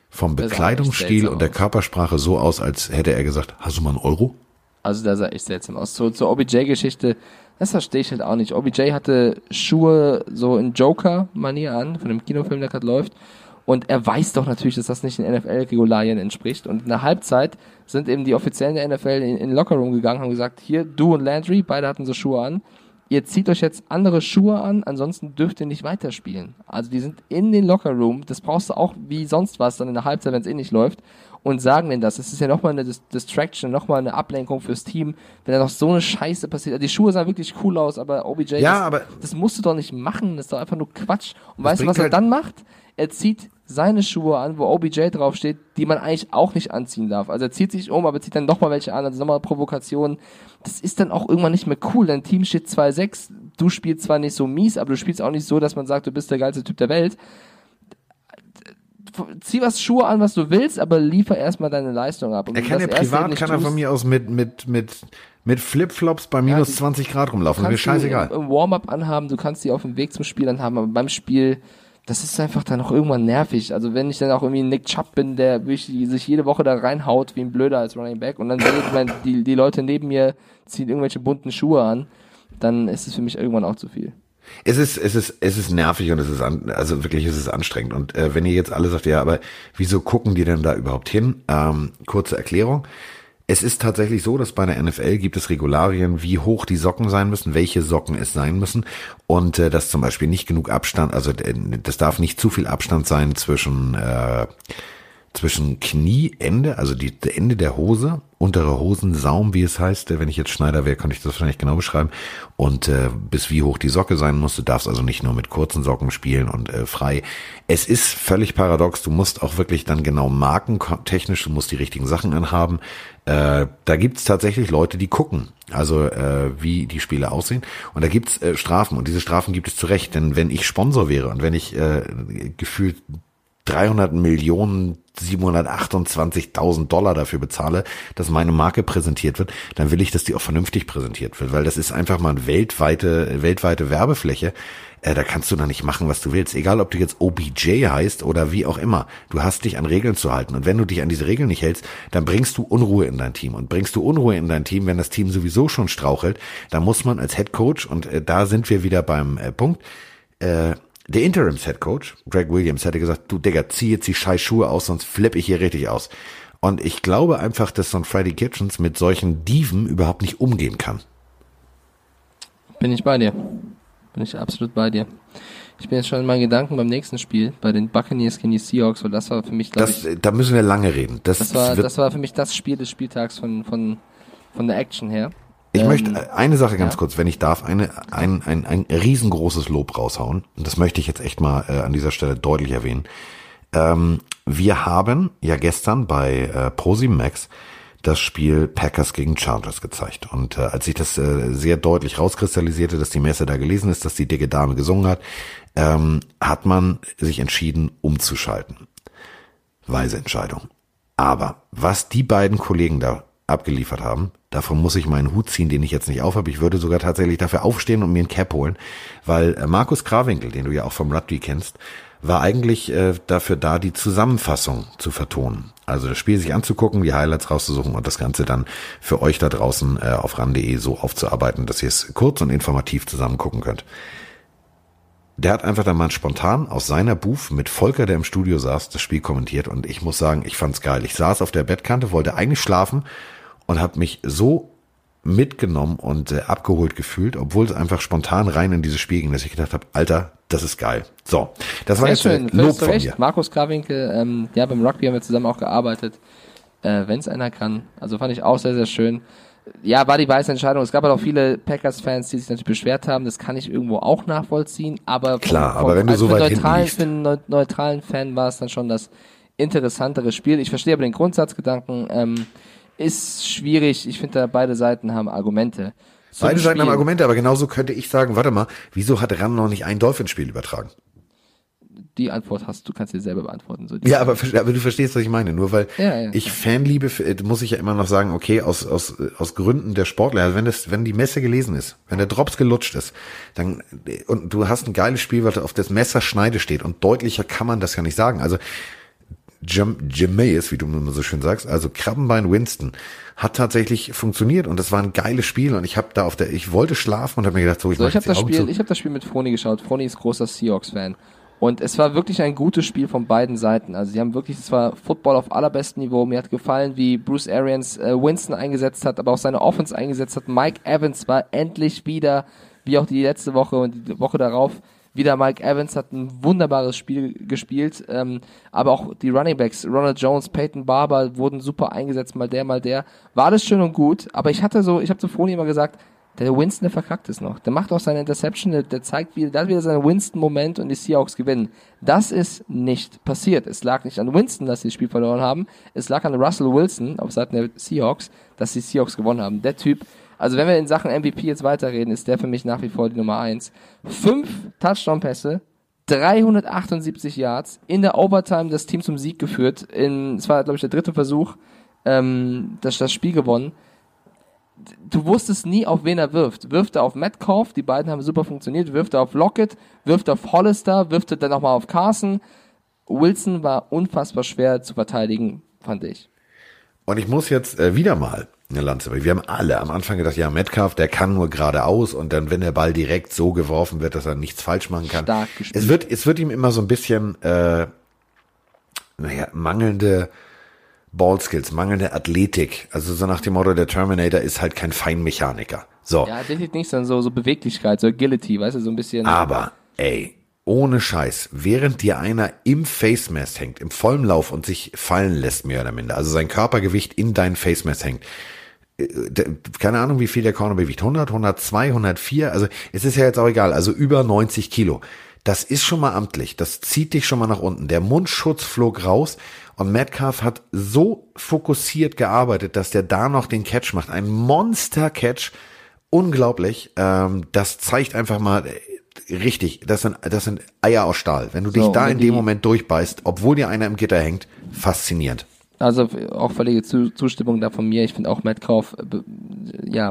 vom Bekleidungsstil und der Körpersprache so aus, als hätte er gesagt, hast du mal einen Euro? Also da sah echt seltsam aus. So, zur O B J-Geschichte, das verstehe ich halt auch nicht. O B J hatte Schuhe so in Joker-Manier an, von dem Kinofilm, der gerade läuft. Und er weiß doch natürlich, dass das nicht den N F L-Regularien entspricht. Und in der Halbzeit sind eben die Offiziellen der N F L in, in den Lockerroom gegangen und haben gesagt, hier, du und Landry, beide hatten so Schuhe an. Ihr zieht euch jetzt andere Schuhe an, ansonsten dürft ihr nicht weiterspielen. Also die sind in den Lockerroom, das brauchst du auch wie sonst was dann in der Halbzeit, wenn es eh nicht läuft, und sagen denen das. Das ist ja nochmal eine Dis- Distraction, nochmal eine Ablenkung fürs Team, wenn da noch so eine Scheiße passiert. Also die Schuhe sahen wirklich cool aus, aber O B J, Ja, das, aber- das musst du doch nicht machen, das ist doch einfach nur Quatsch. Und Das weißt du, was bringt er halt- dann macht? Er zieht seine Schuhe an, wo O B J draufsteht, die man eigentlich auch nicht anziehen darf. Also er zieht sich um, aber zieht dann nochmal welche an, also nochmal Provokationen. Das ist dann auch irgendwann nicht mehr cool. Dein Team steht zwei sechs, du spielst zwar nicht so mies, aber du spielst auch nicht so, dass man sagt, du bist der geilste Typ der Welt. Zieh was Schuhe an, was du willst, aber liefer erstmal deine Leistung ab. Und Er wenn kann du ja das erste privat, nicht kann er tust, von mir aus mit, mit, mit, mit Flipflops bei minus die- zwanzig Grad rumlaufen. Mir kannst scheißegal. du im, im Warm-up anhaben, du kannst die auf dem Weg zum Spiel anhaben, aber beim Spiel, das ist einfach dann auch irgendwann nervig. Also wenn ich dann auch irgendwie ein Nick Chubb bin, der wirklich sich jede Woche da reinhaut wie ein Blöder als Running Back und dann sehe ich, mein, die, die Leute neben mir ziehen irgendwelche bunten Schuhe an, dann ist es für mich irgendwann auch zu viel. Es ist, es ist, es ist nervig und es ist, an, also wirklich, es ist anstrengend. Und äh, wenn ihr jetzt alle sagt, ja, aber wieso gucken die denn da überhaupt hin? Ähm, kurze Erklärung. Es ist tatsächlich so, dass bei der N F L gibt es Regularien, wie hoch die Socken sein müssen, welche Socken es sein müssen und äh, dass zum Beispiel nicht genug Abstand, also äh, das darf nicht zu viel Abstand sein zwischen äh, zwischen Knieende, also die Ende der Hose, untere Hosensaum, wie es heißt. Wenn ich jetzt Schneider wäre, könnte ich das wahrscheinlich genau beschreiben. Und äh, bis wie hoch die Socke sein muss. Du darfst also nicht nur mit kurzen Socken spielen und äh, frei. Es ist völlig paradox. Du musst auch wirklich dann genau markentechnisch, du musst die richtigen Sachen anhaben. Äh, da gibt's tatsächlich Leute, die gucken, also äh, wie die Spiele aussehen. Und da gibt's äh, Strafen. Und diese Strafen gibt es zu Recht. Denn wenn ich Sponsor wäre und wenn ich äh, gefühlt dreihundert Millionen siebenhundertachtundzwanzigtausend Dollar dafür bezahle, dass meine Marke präsentiert wird, dann will ich, dass die auch vernünftig präsentiert wird, weil das ist einfach mal eine weltweite, weltweite Werbefläche. Äh, da kannst du da nicht machen, was du willst. Egal, ob du jetzt O B J heißt oder wie auch immer. Du hast dich an Regeln zu halten. Und wenn du dich an diese Regeln nicht hältst, dann bringst du Unruhe in dein Team. Und bringst du Unruhe in dein Team, wenn das Team sowieso schon strauchelt, dann muss man als Head Coach, und äh, da sind wir wieder beim äh, Punkt, äh, der Interims-Headcoach, Greg Williams, hätte gesagt, du Digga, zieh jetzt die scheiß Schuhe aus, sonst flippe ich hier richtig aus. Und ich glaube einfach, dass so ein Freddie Kitchens mit solchen Dieven überhaupt nicht umgehen kann. Bin ich bei dir. Bin ich absolut bei dir. Ich bin jetzt schon in meinen Gedanken beim nächsten Spiel, bei den Buccaneers gegen die Seahawks, weil das war für mich, glaube ich, Da müssen wir lange reden. Das, das war, wird, das war für mich das Spiel des Spieltags von, von, von der Action her. ich ähm, möchte eine Sache ganz ja. kurz, wenn ich darf, eine, ein, ein, ein riesengroßes Lob raushauen. Und das möchte ich jetzt echt mal äh, an dieser Stelle deutlich erwähnen. Ähm, wir haben ja gestern bei äh, ProSieben Max das Spiel Packers gegen Chargers gezeigt. Und äh, als sich das äh, sehr deutlich rauskristallisierte, dass die Messe da gelesen ist, dass die dicke Dame gesungen hat, ähm, hat man sich entschieden, umzuschalten. Weise Entscheidung. Aber was die beiden Kollegen da abgeliefert haben, davon muss ich meinen Hut ziehen, den ich jetzt nicht aufhabe. Ich würde sogar tatsächlich dafür aufstehen und mir ein Cap holen, weil äh, Markus Krawinkel, den du ja auch vom Rugby kennst, war eigentlich äh, dafür da, die Zusammenfassung zu vertonen. Also das Spiel sich anzugucken, die Highlights rauszusuchen und das Ganze dann für euch da draußen äh, auf ran punkt de so aufzuarbeiten, dass ihr es kurz und informativ zusammen gucken könnt. Der hat einfach dann mal spontan aus seiner Booth mit Volker, der im Studio saß, das Spiel kommentiert und ich muss sagen, ich fand's geil. Ich saß auf der Bettkante, wollte eigentlich schlafen und habe mich so mitgenommen und äh, abgeholt gefühlt, obwohl es einfach spontan rein in dieses Spiel ging, dass ich gedacht habe, Alter, das ist geil. So, das war Sehr jetzt schön, Lob völlig zu von Recht. mir. Markus Krawinkel, ähm, ja, beim Rugby haben wir zusammen auch gearbeitet, äh, wenn es einer kann. Also fand ich auch sehr, sehr schön. Ja, war die weiße Entscheidung. Es gab halt auch viele Packers-Fans, die sich natürlich beschwert haben. Das kann ich irgendwo auch nachvollziehen. Aber Klar, vom, aber wenn du also so weit für hinten neutralen, liegst. für einen neu- neutralen Fan war es dann schon das interessantere Spiel. Ich verstehe aber den Grundsatzgedanken. Ähm, ist schwierig. Ich finde, da beide Seiten haben Argumente. Zum Beide Seiten Spiel. haben Argumente, aber genauso könnte ich sagen, warte mal, wieso hat Ram noch nicht ein Dolphinspiel übertragen? Die Antwort hast du, kannst dir selber beantworten. So die Ja, aber, aber du verstehst, was ich meine. Nur weil Ja, ja. ich Fanliebe, muss ich ja immer noch sagen, okay, aus, aus, aus Gründen der Sportler, also wenn das, wenn die Messe gelesen ist, wenn der Drops gelutscht ist, dann, und du hast ein geiles Spiel, was auf das Messerschneide steht und deutlicher kann man das ja nicht sagen. Also, Jam- Jameis, wie du immer so schön sagst, also Krabbenbein Winston, hat tatsächlich funktioniert und das war ein geiles Spiel und ich habe da auf der, ich wollte schlafen und habe mir gedacht, so, ich, so, ich habe das Augen Spiel, zu. ich habe das Spiel mit Froni geschaut. Froni ist großer Seahawks-Fan. Und es war wirklich ein gutes Spiel von beiden Seiten. Also sie haben wirklich, es war Football auf allerbesten Niveau. Mir hat gefallen, wie Bruce Arians äh, Winston eingesetzt hat, aber auch seine Offense eingesetzt hat. Mike Evans war endlich wieder, wie auch die letzte Woche und die Woche darauf, wieder Mike Evans hat ein wunderbares Spiel gespielt. Ähm, aber auch die Running Backs, Ronald Jones, Peyton Barber, wurden super eingesetzt, mal der, mal der. War alles schön und gut, aber ich hatte so, ich habe zu Froni immer gesagt, der Winston, der verkackt es noch. Der macht auch seine Interception, der, der zeigt wieder, der hat wieder seinen Winston-Moment und die Seahawks gewinnen. Das ist nicht passiert. Es lag nicht an Winston, dass sie das Spiel verloren haben. Es lag an Russell Wilson auf Seiten der Seahawks, dass die Seahawks gewonnen haben. Der Typ, also wenn wir in Sachen M V P jetzt weiterreden, ist der für mich nach wie vor die Nummer eins. Fünf Touchdown-Pässe, dreihundertachtundsiebzig Yards, in der Overtime das Team zum Sieg geführt. In, es war, glaube ich, der dritte Versuch, ähm, das, das Spiel gewonnen. Du wusstest nie, auf wen er wirft. Wirft er auf Metcalf, die beiden haben super funktioniert, wirft er auf Lockett, wirft er auf Hollister, wirft er dann nochmal auf Carson. Wilson war unfassbar schwer zu verteidigen, fand ich. Und ich muss jetzt äh, wieder mal eine Lanze bringen. Wir haben alle am Anfang gedacht, ja, Metcalf, der kann nur geradeaus und dann, wenn der Ball direkt so geworfen wird, dass er nichts falsch machen kann. Stark gespielt. Es wird, es wird ihm immer so ein bisschen, äh, naja, mangelnde Ballskills, mangelnde Athletik. Also so nach dem Motto, der Terminator ist halt kein Feinmechaniker. So. Ja, Athletik nicht, sondern so, so Beweglichkeit, so Agility, weißt du, so ein bisschen. Aber, ey, ohne Scheiß, während dir einer im Face Mask hängt, im vollen Lauf und sich fallen lässt, mehr oder minder, also sein Körpergewicht in dein Face Mask hängt, keine Ahnung, wie viel der Corner bewegt, hundert, hundertzwei, hundertvier, also es ist ja jetzt auch egal, also über neunzig Kilo. Das ist schon mal amtlich, das zieht dich schon mal nach unten. Der Mundschutz flog raus und Metcalf hat so fokussiert gearbeitet, dass der da noch den Catch macht. Ein Monster-Catch, unglaublich. Ähm, das zeigt einfach mal, richtig, das sind, das sind Eier aus Stahl. Wenn du dich so, da in die, dem Moment durchbeißt, obwohl dir einer im Gitter hängt, faszinierend. Also auch völlige Zustimmung da von mir. Ich finde auch Metcalf, äh, ja,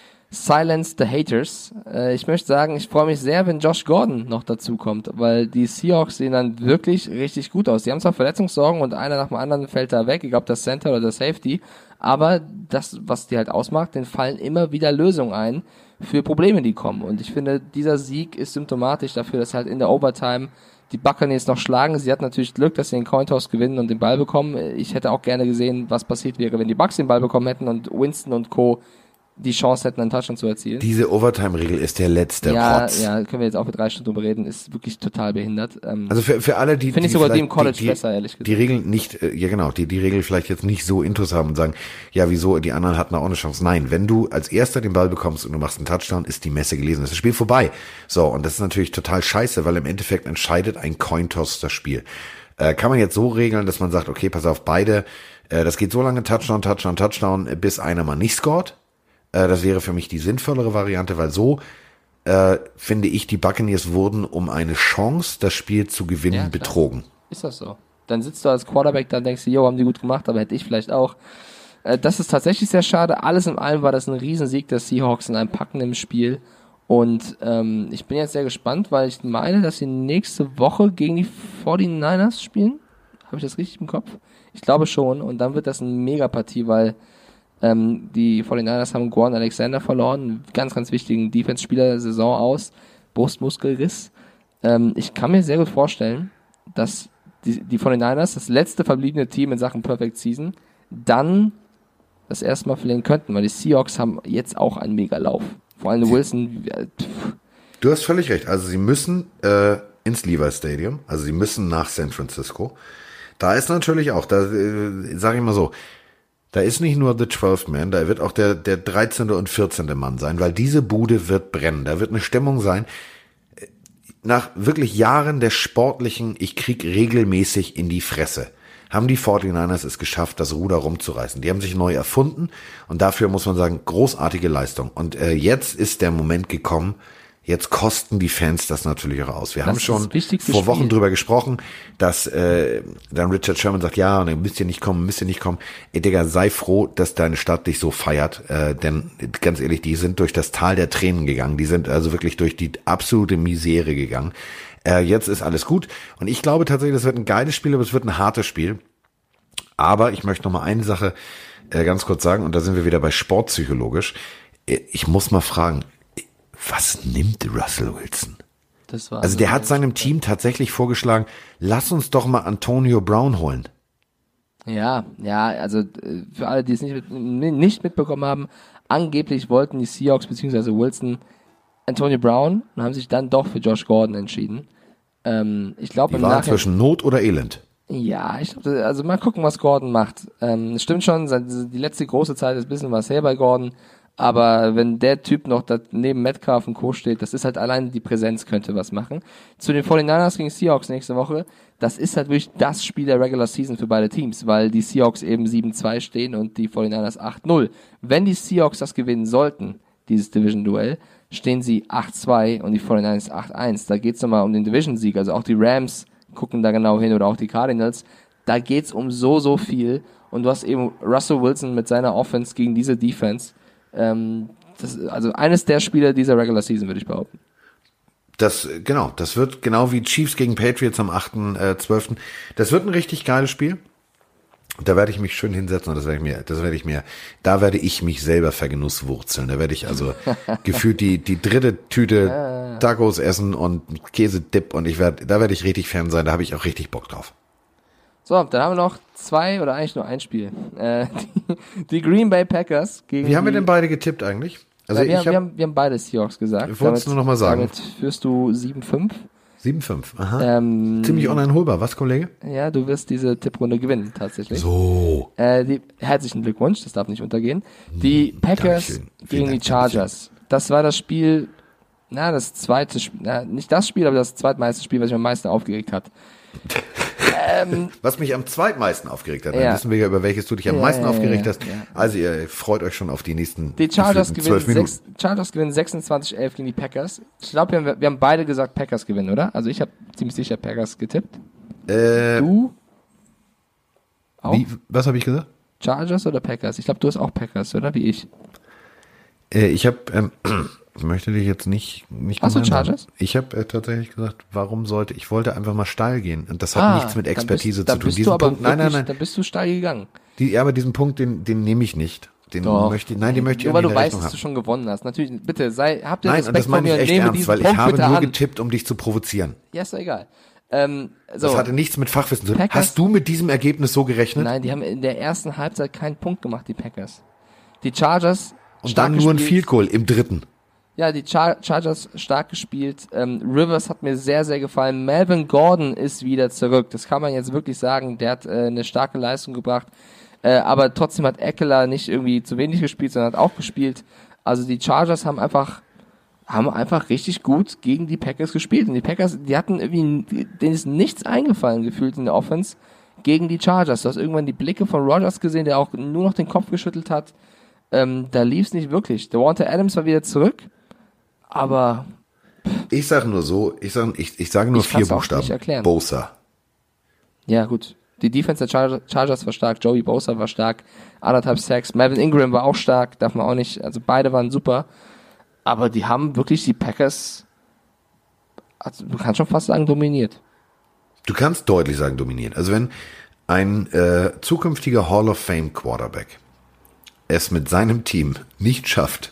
silence the haters. Äh, ich möchte sagen, ich freue mich sehr, wenn Josh Gordon noch dazu kommt, weil die Seahawks sehen dann wirklich richtig gut aus. Die haben zwar Verletzungssorgen und einer nach dem anderen fällt da weg, ich glaube das Center oder das Safety, aber das, was die halt ausmacht, denen fallen immer wieder Lösungen ein für Probleme, die kommen. Und ich finde, dieser Sieg ist symptomatisch dafür, dass halt in der Overtime die Buccaneers noch schlagen. Sie hatten natürlich Glück, dass sie den Cointoss gewinnen und den Ball bekommen. Ich hätte auch gerne gesehen, was passiert wäre, wenn die Bucks den Ball bekommen hätten und Winston und Co. die Chance hätten, einen Touchdown zu erzielen. Diese Overtime-Regel ist der letzte ja, Rotz. Ja, können wir jetzt auch für drei Stunden drüber reden, ist wirklich total behindert. Ähm, also für, für alle, die... Finde ich die sogar die im College die, besser, ehrlich gesagt. Die Regeln nicht, ja genau, die die Regeln vielleicht jetzt nicht so intus haben und sagen, ja wieso, die anderen hatten auch eine Chance. Nein, wenn du als Erster den Ball bekommst und du machst einen Touchdown, ist die Messe gelesen, ist das Spiel vorbei. So, und das ist natürlich total scheiße, weil im Endeffekt entscheidet ein Cointoss das Spiel. Äh, kann man jetzt so regeln, dass man sagt, okay, pass auf, beide, äh, das geht so lange Touchdown, Touchdown, Touchdown, bis einer mal nicht scored. Das wäre für mich die sinnvollere Variante, weil so äh, finde ich, die Buccaneers wurden, um eine Chance, das Spiel zu gewinnen, ja, betrogen. Ist das so? Dann sitzt du als Quarterback da und denkst du, jo, haben die gut gemacht, aber hätte ich vielleicht auch. Äh, das ist tatsächlich sehr schade. Alles in allem war das ein Riesensieg der Seahawks in einem packenden Spiel. Und ähm, ich bin jetzt sehr gespannt, weil ich meine, dass sie nächste Woche gegen die forty-niners spielen. Habe ich das richtig im Kopf? Ich glaube schon. Und dann wird das eine Megapartie, weil Ähm, die forty-niners haben Gordon Alexander verloren, einen ganz, ganz wichtigen Defense-Spieler der Saison aus, Brustmuskelriss. Ähm, ich kann mir sehr gut vorstellen, dass die, die forty-niners, das letzte verbliebene Team in Sachen Perfect Season, dann das erste Mal verlieren könnten, weil die Seahawks haben jetzt auch einen Megalauf. Vor allem Wilson. Äh, du hast völlig recht. Also sie müssen äh, ins Levi Stadium, also sie müssen nach San Francisco. Da ist natürlich auch, da äh, sage ich mal so, da ist nicht nur the twelfth Man, da wird auch der, der dreizehnte und vierzehnte Mann sein, weil diese Bude wird brennen. Da wird eine Stimmung sein. Nach wirklich Jahren der sportlichen, ich krieg regelmäßig in die Fresse, haben die forty-niners es geschafft, das Ruder rumzureißen. Die haben sich neu erfunden und dafür muss man sagen, großartige Leistung. Und äh, jetzt ist der Moment gekommen, jetzt kosten die Fans das natürlich auch aus. Wir das haben schon vor Wochen Spiel. drüber gesprochen, dass äh, dann Richard Sherman sagt, ja, und dann müsst ihr nicht kommen, müsst ihr nicht kommen. Ey, Digga, sei froh, dass deine Stadt dich so feiert, äh, denn ganz ehrlich, die sind durch das Tal der Tränen gegangen, die sind also wirklich durch die absolute Misere gegangen. Äh, jetzt ist alles gut und ich glaube tatsächlich, das wird ein geiles Spiel, aber es wird ein hartes Spiel. Aber ich möchte noch mal eine Sache äh, ganz kurz sagen, und da sind wir wieder bei sportpsychologisch. Ich muss mal fragen, was nimmt Russell Wilson? Das war Also der hat seinem Team tatsächlich vorgeschlagen, lass uns doch mal Antonio Brown holen. Ja, ja, also äh, für alle, die es nicht, mit, nicht mitbekommen haben, angeblich wollten die Seahawks bzw. Wilson Antonio Brown und haben sich dann doch für Josh Gordon entschieden. Ähm, ich glaube Die waren zwischen Not oder Elend. Ja, ich glaube, also mal gucken, was Gordon macht. Ähm, es stimmt schon, die letzte große Zeit ist ein bisschen was her bei Gordon, aber wenn der Typ noch da neben Metcalf und Co. steht, das ist halt allein die Präsenz könnte was machen. Zu den forty-niners gegen Seahawks nächste Woche, das ist halt wirklich das Spiel der Regular Season für beide Teams, weil die Seahawks eben sieben zwei stehen und die forty-niners acht null. Wenn die Seahawks das gewinnen sollten, dieses Division-Duell, stehen sie acht zwei und die forty-niners acht eins. Da geht's nochmal um den Division-Sieg, also auch die Rams gucken da genau hin oder auch die Cardinals. Da geht's um so, so viel und du hast eben Russell Wilson mit seiner Offense gegen diese Defense. Ähm, das, also eines der Spieler dieser Regular Season, würde ich behaupten. Das, genau, das wird genau wie Chiefs gegen Patriots am achten zwölften Das wird ein richtig geiles Spiel. Da werde ich mich schön hinsetzen und das werde ich mir, das werde ich mir, da werde ich mich selber vergenusswurzeln. Da werde ich also gefühlt die, die dritte Tüte Tacos essen und Käsedip und ich werde, da werde ich richtig Fan sein. Da habe ich auch richtig Bock drauf. So, dann haben wir noch zwei oder eigentlich nur ein Spiel. Äh, die, die Green Bay Packers gegen Wie haben wir die, denn beide getippt eigentlich? Also ja, wir, ich haben, wir, hab, haben, wir haben beide Seahawks gesagt. Ich wollte es nur noch mal sagen. Damit führst du sieben fünf. sieben fünf, aha. Ähm, Ziemlich uneinholbar, was, Kollege? Ja, du wirst diese Tipprunde gewinnen, tatsächlich. So. Äh, die, herzlichen Glückwunsch, das darf nicht untergehen. Die Packers Dankeschön. gegen Vielen die Chargers. Das war das Spiel, na, das zweite Spiel, na, nicht das Spiel, aber das zweitmeiste Spiel, was mich am meisten aufgeregt hat. ähm, Was mich am zweitmeisten aufgeregt hat, dann Ja. wissen wir ja, über welches du dich am Ja, meisten ja, aufgeregt ja, hast. ja. Also ihr freut euch schon auf die nächsten Die Chargers gefühlten gewinnen, zwölf Minuten. sechs, Chargers gewinnen sechsundzwanzig elf gegen die Packers. Ich glaube, wir, haben- wir haben beide gesagt, Packers gewinnen, oder? Also ich habe ziemlich sicher Packers getippt. Äh, Du? Auch? wie, was habe ich gesagt? Chargers oder Packers? Ich glaube, du hast auch Packers, oder? Wie ich. Äh, ich habe, ähm, ich möchte dich jetzt nicht, nicht Hast du gemein haben. Chargers? Ich habe äh, tatsächlich gesagt, warum sollte, ich wollte einfach mal steil gehen. Und das hat Ah, nichts mit dann Expertise bist, dann zu tun. bist Diesen du aber Punkt, nein, nein, wirklich- nein. Dann bist du steil gegangen. Die, ja, aber diesen Punkt, den, den nehme ich nicht. Den Doch. möchte ich, nein, den möchte ich Nur auch weil nicht du in der weißt, Rechnung dass du haben. schon gewonnen hast. Natürlich, bitte, sei, habt ihr Nein, und Respekt das vor meine mir ich und echt nehme ernst, diesen weil ich Punkt habe bitte nur an. getippt, um dich zu provozieren. Ja, ist doch egal. Ähm, so. Das hatte nichts mit Fachwissen zu tun. Packers- Hast du mit diesem Ergebnis so gerechnet? Nein, die haben in der ersten Halbzeit keinen Punkt gemacht, die Packers. Die Chargers Und stark dann nur ein gespielt. Field Goal im dritten. Ja, die Char- Chargers stark gespielt. Ähm, Rivers hat mir sehr, sehr gefallen. Melvin Gordon ist wieder zurück. Das kann man jetzt wirklich sagen. Der hat äh, eine starke Leistung gebracht. Äh, aber trotzdem hat Eckler nicht irgendwie zu wenig gespielt, sondern hat auch gespielt. Also die Chargers haben einfach haben einfach richtig gut gegen die Packers gespielt. Und die Packers, die hatten irgendwie, denen ist nichts eingefallen gefühlt in der Offense gegen die Chargers. Du hast irgendwann die Blicke von Rodgers gesehen, der auch nur noch den Kopf geschüttelt hat. Ähm, da lief's nicht wirklich. Davante Adams war wieder zurück. Aber Ich sage nur so, ich sage ich, ich sage nur Ich vier kann's auch Buchstaben. nicht erklären. Bosa. ja, gut. Die Defense der Char- Chargers war stark, Joey Bosa war stark, anderthalb Sacks, Melvin Ingram war auch stark, darf man auch nicht, also beide waren super. Aber die haben wirklich die Packers, also du kannst schon fast sagen, dominiert. Du kannst deutlich sagen dominiert. Also wenn ein äh, zukünftiger Hall of Fame Quarterback es mit seinem Team nicht schafft,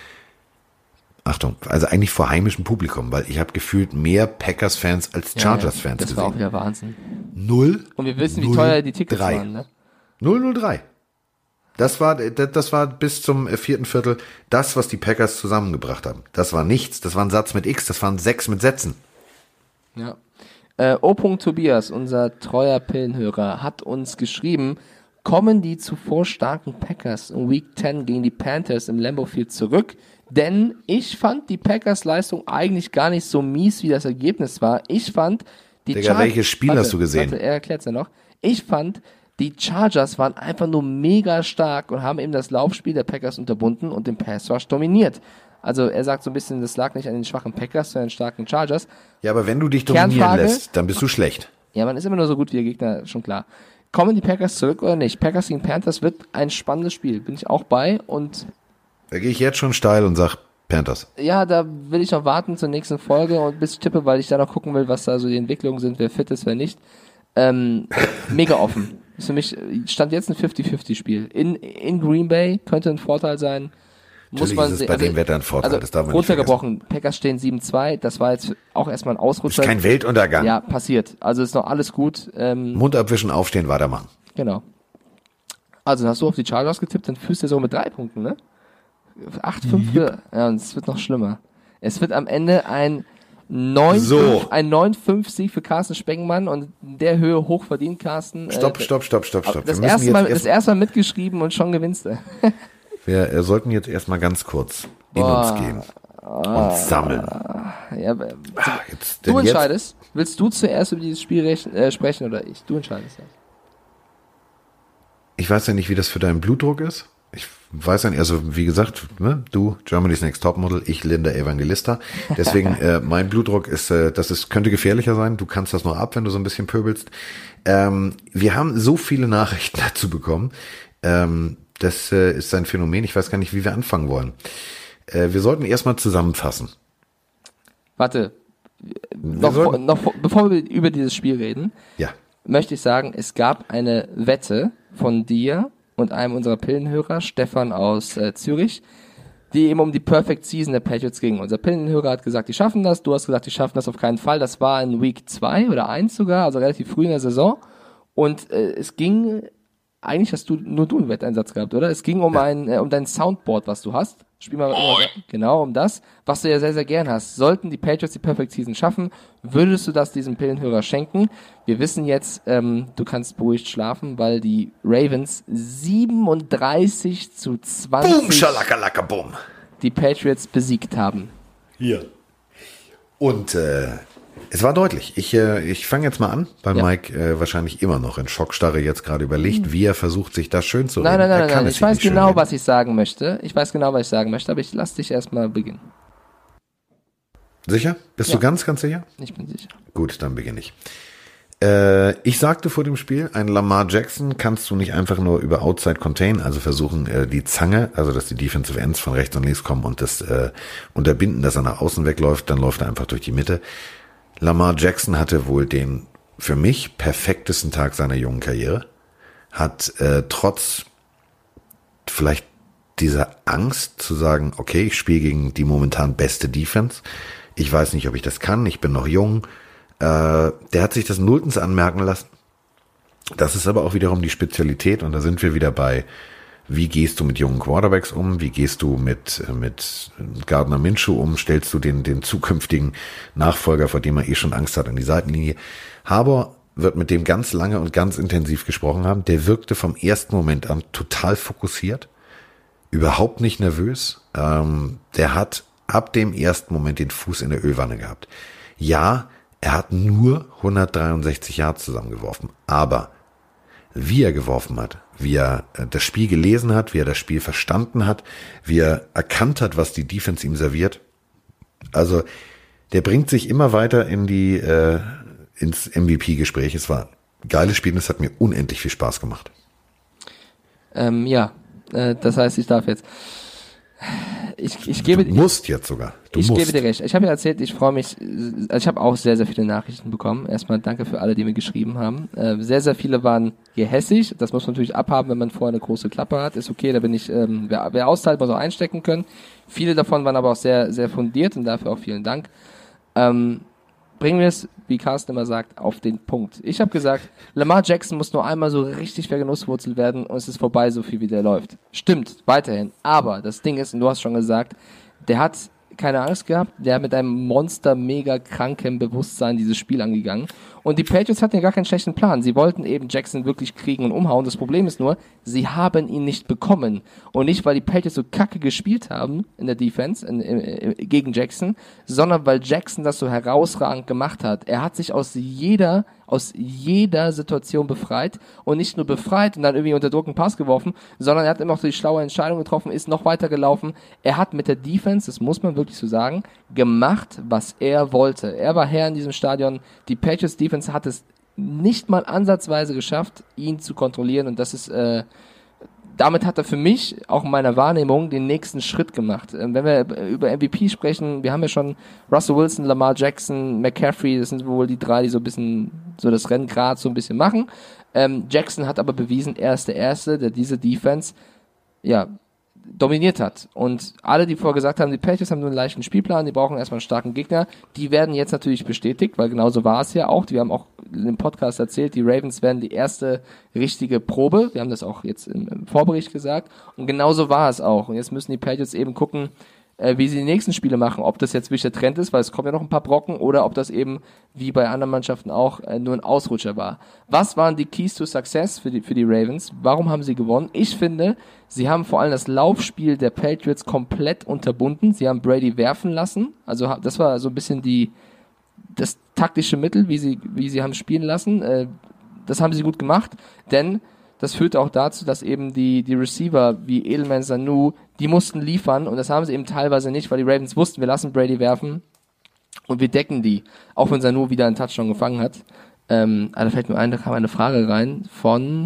Achtung, also eigentlich vor heimischem Publikum, weil ich habe gefühlt mehr Packers-Fans als Chargers-Fans Das war auch gesehen. wieder Wahnsinn. Null. Und wir wissen, wie null, teuer die Tickets drei. waren, ne? null null drei. Das war, das, das war bis zum vierten Viertel das, was die Packers zusammengebracht haben. Das war nichts. Das war ein Satz mit X. Das waren sechs mit Sätzen. Ja. Äh, O. Tobias, unser treuer Pillenhörer, hat uns geschrieben, kommen die zuvor starken Packers in Week zehn gegen die Panthers im Lambeau Field zurück? Denn ich fand die Packers Leistung eigentlich gar nicht so mies, wie das Ergebnis war. Ich fand, die Digga, welches Spiel warte, hast du gesehen? Warte, er erklärt's ja noch. Ich fand, die Chargers waren einfach nur mega stark und haben eben das Laufspiel der Packers unterbunden und den Pass Rush dominiert. Also er sagt so ein bisschen, das lag nicht an den schwachen Packers, sondern an den starken Chargers. Ja, aber wenn du dich dominieren Kernfrage? lässt, dann bist du schlecht. Ja, man ist immer nur so gut wie der Gegner, schon klar. Kommen die Packers zurück oder nicht? Packers gegen Panthers wird ein spannendes Spiel. Bin ich auch bei. Und Da gehe ich jetzt schon steil und sag Panthers. ja, da will ich noch warten zur nächsten Folge und bis ich tippe, weil ich da noch gucken will, was da so die Entwicklungen sind, wer fit ist, wer nicht. Ähm, mega offen. Ist für mich, stand jetzt ein fünfzig fünfzig Spiel. In, in Green Bay könnte ein Vorteil sein. Muss Natürlich man ist es se- bei also, dem Wetter ein Vorteil, also das darf man nicht vergessen. runtergebrochen, Packers stehen sieben zwei, das war jetzt auch erstmal ein Ausrutscher. Ist kein Weltuntergang. Ja, passiert. Also ist noch alles gut. Ähm, Mund abwischen, aufstehen, weitermachen. genau. Also hast du auf die Chargers getippt, dann führst du so mit drei Punkten, ne? acht fünf, yep. Ja, und es wird noch schlimmer. Es wird am Ende ein neun fünf So. ein neun fünf Sieg für Carsten Spengmann und in der Höhe hoch verdient, Carsten. Stopp, Äh, stopp, stopp, stopp, stopp. Das Wir müssen erste, jetzt Mal, das erst, erste Mal mitgeschrieben und schon gewinnst du. wir äh, sollten jetzt erstmal ganz kurz in Boah. uns gehen und sammeln. Ja, aber- Ah, jetzt, du denn jetzt, entscheidest. Willst du zuerst über dieses Spiel rech- äh, sprechen oder ich? Du entscheidest das. ich weiß ja nicht, wie das für deinen Blutdruck ist. Ich weiß ja nicht, also wie gesagt, ne, du, Germany's Next Topmodel, ich Linda Evangelista. Deswegen, äh, mein Blutdruck ist, äh, das ist, könnte gefährlicher sein. Du kannst das noch ab, wenn du so ein bisschen pöbelst. Ähm, wir haben so viele Nachrichten dazu bekommen. Ähm, das äh, ist ein Phänomen. Ich weiß gar nicht, wie wir anfangen wollen. Äh, wir sollten erstmal zusammenfassen. Warte. Noch, sollten- vor, noch vor, bevor wir über dieses Spiel reden, Ja. möchte ich sagen, es gab eine Wette von dir und einem unserer Pillenhörer, Stefan aus äh, Zürich, die eben um die Perfect Season der Patriots ging. Unser Pillenhörer hat gesagt, die schaffen das, du hast gesagt, die schaffen das auf keinen Fall. Das war in Week zwei oder eins sogar, also relativ früh in der Saison. Und äh, es ging, eigentlich hast du nur du einen Wetteinsatz gehabt, oder? Es ging um ein äh, um dein Soundboard, was du hast. Spiel mal immer, genau um das, was du ja sehr, sehr gern hast. Sollten die Patriots die Perfect Season schaffen, würdest du das diesem Pillenhörer schenken? Wir wissen jetzt, ähm, du kannst beruhigt schlafen, weil die Ravens siebenunddreißig zu Boom, zwanzig schalakalaka, boom. die Patriots besiegt haben. Hier. Und äh, es war deutlich. Ich, äh, ich fange jetzt mal an, weil Ja. Mike äh, wahrscheinlich immer noch in Schockstarre jetzt gerade überlegt, wie er versucht, sich das schön zu reden. Nein, nein, Er nein, kann nein, es ich sich weiß nicht schön genau, reden. was ich sagen möchte. Ich weiß genau, was ich sagen möchte, aber ich lass dich erstmal beginnen. Sicher? Bist Ja. du ganz, ganz sicher? Ich bin sicher. Gut, dann beginne ich. Äh, ich sagte vor dem Spiel, ein Lamar Jackson kannst du nicht einfach nur über Outside Contain, also versuchen äh, die Zange, also dass die Defensive Ends von rechts und links kommen und das äh, unterbinden, dass er nach außen wegläuft, dann läuft er einfach durch die Mitte. Lamar Jackson hatte wohl den für mich perfektesten Tag seiner jungen Karriere, hat äh, trotz vielleicht dieser Angst zu sagen, okay, ich spiele gegen die momentan beste Defense, ich weiß nicht, ob ich das kann, ich bin noch jung, äh, der hat sich das nulltens anmerken lassen. Das ist aber auch wiederum die Spezialität und da sind wir wieder bei, wie gehst du mit jungen Quarterbacks um, wie gehst du mit mit Gardner Minshew um, stellst du den den zukünftigen Nachfolger, vor dem er eh schon Angst hat, an die Seitenlinie. Harbour wird mit dem ganz lange und ganz intensiv gesprochen haben, der wirkte vom ersten Moment an total fokussiert, überhaupt nicht nervös, ähm, der hat ab dem ersten Moment den Fuß in der Ölwanne gehabt. Ja, er hat nur hundertdreiundsechzig Yards zusammengeworfen, aber wie er geworfen hat, wie er das Spiel gelesen hat, wie er das Spiel verstanden hat, wie er erkannt hat, was die Defense ihm serviert. Also der bringt sich immer weiter in die äh, ins M V P-Gespräch. Es war ein geiles Spiel und es hat mir unendlich viel Spaß gemacht. Ähm, ja, äh, das heißt, ich darf jetzt. Ich, ich gebe Du musst jetzt sogar. Du ich musst. gebe dir recht. Ich habe ja erzählt, ich freue mich, also ich habe auch sehr, sehr viele Nachrichten bekommen. Erstmal danke für alle, die mir geschrieben haben. Äh, sehr, sehr viele waren gehässig. Das muss man natürlich abhaben, wenn man vorher eine große Klappe hat. Ist okay, da bin ich, ähm, wer, wer austeilt, muss auch einstecken können. Viele davon waren aber auch sehr, sehr fundiert und dafür auch vielen Dank. Ähm, bringen wir es, wie Carsten immer sagt, auf den Punkt. Ich habe gesagt, Lamar Jackson muss nur einmal so richtig vergenusswurzelt werden und es ist vorbei, so viel wie der läuft. Stimmt, weiterhin. Aber das Ding ist, und du hast schon gesagt, der hat keine Angst gehabt, der hat mit einem Monster mega krankem Bewusstsein dieses Spiel angegangen. Und die Patriots hatten ja gar keinen schlechten Plan. Sie wollten eben Jackson wirklich kriegen und umhauen. Das Problem ist nur, sie haben ihn nicht bekommen. Und nicht, weil die Patriots so kacke gespielt haben in der Defense in, in, in, gegen Jackson, sondern weil Jackson das so herausragend gemacht hat. Er hat sich aus jeder aus jeder Situation befreit und nicht nur befreit und dann irgendwie unter Druck einen Pass geworfen, sondern er hat immer auch die schlaue Entscheidung getroffen, ist noch weiter gelaufen. Er hat mit der Defense, das muss man wirklich so sagen, gemacht, was er wollte. Er war Herr in diesem Stadion. Die Patriots Defense hat es nicht mal ansatzweise geschafft, ihn zu kontrollieren und das ist, äh, damit hat er für mich, auch in meiner Wahrnehmung, den nächsten Schritt gemacht. Ähm, wenn wir über M V P sprechen, wir haben ja schon Russell Wilson, Lamar Jackson, McCaffrey, das sind wohl die drei, die so ein bisschen, so das Rennen gerade so ein bisschen machen. Ähm, Jackson hat aber bewiesen, er ist der Erste, der diese Defense, ja, dominiert hat. Und alle, die vorher gesagt haben, die Patriots haben nur einen leichten Spielplan, die brauchen erstmal einen starken Gegner, die werden jetzt natürlich bestätigt, weil genauso war es ja auch. Wir haben auch im Podcast erzählt, die Ravens werden die erste richtige Probe. Wir haben das auch jetzt im, im Vorbericht gesagt. Und genauso war es auch. Und jetzt müssen die Patriots eben gucken, äh, wie sie die nächsten Spiele machen. Ob das jetzt wirklich der Trend ist, weil es kommen ja noch ein paar Brocken, oder ob das eben, wie bei anderen Mannschaften auch, äh, nur ein Ausrutscher war. Was waren die Keys to Success für die, für die Ravens? Warum haben sie gewonnen? Ich finde, sie haben vor allem das Laufspiel der Patriots komplett unterbunden. Sie haben Brady werfen lassen. Also das war so ein bisschen die das taktische Mittel, wie sie wie sie haben spielen lassen. Äh, das haben sie gut gemacht, denn das führte auch dazu, dass eben die die Receiver wie Edelman, Sanu, die mussten liefern, und das haben sie eben teilweise nicht, weil die Ravens wussten, wir lassen Brady werfen und wir decken die. Auch wenn Sanu wieder einen Touchdown gefangen hat. Ähm, aber da fällt mir ein, da kam eine Frage rein von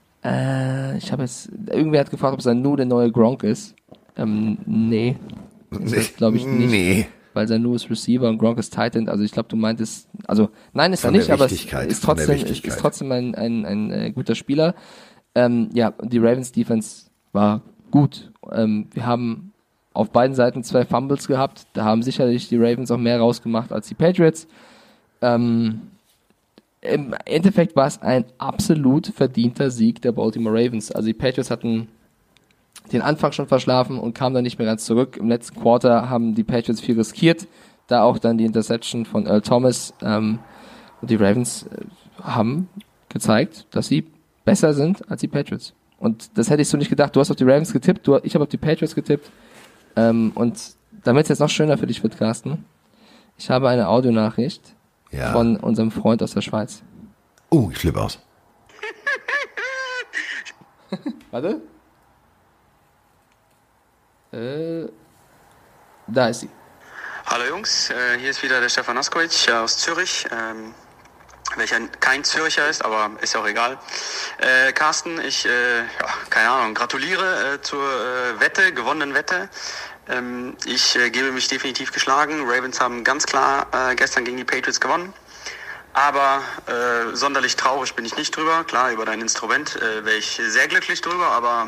Äh, ich habe jetzt, irgendwer hat gefragt, ob Sanu der neue Gronk ist. Ähm, nee. Das glaube ich nicht. Nee. Weil Sanu ist Receiver und Gronk ist Tight End. Also ich glaube, du meintest, also nein, ist er nicht, aber es ist trotzdem, ist, ist trotzdem ein, ein, ein, ein guter Spieler. Ähm, ja, die Ravens Defense war gut. Ähm, wir haben auf beiden Seiten zwei Fumbles gehabt. Da haben sicherlich die Ravens auch mehr rausgemacht als die Patriots. Ähm, Im Endeffekt war es ein absolut verdienter Sieg der Baltimore Ravens. Also die Patriots hatten den Anfang schon verschlafen und kamen dann nicht mehr ganz zurück. Im letzten Quarter haben die Patriots viel riskiert, da auch dann die Interception von Earl Thomas. Ähm, und die Ravens äh, haben gezeigt, dass sie besser sind als die Patriots. Und das hätte ich so nicht gedacht. Du hast auf die Ravens getippt, du, ich habe auf die Patriots getippt. Ähm, und damit es jetzt noch schöner für dich wird, Carsten, ich habe eine Audionachricht ja. von unserem Freund aus der Schweiz. Oh, ich flippe aus. Warte. Äh, da ist sie. Hallo Jungs, äh, hier ist wieder der Stefan Askovic aus Zürich, ähm, welcher kein Zürcher ist, aber ist ja auch egal. Äh, Carsten, ich, äh, ja, keine Ahnung, gratuliere äh, zur äh, Wette, gewonnenen Wette. Ähm, ich äh, gebe mich definitiv geschlagen. Ravens haben ganz klar äh, gestern gegen die Patriots gewonnen. Aber äh, sonderlich traurig bin ich nicht drüber. Klar, über dein Instrument äh, wäre ich sehr glücklich drüber, aber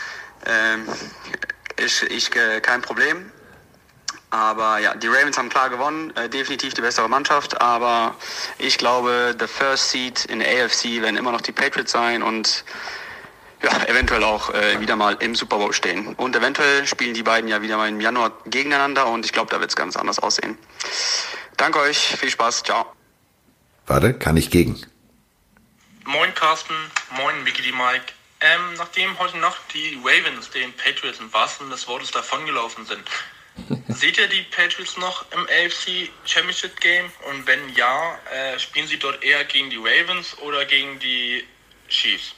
äh, ich, ich äh, kein Problem. Aber ja, die Ravens haben klar gewonnen, äh, definitiv die bessere Mannschaft, aber ich glaube, the first seed in der A F C werden immer noch die Patriots sein und ja, eventuell auch äh, wieder mal im Super Bowl stehen. Und eventuell spielen die beiden ja wieder mal im Januar gegeneinander und ich glaube, da wird es ganz anders aussehen. Danke euch, viel Spaß, ciao. Warte, kann ich gegen. Moin Carsten, moin Mickey die Mike. Ähm, nachdem heute Nacht die Ravens den Patriots im wahrsten Sinne des Wortes davongelaufen sind, seht ihr die Patriots noch im A F C Championship Game? Und wenn ja, äh, spielen sie dort eher gegen die Ravens oder gegen die Chiefs?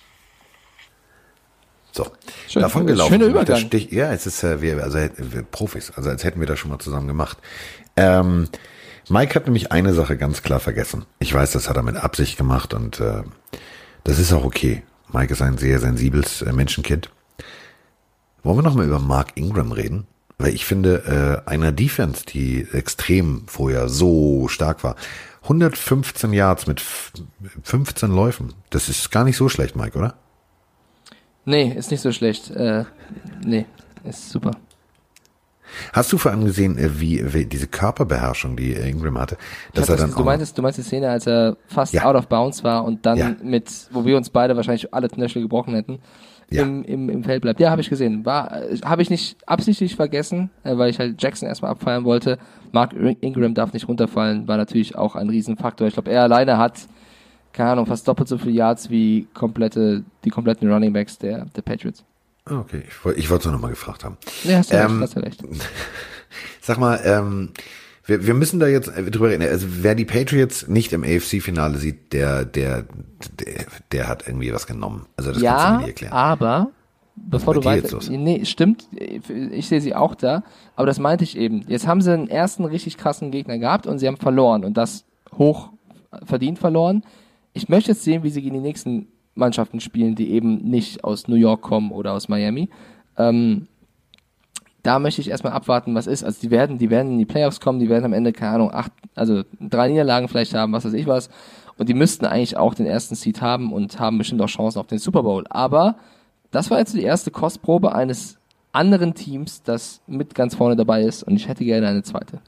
So, Schön, davon gelaufen. Schöner Übergang. Stich, ja, es ist äh, wir, also wir Profis, also als hätten wir das schon mal zusammen gemacht. Ähm, Mike hat nämlich eine Sache ganz klar vergessen. Ich weiß, das hat er mit Absicht gemacht und äh, das ist auch okay. Mike ist ein sehr sensibles äh, Menschenkind. Wollen wir noch mal über Mark Ingram reden? Weil ich finde, äh, einer Defense, die extrem vorher so stark war, hundertfünfzehn Yards mit fünfzehn Läufen, das ist gar nicht so schlecht, Mike, oder? Nee, ist nicht so schlecht. Äh, nee, ist super. Hast du vor allem gesehen, wie, wie diese Körperbeherrschung, die Ingram hatte, dass er das, dann du meintest, du meinst die Szene, als er fast ja. out of bounds war und dann ja. mit, wo wir uns beide wahrscheinlich alle Knöchel gebrochen hätten, ja. im, im, im Feld bleibt. Ja, habe ich gesehen. War, habe ich nicht absichtlich vergessen, äh, weil ich halt Jackson erstmal abfeiern wollte. Mark Ingram darf nicht runterfallen, war natürlich auch ein Riesenfaktor. Ich glaube, er alleine hat, keine Ahnung, fast doppelt so viele Yards wie komplette, die kompletten Running Backs der, der Patriots. Okay, ich wollte ich wollte es nur noch mal gefragt haben. Ja, hast du ähm, recht, hast du recht. Sag mal, ähm, wir, wir müssen da jetzt drüber reden. Also wer die Patriots nicht im A F C-Finale sieht, der, der, der, der hat irgendwie was genommen. Also das ja, kannst du mir nicht erklären. Aber bevor du weiter, los? nee, stimmt, ich sehe sie auch da, aber das meinte ich eben. Jetzt haben sie einen ersten richtig krassen Gegner gehabt und sie haben verloren und das hoch verdient verloren. Ich möchte jetzt sehen, wie sie gegen die nächsten Mannschaften spielen, die eben nicht aus New York kommen oder aus Miami. Ähm, da möchte ich erstmal abwarten, was ist. Also die werden, die werden in die Playoffs kommen, die werden am Ende, keine Ahnung, acht, also drei Niederlagen vielleicht haben, was weiß ich was. Und die müssten eigentlich auch den ersten Seed haben und haben bestimmt auch Chancen auf den Super Bowl. Aber das war jetzt die erste Kostprobe eines anderen Teams, das mit ganz vorne dabei ist. Und ich hätte gerne eine zweite.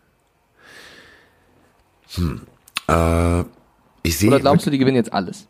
Hm. Äh, ich sehe. Oder glaubst du, die gewinnen jetzt alles?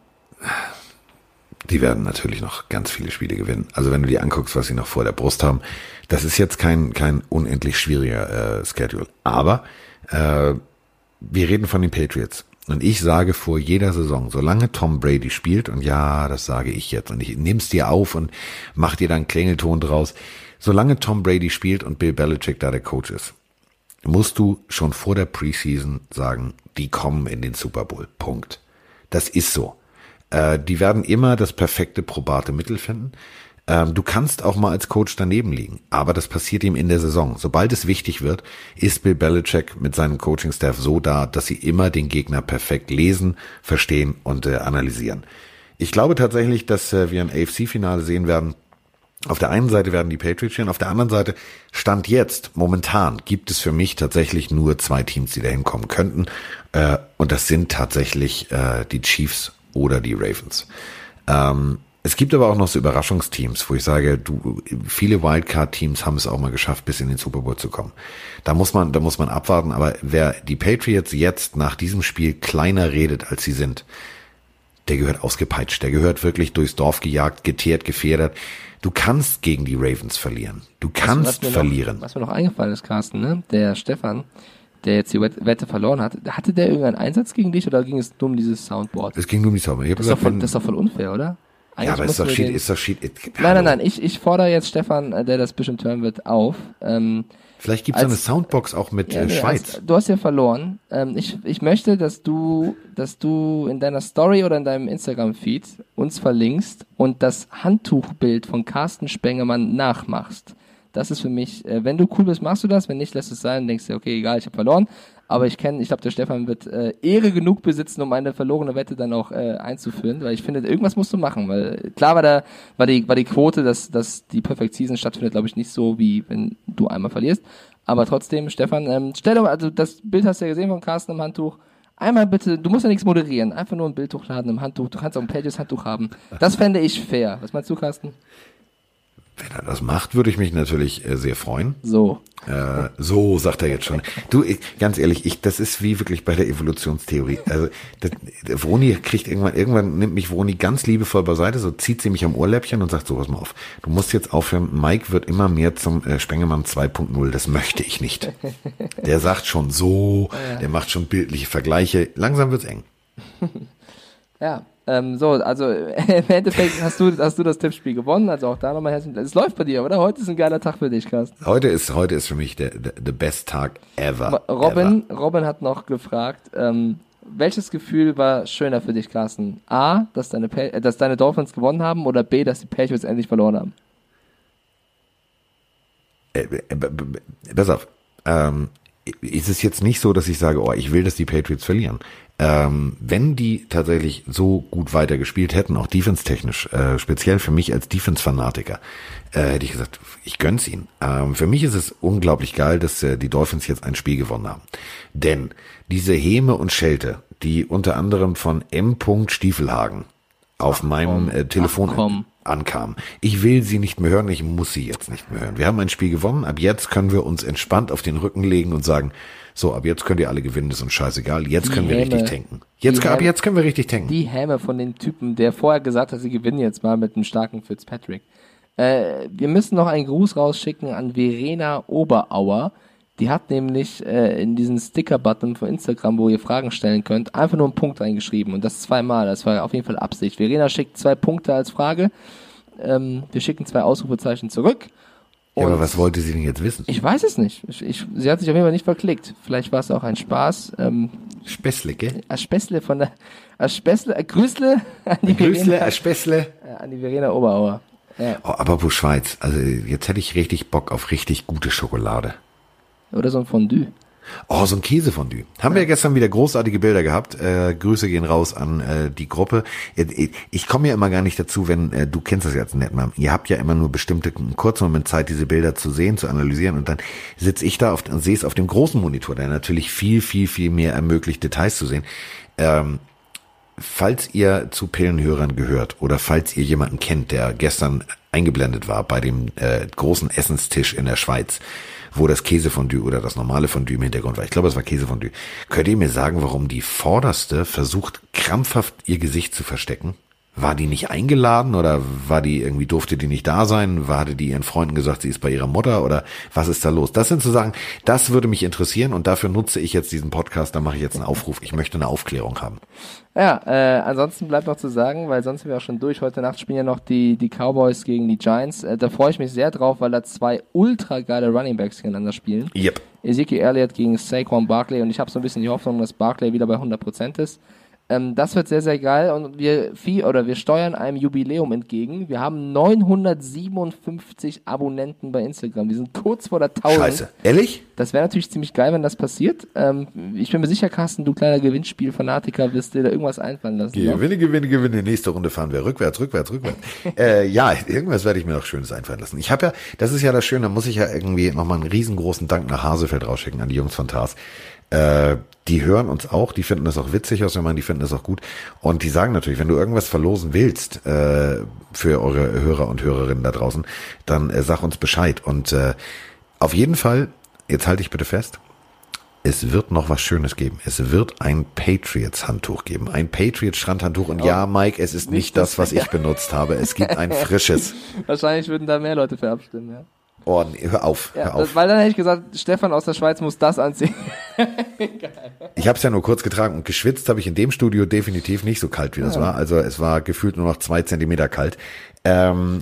Die werden natürlich noch ganz viele Spiele gewinnen. Also wenn du dir anguckst, was sie noch vor der Brust haben, das ist jetzt kein kein unendlich schwieriger äh, Schedule. Aber äh, wir reden von den Patriots. Und ich sage vor jeder Saison, solange Tom Brady spielt, und ja, das sage ich jetzt, und ich nehm's dir auf und mach dir dann Klingelton draus, solange Tom Brady spielt und Bill Belichick da der Coach ist, musst du schon vor der Preseason sagen, die kommen in den Super Bowl. Punkt. Das ist so. Äh, die werden immer das perfekte, probate Mittel finden. Ähm, du kannst auch mal als Coach daneben liegen, aber das passiert ihm in der Saison. Sobald es wichtig wird, ist Bill Belichick mit seinem Coaching-Staff so da, dass sie immer den Gegner perfekt lesen, verstehen und äh, analysieren. Ich glaube tatsächlich, dass äh, wir ein A F C-Finale sehen werden. Auf der einen Seite werden die Patriots stehen, auf der anderen Seite, Stand jetzt, momentan, gibt es für mich tatsächlich nur zwei Teams, die da hinkommen könnten. Äh, und das sind tatsächlich äh, die Chiefs oder die Ravens. Ähm, es gibt aber auch noch so Überraschungsteams, wo ich sage, du, viele Wildcard-Teams haben es auch mal geschafft, bis in den Super Bowl zu kommen. Da muss man, da muss man abwarten. Aber wer die Patriots jetzt nach diesem Spiel kleiner redet, als sie sind, der gehört ausgepeitscht. Der gehört wirklich durchs Dorf gejagt, geteert, gefedert. Du kannst gegen die Ravens verlieren. Du kannst was, was verlieren. Noch, was mir noch eingefallen ist, Carsten, ne? Der Stefan, der jetzt die Wette verloren hat, hatte der irgendeinen Einsatz gegen dich oder ging es nur um dieses Soundboard? Es ging nur um die Soundboard. Ich das, ist von, das ist doch voll unfair, oder? Eigentlich ja, aber ist doch shit, ist doch shit. Nein, nein, nein, ich, ich fordere jetzt Stefan, der das bestimmt hören wird, auf. Ähm, Vielleicht gibt es eine Soundbox auch mit ja, äh, nee, Schweiz. Als, du hast ja verloren. Ähm, ich, ich möchte, dass du, dass du in deiner Story oder in deinem Instagram-Feed uns verlinkst und das Handtuchbild von Carsten Spengemann nachmachst. Das ist für mich, äh, wenn du cool bist, machst du das. Wenn nicht, lässt es sein und denkst dir, okay, egal, ich habe verloren. Aber ich kenne, ich glaube, der Stefan wird äh, Ehre genug besitzen, um eine verlorene Wette dann auch äh, einzuführen, weil ich finde, irgendwas musst du machen, weil klar war da war die war die Quote, dass dass die Perfect Season stattfindet, glaube ich, nicht so wie wenn du einmal verlierst. Aber trotzdem, Stefan, ähm, stell doch mal, also das Bild hast du ja gesehen von Carsten im Handtuch. Einmal bitte, du musst ja nichts moderieren, einfach nur ein Bild hochladen im Handtuch. Du kannst auch ein Pages Handtuch haben. Das fände ich fair. Was meinst du, Carsten? Wenn er das macht, würde ich mich natürlich äh, sehr freuen. So. Äh, so, sagt er jetzt schon. Du, ich, ganz ehrlich, ich, das ist wie wirklich bei der Evolutionstheorie. Also, das, Vroni kriegt irgendwann, irgendwann nimmt mich Vroni ganz liebevoll beiseite, so zieht sie mich am Ohrläppchen und sagt so, pass mal auf, du musst jetzt aufhören, Mike wird immer mehr zum äh, Spengemann zwei Punkt null, das möchte ich nicht. Der sagt schon so, ja. Der macht schon bildliche Vergleiche, langsam wird's eng. Ja. Ähm, so, also im Endeffekt hast du, hast du das Tippspiel gewonnen, also auch da nochmal herzlichen Dank. Es läuft bei dir, oder? Heute ist ein geiler Tag für dich, Carsten. Heute ist, heute ist für mich der, der, der best Tag ever. Robin, ever. Robin hat noch gefragt, ähm, welches Gefühl war schöner für dich, Carsten? A, dass deine, äh, dass deine Dolphins gewonnen haben oder B, dass die Patriots endlich verloren haben? Äh, äh, b- b- pass auf, ähm, ist es jetzt nicht so, dass ich sage, oh, ich will, dass die Patriots verlieren. Ähm, wenn die tatsächlich so gut weitergespielt hätten, auch defense-technisch, äh, speziell für mich als Defense-Fanatiker, äh, hätte ich gesagt, ich gönn's ihnen. Ähm, für mich ist es unglaublich geil, dass äh, die Dolphins jetzt ein Spiel gewonnen haben. Denn diese Häme und Schelte, die unter anderem von M. Stiefelhagen auf Ach, meinem äh, Telefon ankam. Ich will sie nicht mehr hören, ich muss sie jetzt nicht mehr hören. Wir haben ein Spiel gewonnen, ab jetzt können wir uns entspannt auf den Rücken legen und sagen, so, ab jetzt könnt ihr alle gewinnen, ist uns scheißegal, jetzt die können wir Häme, richtig tanken. Jetzt, ab jetzt können wir richtig tanken. Die Häme von den Typen, der vorher gesagt hat, sie gewinnen jetzt mal mit einem starken Fitzpatrick. Äh, wir müssen noch einen Gruß rausschicken an Verena Oberauer. Die hat nämlich äh, in diesen Sticker-Button von Instagram, wo ihr Fragen stellen könnt, einfach nur einen Punkt reingeschrieben. Und das zweimal. Das war auf jeden Fall Absicht. Verena schickt zwei Punkte als Frage. Ähm, wir schicken zwei Ausrufezeichen zurück. Und ja, aber was wollte sie denn jetzt wissen? Ich weiß es nicht. Ich, ich, sie hat sich auf jeden Fall nicht verklickt. Vielleicht war es auch ein Spaß. Ähm, Späßle, gell? Ein Späßle von der, ein Späßle, ein Grüßle an die ein Grüßle, Verena, ein Späßle. An die Verena Oberauer. Ja. Oh, aber wo Schweiz? Also jetzt hätte ich richtig Bock auf richtig gute Schokolade. Oder so ein Fondue. Oh, so ein Käsefondue. Haben ja. wir gestern wieder großartige Bilder gehabt. Äh, Grüße gehen raus an äh, die Gruppe. Ich, ich komme ja immer gar nicht dazu, wenn, äh, du kennst das jetzt nicht mal, ihr habt ja immer nur bestimmte, einen kurzen Moment Zeit, diese Bilder zu sehen, zu analysieren und dann sitze ich da auf, und sehe es auf dem großen Monitor, der natürlich viel, viel, viel mehr ermöglicht, Details zu sehen. Ähm, falls ihr zu Pillenhörern gehört oder falls ihr jemanden kennt, der gestern eingeblendet war bei dem äh, großen Essenstisch in der Schweiz, wo das Käsefondue oder das normale Fondue im Hintergrund war. Ich glaube, es war Käsefondue. Könnt ihr mir sagen, warum die Vorderste versucht, krampfhaft ihr Gesicht zu verstecken? War die nicht eingeladen oder war die irgendwie, durfte die nicht da sein? War, hatte die ihren Freunden gesagt, sie ist bei ihrer Mutter oder was ist da los? Das sind so Sachen, das würde mich interessieren und dafür nutze ich jetzt diesen Podcast, da mache ich jetzt einen Aufruf. Ich möchte eine Aufklärung haben. Ja, äh, ansonsten bleibt noch zu sagen, weil sonst sind wir auch schon durch. Heute Nacht spielen ja noch die die Cowboys gegen die Giants. Äh, da freue ich mich sehr drauf, weil da zwei ultra geile Runningbacks gegeneinander spielen. Yep. Ezekiel Elliott gegen Saquon Barkley und ich habe so ein bisschen die Hoffnung, dass Barkley wieder bei hundert Prozent ist. Ähm, das wird sehr, sehr geil und wir viel oder wir steuern einem Jubiläum entgegen. Wir haben neunhundertsiebenundfünfzig Abonnenten bei Instagram. Wir sind kurz vor der tausend. Scheiße. Ehrlich? Das wäre natürlich ziemlich geil, wenn das passiert. Ähm, ich bin mir sicher, Carsten, du kleiner Gewinnspiel-Fanatiker, wirst dir da irgendwas einfallen lassen. Gewinne, gewinne, gewinne. Nächste Runde fahren wir rückwärts, rückwärts, rückwärts. äh, ja, irgendwas werde ich mir noch Schönes einfallen lassen. Ich habe ja, das ist ja das Schöne, da muss ich ja irgendwie nochmal einen riesengroßen Dank nach Hasefeld rausschicken an die Jungs von T A S. Äh, die hören uns auch, die finden das auch witzig, was wir machen, die finden das auch gut. Und die sagen natürlich, wenn du irgendwas verlosen willst äh, für eure Hörer und Hörerinnen da draußen, dann äh, sag uns Bescheid. Und äh, auf jeden Fall, jetzt halte ich bitte fest, es wird noch was Schönes geben. Es wird ein Patriots-Handtuch geben. Ein Patriots-Strandhandtuch. Und ja, Mike, es ist nicht das, was ich benutzt habe. Es gibt ein frisches. Wahrscheinlich würden da mehr Leute für abstimmen, ja. Oh, nee, hör auf, ja, hör auf. Weil dann hätte ich gesagt, Stefan aus der Schweiz muss das anziehen. Ich habe es ja nur kurz getragen und geschwitzt habe ich in dem Studio definitiv nicht so kalt, wie das ja. war. Also es war gefühlt nur noch zwei Zentimeter kalt. Ähm,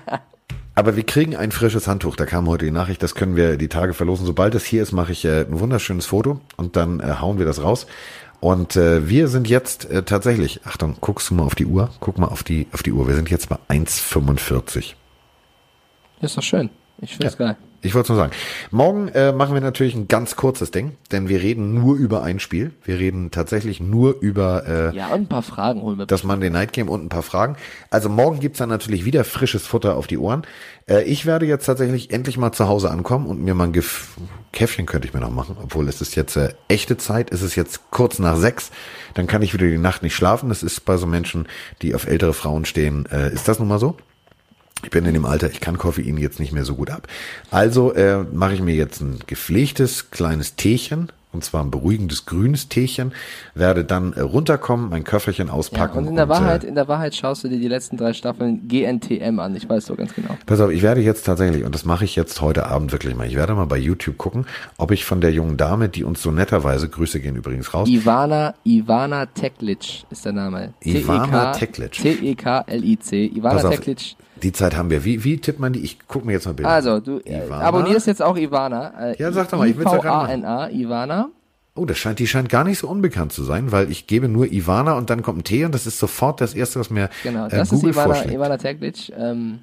aber wir kriegen ein frisches Handtuch. Da kam heute die Nachricht, das können wir die Tage verlosen. Sobald es hier ist, mache ich äh, ein wunderschönes Foto und dann äh, hauen wir das raus. Und äh, wir sind jetzt äh, tatsächlich, Achtung, guckst du mal auf die Uhr? Guck mal auf die auf die Uhr. Wir sind jetzt bei eins fünfundvierzig. Ist doch schön. Ich find's ja, geil. Ich wollte es nur sagen. Morgen äh, machen wir natürlich ein ganz kurzes Ding, denn wir reden nur über ein Spiel. Wir reden tatsächlich nur über äh, ja, und ein paar Fragen holen wir. Das Monday Night Game und ein paar Fragen. Also morgen gibt's dann natürlich wieder frisches Futter auf die Ohren. Äh, ich werde jetzt tatsächlich endlich mal zu Hause ankommen und mir mal ein Gef- Käffchen könnte ich mir noch machen, obwohl es ist jetzt äh, echte Zeit. Es ist jetzt kurz nach sechs. Dann kann ich wieder die Nacht nicht schlafen. Das ist bei so Menschen, die auf ältere Frauen stehen. Äh, ist das nun mal so? Ich bin in dem Alter, ich kann Koffein jetzt nicht mehr so gut ab. Also äh, mache ich mir jetzt ein gepflegtes kleines Teechen, und zwar ein beruhigendes grünes Teechen, werde dann äh, runterkommen, mein Köfferchen auspacken. Ja, und in der und, Wahrheit, äh, in der Wahrheit schaust du dir die letzten drei Staffeln G N T M an. Ich weiß so ganz genau. Pass auf, ich werde jetzt tatsächlich, und das mache ich jetzt heute Abend wirklich mal, ich werde mal bei YouTube gucken, ob ich von der jungen Dame, die uns so netterweise, Grüße gehen übrigens raus. Ivana, Ivana Teklic ist der Name. Ivana Teklic. T E K L I C. Ivana Pass auf, Teklic. Die Zeit haben wir. Wie, wie tippt man die? Ich gucke mir jetzt mal Bilder Also, an. du äh, abonnierst jetzt auch Ivana. Äh, ja, sag doch mal, ich will's ja gerade machen. I V A N A, Ivana. Oh, das scheint, die scheint gar nicht so unbekannt zu sein, weil ich gebe nur Ivana und dann kommt ein T und das ist sofort das Erste, was mir genau, äh, das Google ist Ivana, vorschlägt. Ivana Teklic. Ähm,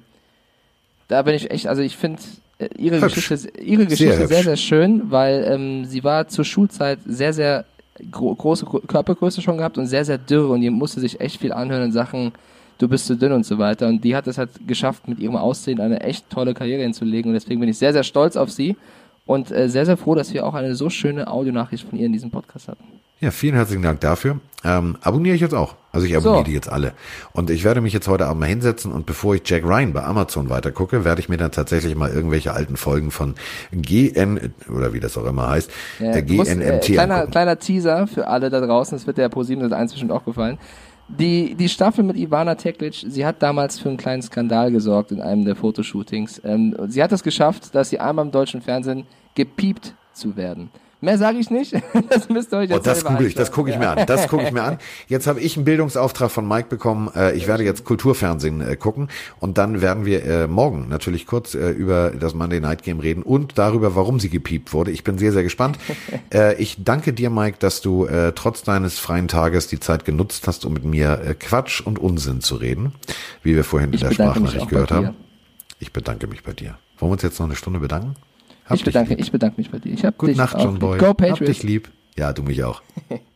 da bin ich echt, also ich finde äh, ihre hübsch. Geschichte, ihre Geschichte sehr, sehr, sehr schön, weil ähm, sie war zur Schulzeit sehr, sehr gro- große Körpergröße schon gehabt und sehr, sehr dürr und die musste sich echt viel anhören in Sachen, du bist zu dünn und so weiter. Und die hat es halt geschafft, mit ihrem Aussehen eine echt tolle Karriere hinzulegen. Und deswegen bin ich sehr, sehr stolz auf sie und äh, sehr, sehr froh, dass wir auch eine so schöne Audionachricht von ihr in diesem Podcast hatten. Ja, vielen herzlichen Dank dafür. Ähm, abonniere ich jetzt auch. Also ich abonniere so. die jetzt alle. Und ich werde mich jetzt heute Abend mal hinsetzen und bevor ich Jack Ryan bei Amazon weitergucke, werde ich mir dann tatsächlich mal irgendwelche alten Folgen von G N, oder wie das auch immer heißt, ja, äh, G N M T äh, kleiner, angucken. kleiner Teaser für alle da draußen, das wird der Pro sieben eins bestimmt auch gefallen. Die, die Staffel mit Ivana Teklic, sie hat damals für einen kleinen Skandal gesorgt in einem der Fotoshootings. Ähm, sie hat es geschafft, dass sie einmal im deutschen Fernsehen gepiept zu werden. Mehr sage ich nicht. Das müsst ihr euch jetzt Oh, das selber google ich, das anschauen. gucke ich mir an. Das gucke ich mir an. Jetzt habe ich einen Bildungsauftrag von Mike bekommen. Äh, ich werde jetzt Kulturfernsehen äh, gucken und dann werden wir äh, morgen natürlich kurz äh, über das Monday Night Game reden und darüber, warum sie gepiept wurde. Ich bin sehr, sehr gespannt. äh, ich danke dir, Mike, dass du äh, trotz deines freien Tages die Zeit genutzt hast, um mit mir äh, Quatsch und Unsinn zu reden, wie wir vorhin in Ich der bedanke mich Sprachnachricht auch gehört bei dir. haben. Ich bedanke mich bei dir. Wollen wir uns jetzt noch eine Stunde bedanken? Hab ich bedanke, dich lieb. ich bedanke mich bei dir. Ich hab Gute dich Nacht, auch John lieb. Boy. Go Hab Patriots. dich lieb. Ja, du mich auch.